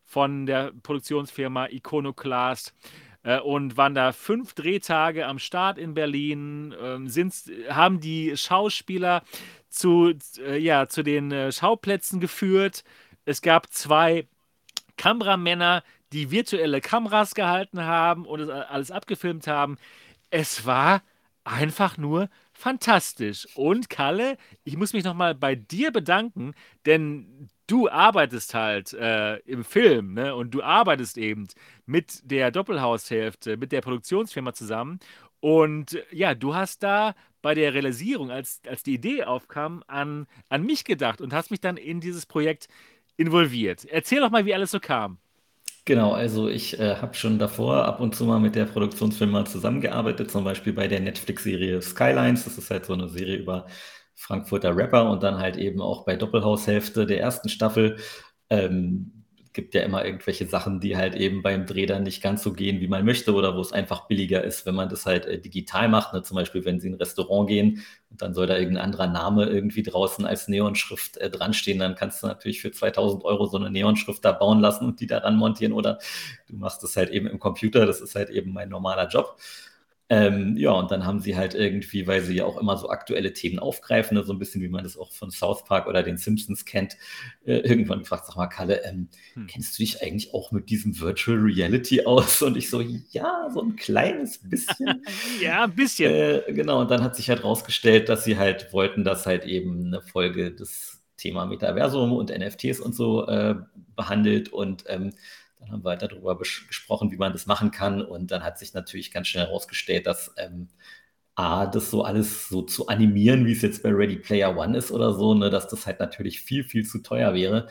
von der Produktionsfirma Iconoclast und waren da 5 Drehtage am Start in Berlin, haben die Schauspieler zu den Schauplätzen geführt. Es gab 2 Kameramänner, die virtuelle Kameras gehalten haben und es alles abgefilmt haben. Es war einfach nur fantastisch. Und Kalle, ich muss mich nochmal bei dir bedanken, denn du arbeitest halt im Film, ne? Und du arbeitest eben mit der Doppelhaushälfte, mit der Produktionsfirma zusammen. Und ja, du hast da bei der Realisierung, als die Idee aufkam, an mich gedacht und hast mich dann in dieses Projekt involviert. Erzähl doch mal, wie alles so kam. Genau, also ich habe schon davor ab und zu mal mit der Produktionsfirma zusammengearbeitet, zum Beispiel bei der Netflix-Serie Skylines. Das ist halt so eine Serie über Frankfurter Rapper und dann halt eben auch bei Doppelhaushälfte der ersten Staffel. Gibt ja immer irgendwelche Sachen, die halt eben beim Dreh dann nicht ganz so gehen, wie man möchte oder wo es einfach billiger ist, wenn man das halt digital macht. Ne? Zum Beispiel, wenn sie in ein Restaurant gehen und dann soll da irgendein anderer Name irgendwie draußen als Neonschrift dran stehen, dann kannst du natürlich für 2.000 € so eine Neonschrift da bauen lassen und die daran montieren oder du machst es halt eben im Computer. Das ist halt eben mein normaler Job. Ja, und dann haben sie halt irgendwie, weil sie ja auch immer so aktuelle Themen aufgreifen, ne, so ein bisschen wie man das auch von South Park oder den Simpsons kennt, irgendwann gefragt, sag mal, Kalle, Hm. kennst du dich eigentlich auch mit diesem Virtual Reality aus? Und ich so, ja, so ein kleines bisschen. Ja, ein bisschen. Genau, und dann hat sich halt rausgestellt, dass sie halt wollten, dass halt eben eine Folge das Thema Metaversum und NFTs und so behandelt und dann haben wir halt darüber gesprochen, wie man das machen kann. Und dann hat sich natürlich ganz schnell herausgestellt, dass das so alles so zu animieren, wie es jetzt bei Ready Player One ist oder so, ne, dass das halt natürlich viel, viel zu teuer wäre.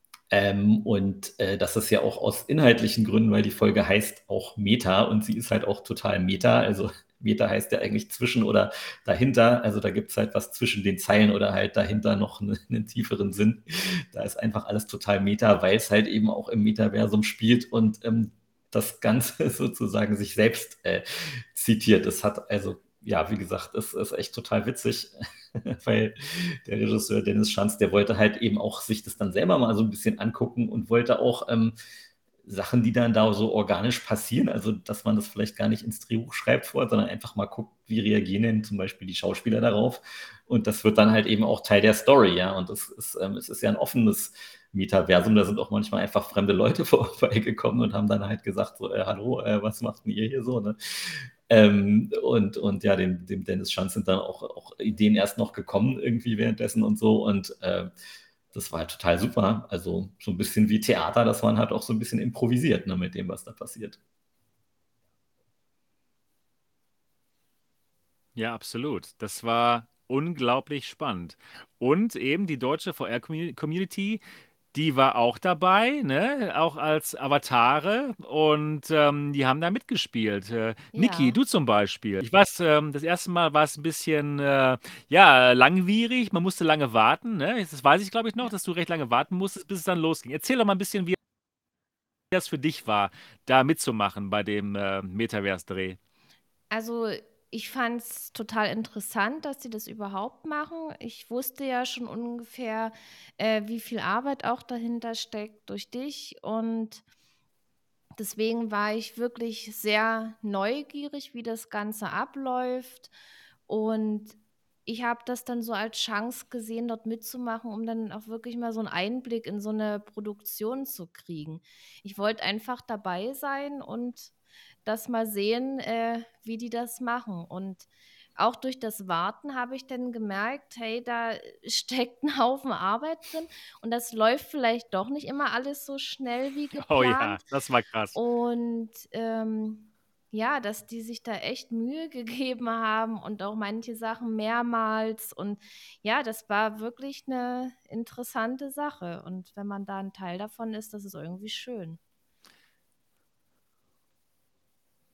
Das ist ja auch aus inhaltlichen Gründen, weil die Folge heißt auch Meta und sie ist halt auch total Meta. Also Meta heißt ja eigentlich zwischen oder dahinter. Also da gibt es halt was zwischen den Zeilen oder halt dahinter noch einen tieferen Sinn. Da ist einfach alles total Meta, weil es halt eben auch im Metaversum spielt und das Ganze sozusagen sich selbst zitiert. Es hat also, ja, wie gesagt, es ist echt total witzig, weil der Regisseur Dennis Schanz, der wollte halt eben auch sich das dann selber mal so ein bisschen angucken und wollte auch Sachen, die dann da so organisch passieren, also dass man das vielleicht gar nicht ins Drehbuch schreibt vorher, sondern einfach mal guckt, wie reagieren denn zum Beispiel die Schauspieler darauf. Und das wird dann halt eben auch Teil der Story, ja. Und es ist ja ein offenes Metaversum, da sind auch manchmal einfach fremde Leute vorbeigekommen und haben dann halt gesagt, so, hallo, was macht denn ihr hier so, ne? Und ja, dem Dennis Schanz sind dann auch Ideen erst noch gekommen, irgendwie währenddessen und so. Und das war halt total super. Also so ein bisschen wie Theater, dass man halt auch so ein bisschen improvisiert, ne, mit dem, was da passiert. Ja, absolut. Das war unglaublich spannend. Und eben die deutsche VR-Community, die war auch dabei, ne? Auch als Avatare und die haben da mitgespielt. Niki, Ja. du zum Beispiel. Ich weiß, das erste Mal war es ein bisschen ja, langwierig, man musste lange warten, ne? Das weiß ich, glaube ich, noch, Ja. dass du recht lange warten musstest, bis es dann losging. Erzähl doch mal ein bisschen, wie das für dich war, da mitzumachen bei dem Metaverse-Dreh. Also, ich fand es total interessant, dass sie das überhaupt machen. Ich wusste ja schon ungefähr, wie viel Arbeit auch dahinter steckt durch dich und deswegen war ich wirklich sehr neugierig, wie das Ganze abläuft. Und ich habe das dann so als Chance gesehen, dort mitzumachen, um dann auch wirklich mal so einen Einblick in so eine Produktion zu kriegen. Ich wollte einfach dabei sein und das mal sehen, wie die das machen. Und auch durch das Warten habe ich dann gemerkt, hey, da steckt ein Haufen Arbeit drin und das läuft vielleicht doch nicht immer alles so schnell wie Oh ja, geplant. das war krass. Und, ja, dass die sich da echt Mühe gegeben haben und auch manche Sachen mehrmals und ja, das war wirklich eine interessante Sache und wenn man da ein Teil davon ist, das ist irgendwie schön.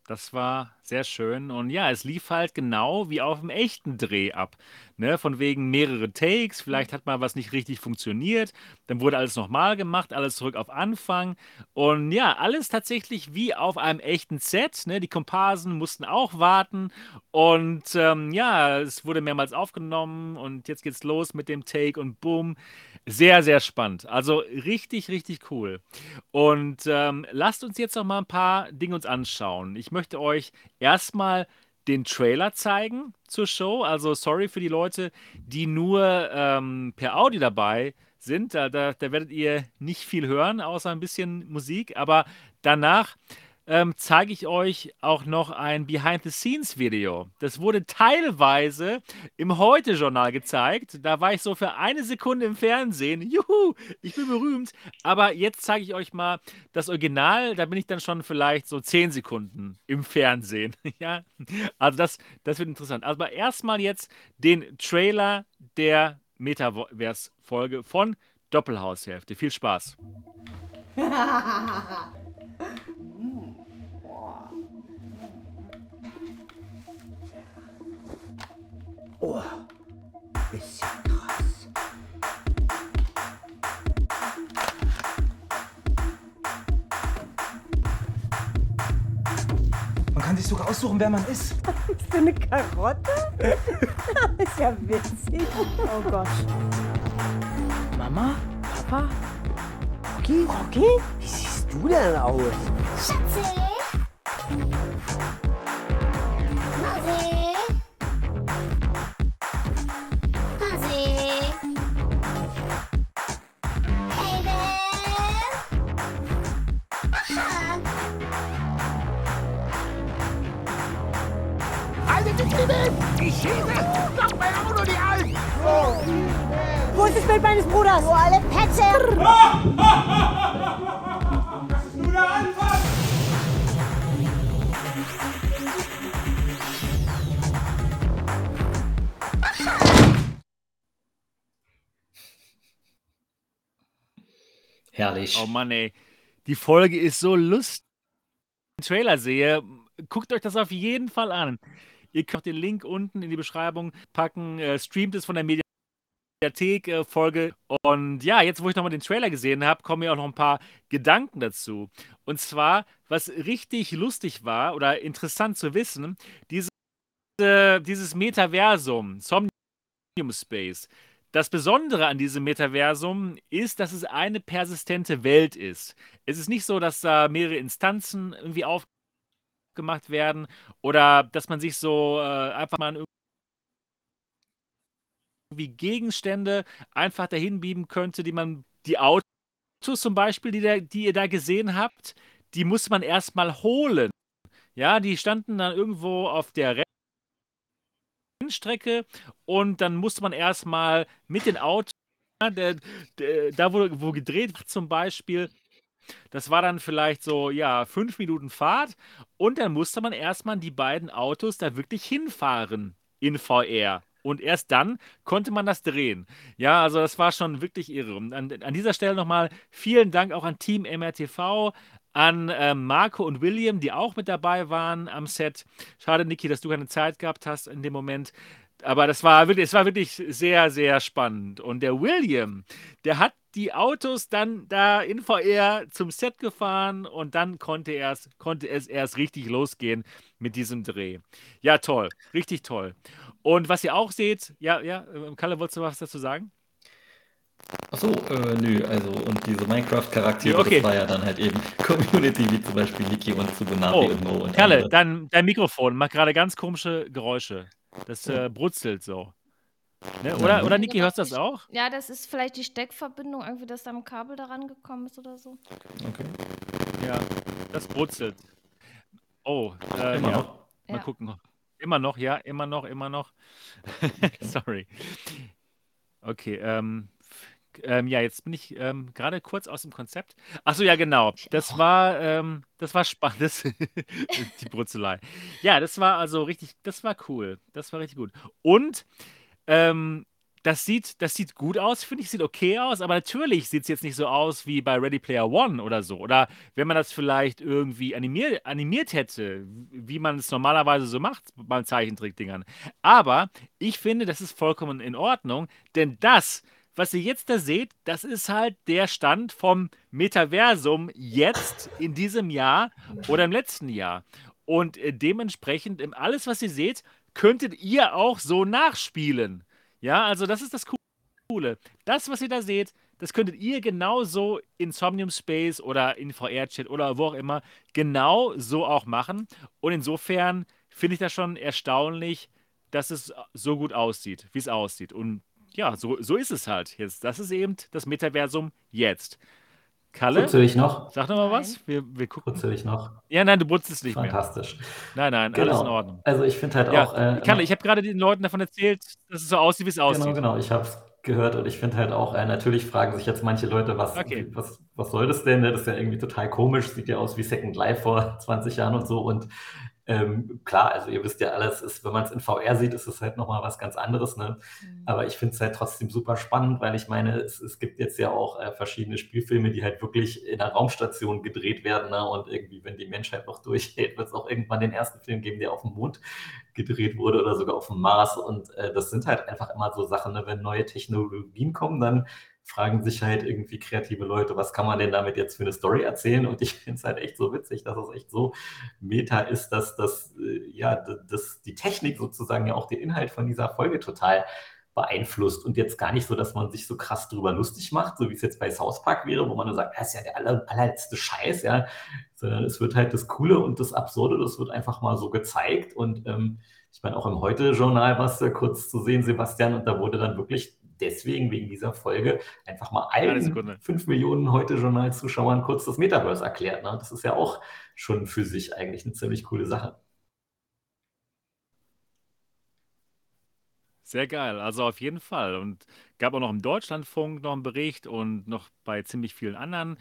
Das war sehr schön. Und ja, es lief halt genau wie auf dem echten Dreh ab. Ne? Von wegen mehrere Takes, vielleicht hat mal was nicht richtig funktioniert. Dann wurde alles nochmal gemacht, alles zurück auf Anfang. Und ja, alles tatsächlich wie auf einem echten Set. Ne? Die Komparsen mussten auch warten. Und ja, es wurde mehrmals aufgenommen. Und jetzt geht's los mit dem Take und boom. Sehr, sehr spannend. Also richtig, richtig cool. Und lasst uns jetzt noch mal ein paar Dinge uns anschauen. Ich möchte euch erstmal den Trailer zeigen zur Show. Also sorry für die Leute, die nur per Audio dabei sind. Da werdet ihr nicht viel hören, außer ein bisschen Musik. Aber danach zeige ich euch auch noch ein Behind-the-Scenes-Video. Das wurde teilweise im Heute-Journal gezeigt. Da war ich so für eine Sekunde im Fernsehen. Juhu, ich bin berühmt. Aber jetzt zeige ich euch mal das Original. Da bin ich dann schon vielleicht so 10 Sekunden im Fernsehen. Ja, also das wird interessant. Aber erstmal jetzt den Trailer der Metaverse-Folge von Doppelhaushälfte. Viel Spaß. Oh, ist ja krass. Man kann sich sogar aussuchen, wer man ist. Bist du eine Karotte? Ist ja witzig. Oh Gott. Mama? Papa? Rocky? Rocky? Wie siehst du denn aus? Schatzi? Mausi? Mausi? Baby? Aha. Haltet die Stimme! Ich schieße! Doch mein Auto nicht an! Wo ist das Bild meines Bruders? Du alle Petze! Nur der Anfang! Herrlich. Oh Mann, ey. Die Folge ist so lustig. Wenn ich den Trailer sehe, guckt euch das auf jeden Fall an. Ihr könnt auch den Link unten in die Beschreibung packen. Streamt es von der Mediathek Folge. Und ja, jetzt, wo ich nochmal den Trailer gesehen habe, kommen mir auch noch ein paar Gedanken dazu. Und zwar, was richtig lustig war oder interessant zu wissen, dieses Metaversum, Somnium Space. Das Besondere an diesem Metaversum ist, dass es eine persistente Welt ist. Es ist nicht so, dass da mehrere Instanzen irgendwie aufgemacht werden oder dass man sich so einfach mal irgendwie Gegenstände einfach dahin beamen könnte, die Autos zum Beispiel, die ihr da gesehen habt, die muss man erstmal holen. Ja, die standen dann irgendwo auf der Rennstrecke und dann musste man erstmal mit den Autos, ja, da wo gedreht wird zum Beispiel, das war dann vielleicht so, ja, 5 Minuten Fahrt und dann musste man erstmal die beiden Autos da wirklich hinfahren in VR. Und erst dann konnte man das drehen. Ja, also das war schon wirklich irre. Und an dieser Stelle nochmal vielen Dank auch an Team MRTV, an Marco und William, die auch mit dabei waren am Set. Schade, Niki, dass du keine Zeit gehabt hast in dem Moment. Aber es war wirklich sehr, sehr spannend. Und der William, der hat die Autos dann da in VR zum Set gefahren und dann konnte es erst richtig losgehen mit diesem Dreh. Ja, toll. Richtig toll. Und was ihr auch seht, Kalle, wolltest du was dazu sagen? Achso, nö, also und diese Minecraft-Charaktere, Ja, okay. das war ja dann halt eben Community, wie zum Beispiel Niki und Tsubunabi Oh, und Mo und Kalle, andere. dein Mikrofon macht gerade ganz komische Geräusche. Das brutzelt so. Ne? Na Oder nun. Niki, hörst du das auch? Ja, das ist vielleicht die Steckverbindung, irgendwie, dass da am Kabel daran gekommen ist oder so. Okay. Ja, das brutzelt. Oh, Immer ja. noch. Mal Ja. gucken. Immer noch, ja, immer noch. Sorry. Okay, ja, jetzt bin ich gerade kurz aus dem Konzept. Achso, ja, genau. Das war spannend. Die Brutzelei. Ja, das war also richtig, das war cool. Das war richtig gut. Und ähm, das sieht gut aus, finde ich, sieht okay aus, aber natürlich sieht es jetzt nicht so aus wie bei Ready Player One oder so. Oder wenn man das vielleicht irgendwie animiert hätte, wie man es normalerweise so macht beim Zeichentrickdingern. Aber ich finde, das ist vollkommen in Ordnung, denn das, was ihr jetzt da seht, das ist halt der Stand vom Metaversum jetzt in diesem Jahr oder im letzten Jahr. Und dementsprechend, alles, was ihr seht, könntet ihr auch so nachspielen. Ja, also das ist das Coole. Das, was ihr da seht, das könntet ihr genauso in Somnium Space oder in VR-Chat oder wo auch immer genau so auch machen. Und insofern finde ich das schon erstaunlich, dass es so gut aussieht, wie es aussieht. Und ja, so ist es halt jetzt. Das ist eben das Metaversum jetzt. Kalle, Putze dich noch? sag noch mal Nein. was. Wir gucken. Putze dich noch? Ja, nein, du putzt es nicht mehr. Fantastisch. Nein, alles in Genau. Ordnung. Also ich finde halt Ja, auch... Kalle, ich habe gerade den Leuten davon erzählt, dass es so aussieht, wie es aussieht. Genau, ich habe es gehört und ich finde halt auch, natürlich fragen sich jetzt manche Leute, Okay. was soll das denn? Das ist ja irgendwie total komisch, sieht ja aus wie Second Life vor 20 Jahren und so. Und klar, also ihr wisst ja alles, wenn man es in VR sieht, ist es halt nochmal was ganz anderes. Ne? Aber ich finde es halt trotzdem super spannend, weil ich meine, es gibt jetzt ja auch verschiedene Spielfilme, die halt wirklich in einer Raumstation gedreht werden. Ne? Und irgendwie, wenn die Menschheit noch durchhält, wird es auch irgendwann den ersten Film geben, der auf dem Mond gedreht wurde oder sogar auf dem Mars. Und das sind halt einfach immer so Sachen, ne? Wenn neue Technologien kommen, dann fragen sich halt irgendwie kreative Leute, was kann man denn damit jetzt für eine Story erzählen? Und ich finde es halt echt so witzig, dass es echt so meta ist, dass die Technik sozusagen ja auch den Inhalt von dieser Folge total beeinflusst und jetzt gar nicht so, dass man sich so krass drüber lustig macht, so wie es jetzt bei South Park wäre, wo man nur sagt, das ist ja der allerletzte Scheiß, ja, sondern es wird halt das Coole und das Absurde, das wird einfach mal so gezeigt und ich meine, auch im Heute-Journal war es ja kurz zu sehen, Sebastian, und da wurde dann wirklich deswegen, wegen dieser Folge, einfach mal allen 5 Millionen Heute-Journal-Zuschauern kurz das Metaverse erklärt. Ne? Das ist ja auch schon für sich eigentlich eine ziemlich coole Sache. Sehr geil, also auf jeden Fall. Und gab auch noch im Deutschlandfunk noch einen Bericht und noch bei ziemlich vielen anderen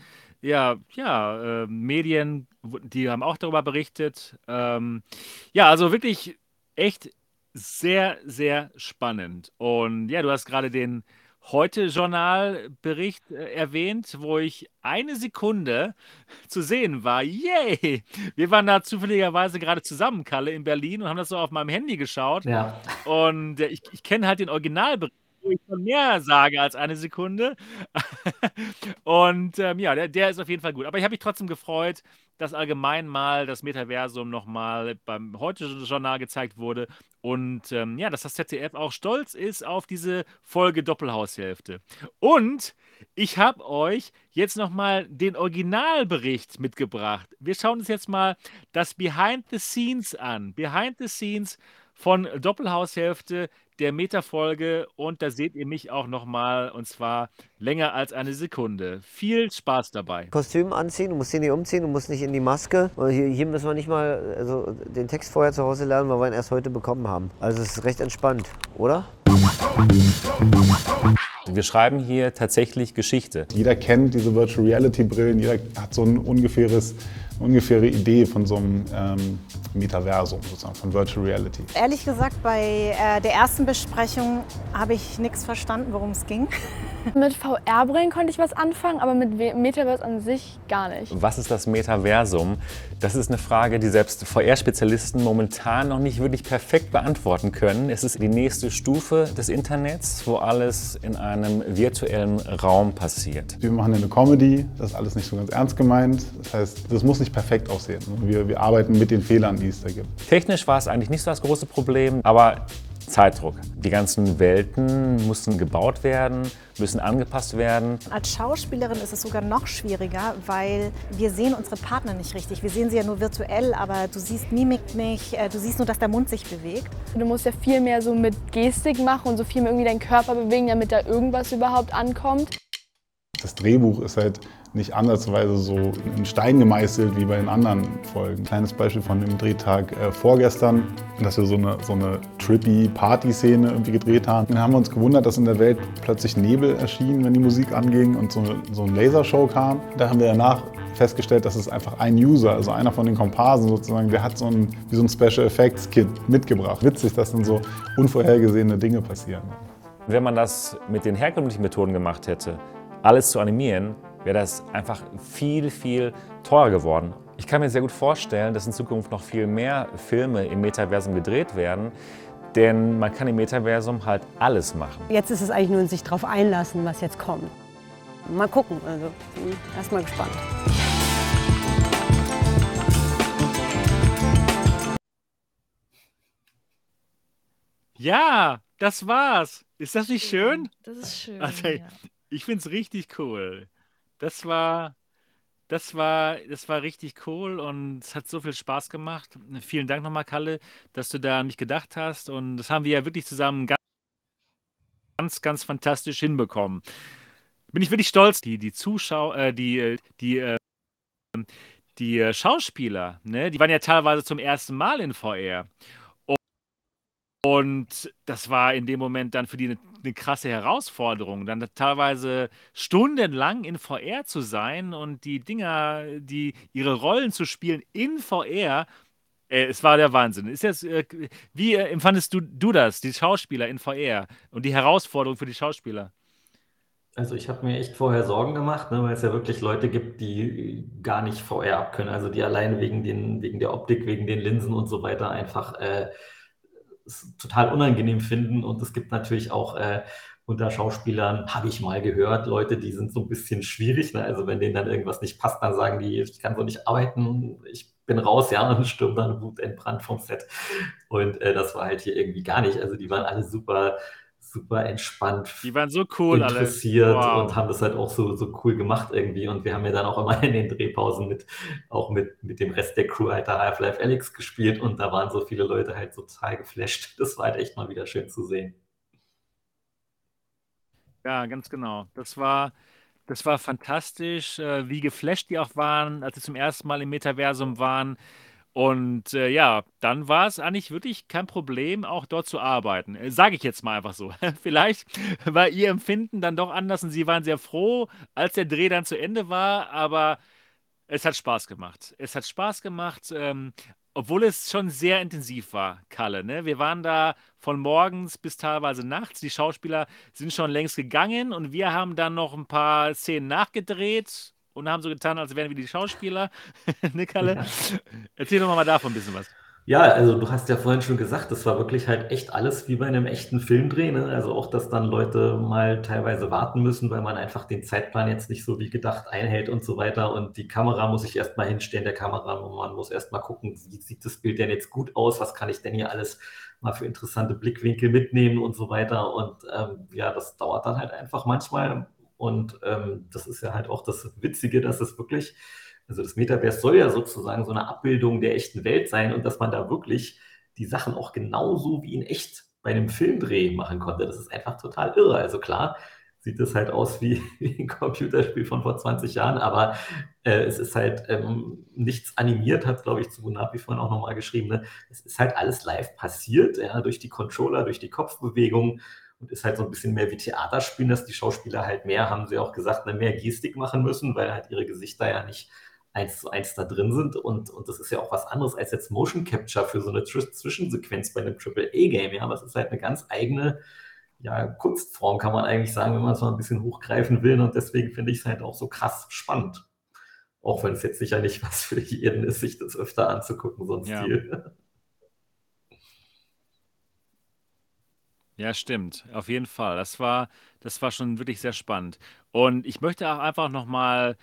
Medien, die haben auch darüber berichtet. Ja, also wirklich echt sehr, sehr spannend. Und ja, du hast gerade den Heute-Journal-Bericht erwähnt, wo ich eine Sekunde zu sehen war. Yay! Wir waren da zufälligerweise gerade zusammen, Kalle, in Berlin und haben das so auf meinem Handy geschaut. Ja. Und ich kenne halt den Originalbericht, wo ich schon mehr sage als eine Sekunde. Und der ist auf jeden Fall gut. Aber ich habe mich trotzdem gefreut, dass allgemein mal das Metaversum nochmal beim Heute-Journal gezeigt wurde. Und dass das ZDF auch stolz ist auf diese Folge Doppelhaushälfte. Und ich habe euch jetzt nochmal den Originalbericht mitgebracht. Wir schauen uns jetzt mal das Behind the Scenes an. Behind the Scenes von Doppelhaushälfte, der Meta-Folge. Und da seht ihr mich auch nochmal, und zwar länger als eine Sekunde. Viel Spaß dabei. Kostüm anziehen, du musst dich nicht umziehen, du musst nicht in die Maske. Und hier müssen wir nicht mal den Text vorher zu Hause lernen, weil wir ihn erst heute bekommen haben. Also es ist recht entspannt, oder? Wir schreiben hier tatsächlich Geschichte. Jeder kennt diese Virtual Reality Brillen, jeder hat so eine ungefähre Idee von so einem Metaversum, sozusagen, von Virtual Reality. Ehrlich gesagt, bei der ersten Besprechung habe ich nichts verstanden, worum es ging. Mit VR-Brillen konnte ich was anfangen, aber mit Metaverse an sich gar nicht. Was ist das Metaversum? Das ist eine Frage, die selbst VR-Spezialisten momentan noch nicht wirklich perfekt beantworten können. Es ist die nächste Stufe des Internets, wo alles in einem virtuellen Raum passiert. Wir machen eine Comedy, das ist alles nicht so ganz ernst gemeint. Das heißt, das muss nicht perfekt aussehen. Wir arbeiten mit den Fehlern, die es da gibt. Technisch war es eigentlich nicht so das große Problem, aber Zeitdruck. Die ganzen Welten mussten gebaut werden, müssen angepasst werden. Als Schauspielerin ist es sogar noch schwieriger, weil wir sehen unsere Partner nicht richtig. Wir sehen sie ja nur virtuell, aber du siehst Mimik nicht, du siehst nur, dass der Mund sich bewegt. Du musst ja viel mehr so mit Gestik machen und so viel mehr irgendwie deinen Körper bewegen, damit da irgendwas überhaupt ankommt. Das Drehbuch ist halt nicht ansatzweise so in Stein gemeißelt wie bei den anderen Folgen. Ein kleines Beispiel von dem Drehtag vorgestern, dass wir so eine trippy Party-Szene irgendwie gedreht haben. Dann haben wir uns gewundert, dass in der Welt plötzlich Nebel erschien, wenn die Musik anging und so eine Lasershow kam. Da haben wir danach festgestellt, dass es einfach ein User, also einer von den Komparsen sozusagen, der hat wie so ein Special Effects Kit mitgebracht. Witzig, dass dann so unvorhergesehene Dinge passieren. Wenn man das mit den herkömmlichen Methoden gemacht hätte, alles zu animieren, wäre das einfach viel, viel teurer geworden. Ich kann mir sehr gut vorstellen, dass in Zukunft noch viel mehr Filme im Metaversum gedreht werden, denn man kann im Metaversum halt alles machen. Jetzt ist es eigentlich nur sich darauf einlassen, was jetzt kommt. Mal gucken, also erstmal gespannt. Ja, das war's. Ist das nicht schön? Das ist schön, Also, ja. ich finde es richtig cool. Das war richtig cool und es hat so viel Spaß gemacht. Vielen Dank nochmal, Kalle, dass du da an mich gedacht hast. Und das haben wir ja wirklich zusammen ganz, ganz fantastisch hinbekommen. Bin ich wirklich stolz. Die Zuschauer, die Schauspieler, ne, die waren ja teilweise zum ersten Mal in VR. Und das war in dem Moment dann für die eine krasse Herausforderung, dann teilweise stundenlang in VR zu sein und die Dinger, ihre Rollen zu spielen in VR. Es war der Wahnsinn. Wie empfandest du das, die Schauspieler in VR und die Herausforderung für die Schauspieler? Also ich habe mir echt vorher Sorgen gemacht, ne, weil es ja wirklich Leute gibt, die gar nicht VR abkönnen, also die alleine wegen der Optik, wegen den Linsen und so weiter einfach es total unangenehm finden. Und es gibt natürlich auch unter Schauspielern, habe ich mal gehört, Leute, die sind so ein bisschen schwierig. Ne? Also wenn denen dann irgendwas nicht passt, dann sagen die, ich kann so nicht arbeiten, ich bin raus, ja, und stürmen dann wutentbrannt vom Set. Und das war halt hier irgendwie gar nicht. Also die waren alle super entspannt, Die waren so cool alle. interessiert Wow. und haben das halt auch so cool gemacht irgendwie. Und wir haben ja dann auch immer in den Drehpausen mit dem Rest der Crew halt da Half-Life Alyx gespielt und da waren so viele Leute halt total geflasht. Das war halt echt mal wieder schön zu sehen. Ja, ganz genau. Das war fantastisch, wie geflasht die auch waren, als sie zum ersten Mal im Metaversum waren. Und ja, dann war es eigentlich wirklich kein Problem, auch dort zu arbeiten. Sage ich jetzt mal einfach so. Vielleicht war ihr Empfinden dann doch anders und sie waren sehr froh, als der Dreh dann zu Ende war, aber es hat Spaß gemacht. Es hat Spaß gemacht, obwohl es schon sehr intensiv war, Kalle. Ne? Wir waren da von morgens bis teilweise nachts. Die Schauspieler sind schon längst gegangen und wir haben dann noch ein paar Szenen nachgedreht und haben so getan, als wären wir die Schauspieler. Ne, Kalle? Ja. Erzähl doch mal davon ein bisschen was. Ja, also du hast ja vorhin schon gesagt, das war wirklich halt echt alles wie bei einem echten Filmdreh, ne? Also auch, dass dann Leute mal teilweise warten müssen, weil man einfach den Zeitplan jetzt nicht so wie gedacht einhält und so weiter. Und die Kamera muss ich erstmal hinstellen, der Kameramann muss erstmal gucken, wie sieht das Bild denn jetzt gut aus, was kann ich denn hier alles mal für interessante Blickwinkel mitnehmen und so weiter. Und ja, das dauert dann halt einfach manchmal. Und das ist ja halt auch das Witzige, dass es wirklich, also das Metaverse soll ja sozusagen so eine Abbildung der echten Welt sein und dass man da wirklich die Sachen auch genauso wie in echt bei einem Filmdreh machen konnte. Das ist einfach total irre. Also klar, sieht das halt aus wie ein Computerspiel von vor 20 Jahren, aber es ist halt nichts animiert, hat, glaube ich, zu Gunapi vorhin auch nochmal geschrieben. Ne? Es ist halt alles live passiert, ja, durch die Controller, durch die Kopfbewegung und ist halt so ein bisschen mehr wie Theaterspielen, dass die Schauspieler halt mehr, haben sie auch gesagt, mehr Gestik machen müssen, weil halt ihre Gesichter ja nicht 1:1 da drin sind und das ist ja auch was anderes als jetzt Motion Capture für so eine Zwischensequenz bei einem AAA-Game, ja, aber es ist halt eine ganz eigene, ja, Kunstform, kann man eigentlich sagen, wenn man es mal ein bisschen hochgreifen will und deswegen finde ich es halt auch so krass spannend. Auch wenn es jetzt sicher nicht was für jeden ist, sich das öfter anzugucken, so ein Ja. Stil. Ja, stimmt. Auf jeden Fall. Das war schon wirklich sehr spannend. Und ich möchte auch einfach nochmal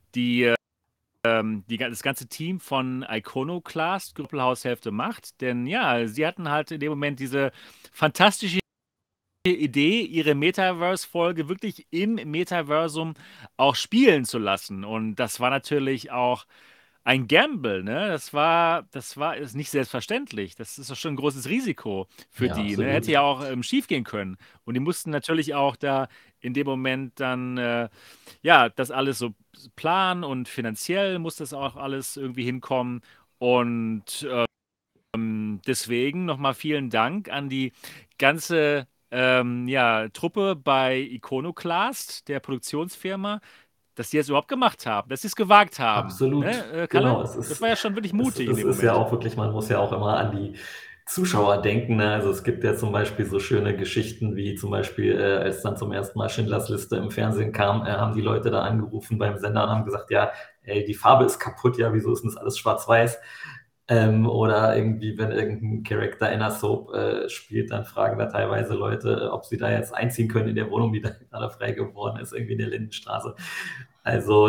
das ganze Team von Iconoclast, Doppelhaushälfte Macht, denn ja, sie hatten halt in dem Moment diese fantastische Idee, ihre Metaverse-Folge wirklich im Metaversum auch spielen zu lassen. Und das war natürlich auch ein Gamble, ne? Ist nicht selbstverständlich. Das ist doch schon ein großes Risiko für Ja, die, ne? Hätte absolut. ja auch schief gehen können. Und die mussten natürlich auch da in dem Moment dann, ja, das alles so planen und finanziell muss das auch alles irgendwie hinkommen. Und deswegen nochmal vielen Dank an die ganze ja, Truppe bei Iconoclast, der Produktionsfirma, dass die es überhaupt gemacht haben, dass sie es gewagt haben. Absolut, Ne, Kalle? genau. Das war ja schon wirklich mutig in Es dem ist ja Moment. auch wirklich, man muss ja auch immer Zuschauer denken. Ne? Also es gibt ja zum Beispiel so schöne Geschichten wie zum Beispiel, als dann zum ersten Mal Schindlers Liste im Fernsehen kam, haben die Leute da angerufen beim Sender und haben gesagt, ja, ey, die Farbe ist kaputt, ja, wieso ist denn das alles schwarz-weiß? Oder irgendwie, wenn irgendein Charakter in einer Soap spielt, dann fragen da teilweise Leute, ob sie da jetzt einziehen können in der Wohnung, die da gerade frei geworden ist, irgendwie in der Lindenstraße. Also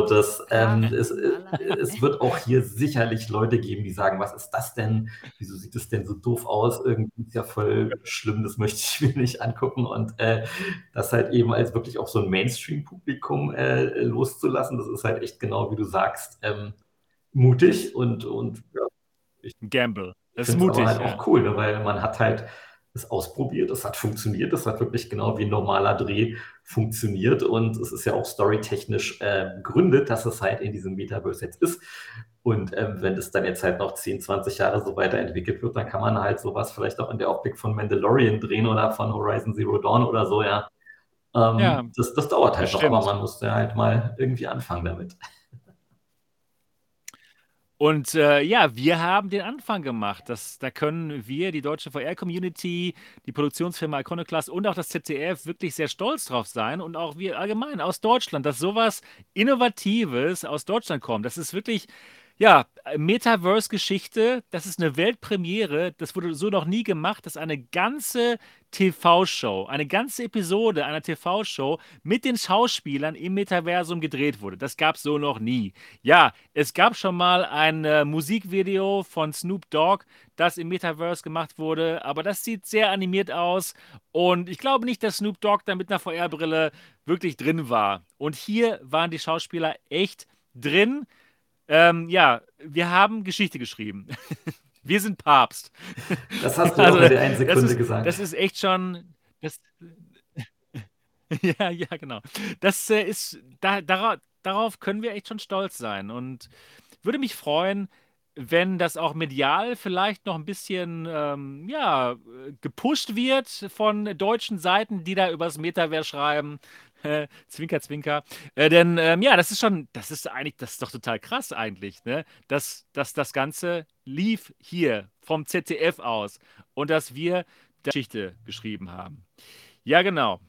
es wird auch hier sicherlich Leute geben, die sagen, was ist das denn? Wieso sieht es denn so doof aus? Irgendwie ist ja voll schlimm, das möchte ich mir nicht angucken. Und das halt eben als wirklich auch so ein Mainstream-Publikum loszulassen, das ist halt echt genau, wie du sagst, mutig und ja, Gamble. Das ich ist finde es aber mutig, halt ja. auch cool, ne? Weil man hat halt es ausprobiert, es hat funktioniert, es hat wirklich genau wie ein normaler Dreh funktioniert und es ist ja auch storytechnisch begründet, dass es halt in diesem Metaverse jetzt ist. Und wenn das dann jetzt halt noch 10, 20 Jahre so weiterentwickelt wird, dann kann man halt sowas vielleicht auch in der Optik von Mandalorian drehen oder von Horizon Zero Dawn oder so, ja. Ja, Das dauert halt noch, aber bestimmt. man muss ja halt mal irgendwie anfangen damit. Und ja, wir haben den Anfang gemacht. Da können wir, die deutsche VR-Community, die Produktionsfirma Iconoclast und auch das ZDF wirklich sehr stolz drauf sein. Und auch wir allgemein aus Deutschland, dass sowas Innovatives aus Deutschland kommt. Das ist wirklich, ja, Metaverse-Geschichte. Das ist eine Weltpremiere. Das wurde so noch nie gemacht, dass eine ganze TV-Show, eine ganze Episode einer TV-Show mit den Schauspielern im Metaversum gedreht wurde. Das gab es so noch nie. Ja, es gab schon mal ein Musikvideo von Snoop Dogg, das im Metaverse gemacht wurde, aber das sieht sehr animiert aus und ich glaube nicht, dass Snoop Dogg da mit einer VR-Brille wirklich drin war. Und hier waren die Schauspieler echt drin. Ja, wir haben Geschichte geschrieben. Wir sind Papst. Das hast du auch in der einen Sekunde gesagt. Das ist echt schon. Ja, ja, genau. Das darauf können wir echt schon stolz sein. Und würde mich freuen, wenn das auch medial vielleicht noch ein bisschen ja, gepusht wird von deutschen Seiten, die da übers Metaverse schreiben. Zwinker, Zwinker. Denn ja, das ist doch total krass eigentlich, ne? Dass das Ganze lief hier vom ZDF aus und dass wir da Geschichte geschrieben haben. Ja, genau.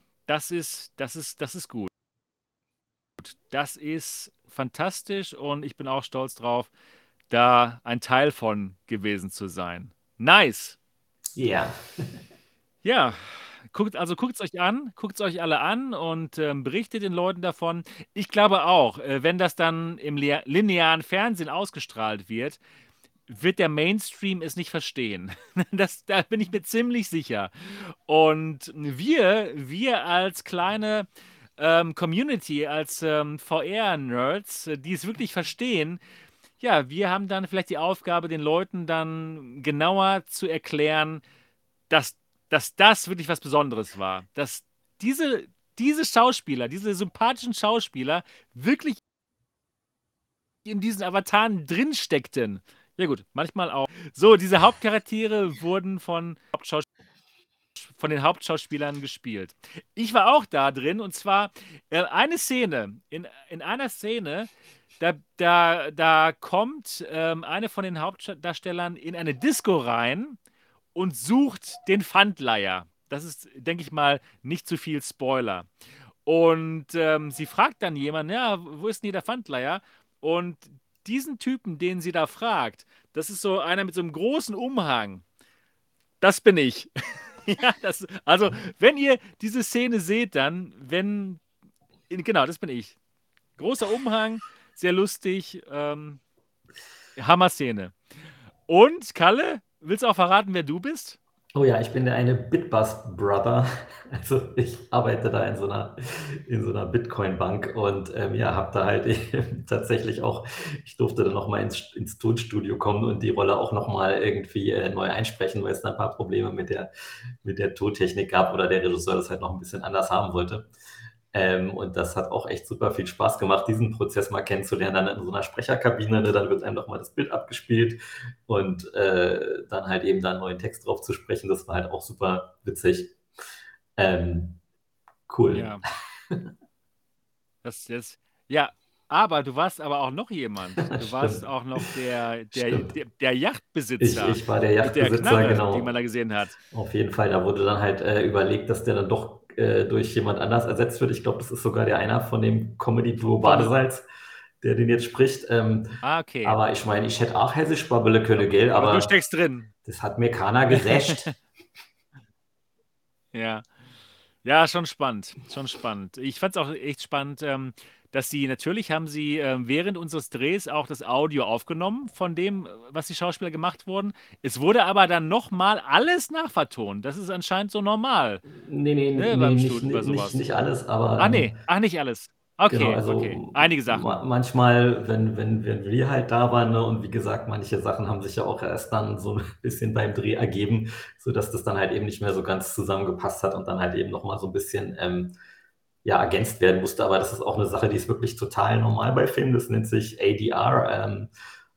Das ist gut. Das ist fantastisch und ich bin auch stolz drauf, da ein Teil von gewesen zu sein. Nice. Ja. Ja, guckt es euch an, guckt es euch alle an und berichtet den Leuten davon. Ich glaube auch, wenn das dann im linearen Fernsehen ausgestrahlt wird, wird der Mainstream es nicht verstehen. Da bin ich mir ziemlich sicher. Und wir als kleine Community, als VR-Nerds, die es wirklich verstehen, ja, wir haben dann vielleicht die Aufgabe, den Leuten dann genauer zu erklären, dass, dass das wirklich was Besonderes war. Dass diese Schauspieler, diese sympathischen Schauspieler wirklich in diesen Avataren drin steckten. Ja gut, manchmal auch. So, diese Hauptcharaktere wurden von den Hauptschauspielern gespielt. Ich war auch da drin und zwar eine Szene, in einer Szene, da kommt eine von den Hauptdarstellern in eine Disco rein und sucht den Pfandleiher. Das ist, denke ich mal, nicht zu viel Spoiler. Und sie fragt dann jemanden, ja, wo ist denn hier der Pfandleiher? Und diesen Typen, den sie da fragt, das ist so einer mit so einem großen Umhang. Das bin ich. Ja, also, wenn ihr diese Szene seht, genau, das bin ich. Großer Umhang, sehr lustig, Hammer-Szene. Und, Kalle, willst du auch verraten, wer du bist? Oh ja, ich bin der eine Bitbus-Brother. Also ich arbeite da in so einer Bitcoin-Bank und ja, habe da halt eben tatsächlich auch, ich durfte dann nochmal ins Tonstudio kommen und die Rolle auch nochmal irgendwie neu einsprechen, weil es da ein paar Probleme mit der Tontechnik gab oder der Regisseur das halt noch ein bisschen anders haben wollte. Und das hat auch echt super viel Spaß gemacht, diesen Prozess mal kennenzulernen, dann in so einer Sprecherkabine, ne, dann wird einem doch mal das Bild abgespielt und dann halt eben da einen neuen Text drauf zu sprechen, das war halt auch super witzig. Cool. Ja. Ja, Aber du warst aber auch noch jemand. Du warst Stimmt. auch noch der Stimmt. Yachtbesitzer Ich war der mit der Yachtbesitzer, Knarre, die genau. man da gesehen hat. Auf jeden Fall. Da wurde dann halt überlegt, dass der dann doch durch jemand anders ersetzt wird. Ich glaube, das ist sogar der einer von dem Comedy-Duo Badesalz, der den jetzt spricht. Okay. Aber ich meine, ich hätte auch Hessisch babbeln können, gell? Aber du Aber steckst drin. das hat mir keiner gerecht. Ja. Ja, schon spannend. Schon spannend. Ich fand es auch echt spannend, dass natürlich haben sie während unseres Drehs auch das Audio aufgenommen von dem, was die Schauspieler gemacht wurden. Es wurde aber dann nochmal alles nachvertont. Das ist anscheinend so normal. Nee, Beim nicht, Studio bei sowas. nicht alles, aber Ach nee, nicht alles. Okay, genau, also okay. Einige Sachen. manchmal, wenn wir halt da waren, ne, und wie gesagt, manche Sachen haben sich ja auch erst dann so ein bisschen beim Dreh ergeben, sodass das dann halt eben nicht mehr so ganz zusammengepasst hat und dann halt eben nochmal so ein bisschen ergänzt werden musste. Aber das ist auch eine Sache, die ist wirklich total normal bei Filmen. Das nennt sich ADR.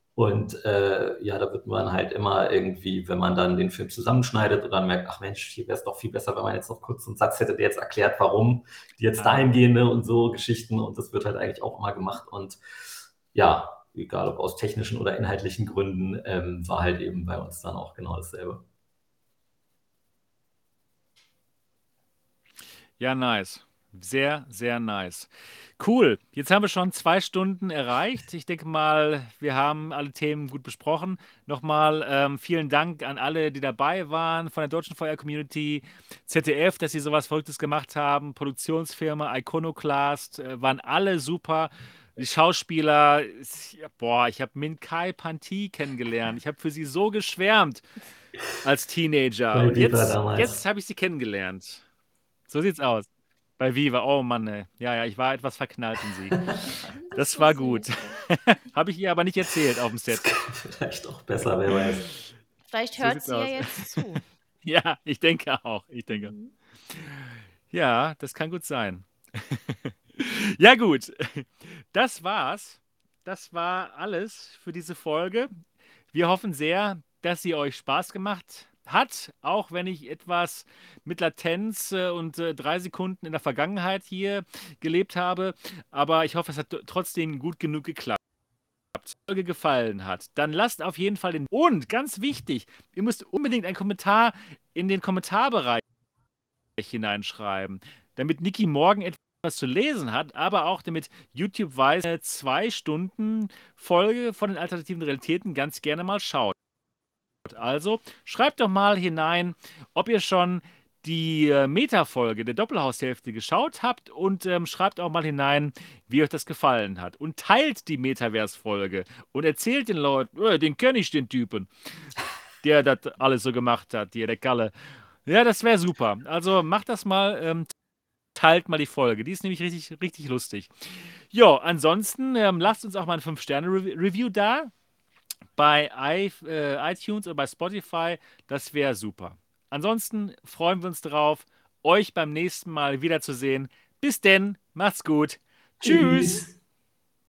Da wird man halt immer irgendwie, wenn man dann den Film zusammenschneidet und dann merkt, ach Mensch, hier wäre es doch viel besser, wenn man jetzt noch kurz einen Satz hätte, der jetzt erklärt, warum die jetzt dahin gehen, ne, und so Geschichten. Und das wird halt eigentlich auch immer gemacht. Und ja, egal ob aus technischen oder inhaltlichen Gründen, war halt eben bei uns dann auch genau dasselbe. Ja, nice. Sehr, sehr nice. Cool. Jetzt haben wir schon 2 Stunden erreicht. Ich denke mal, wir haben alle Themen gut besprochen. Nochmal vielen Dank an alle, die dabei waren, von der Deutschen Feuer-Community, ZDF, dass sie sowas Verrücktes gemacht haben, Produktionsfirma, Iconoclast, waren alle super. Die Schauspieler, ich habe Min Kai Panti kennengelernt. Ich habe für sie so geschwärmt als Teenager. Bei Und Viva damals. jetzt habe ich sie kennengelernt. So sieht's aus. Bei Viva, oh Mann, ey. Ja, ich war etwas verknallt in sie. Das war gut. Habe ich ihr aber nicht erzählt auf dem Set. Vielleicht auch besser, wer weiß. Vielleicht So hört sieht's sie ja aus. jetzt zu. Ja, ich denke auch. Mhm. Ja, das kann gut sein. Ja, gut. Das war's. Das war alles für diese Folge. Wir hoffen sehr, dass sie euch Spaß gemacht hat, auch wenn ich etwas mit Latenz und 3 Sekunden in der Vergangenheit hier gelebt habe. Aber ich hoffe, es hat trotzdem gut genug geklappt. Wenn die Folge gefallen hat, dann lasst auf jeden Fall den... Und, ganz wichtig, ihr müsst unbedingt einen Kommentar in den Kommentarbereich hineinschreiben, damit Niki morgen etwas zu lesen hat, aber auch damit YouTube weiß, eine 2 Stunden Folge von den alternativen Realitäten ganz gerne mal schaut. Also schreibt doch mal hinein, ob ihr schon die Meta-Folge der Doppelhaushälfte geschaut habt und schreibt auch mal hinein, wie euch das gefallen hat. Und teilt die Metaverse-Folge und erzählt den Leuten, den kenne ich, den Typen, der das alles so gemacht hat, der Kalle. Ja, das wäre super. Also macht das mal, teilt mal die Folge. Die ist nämlich richtig, richtig lustig. Jo, ansonsten lasst uns auch mal ein 5-Sterne-Review da bei iTunes oder bei Spotify. Das wäre super. Ansonsten freuen wir uns darauf, euch beim nächsten Mal wiederzusehen. Bis denn, macht's gut. Tschüss.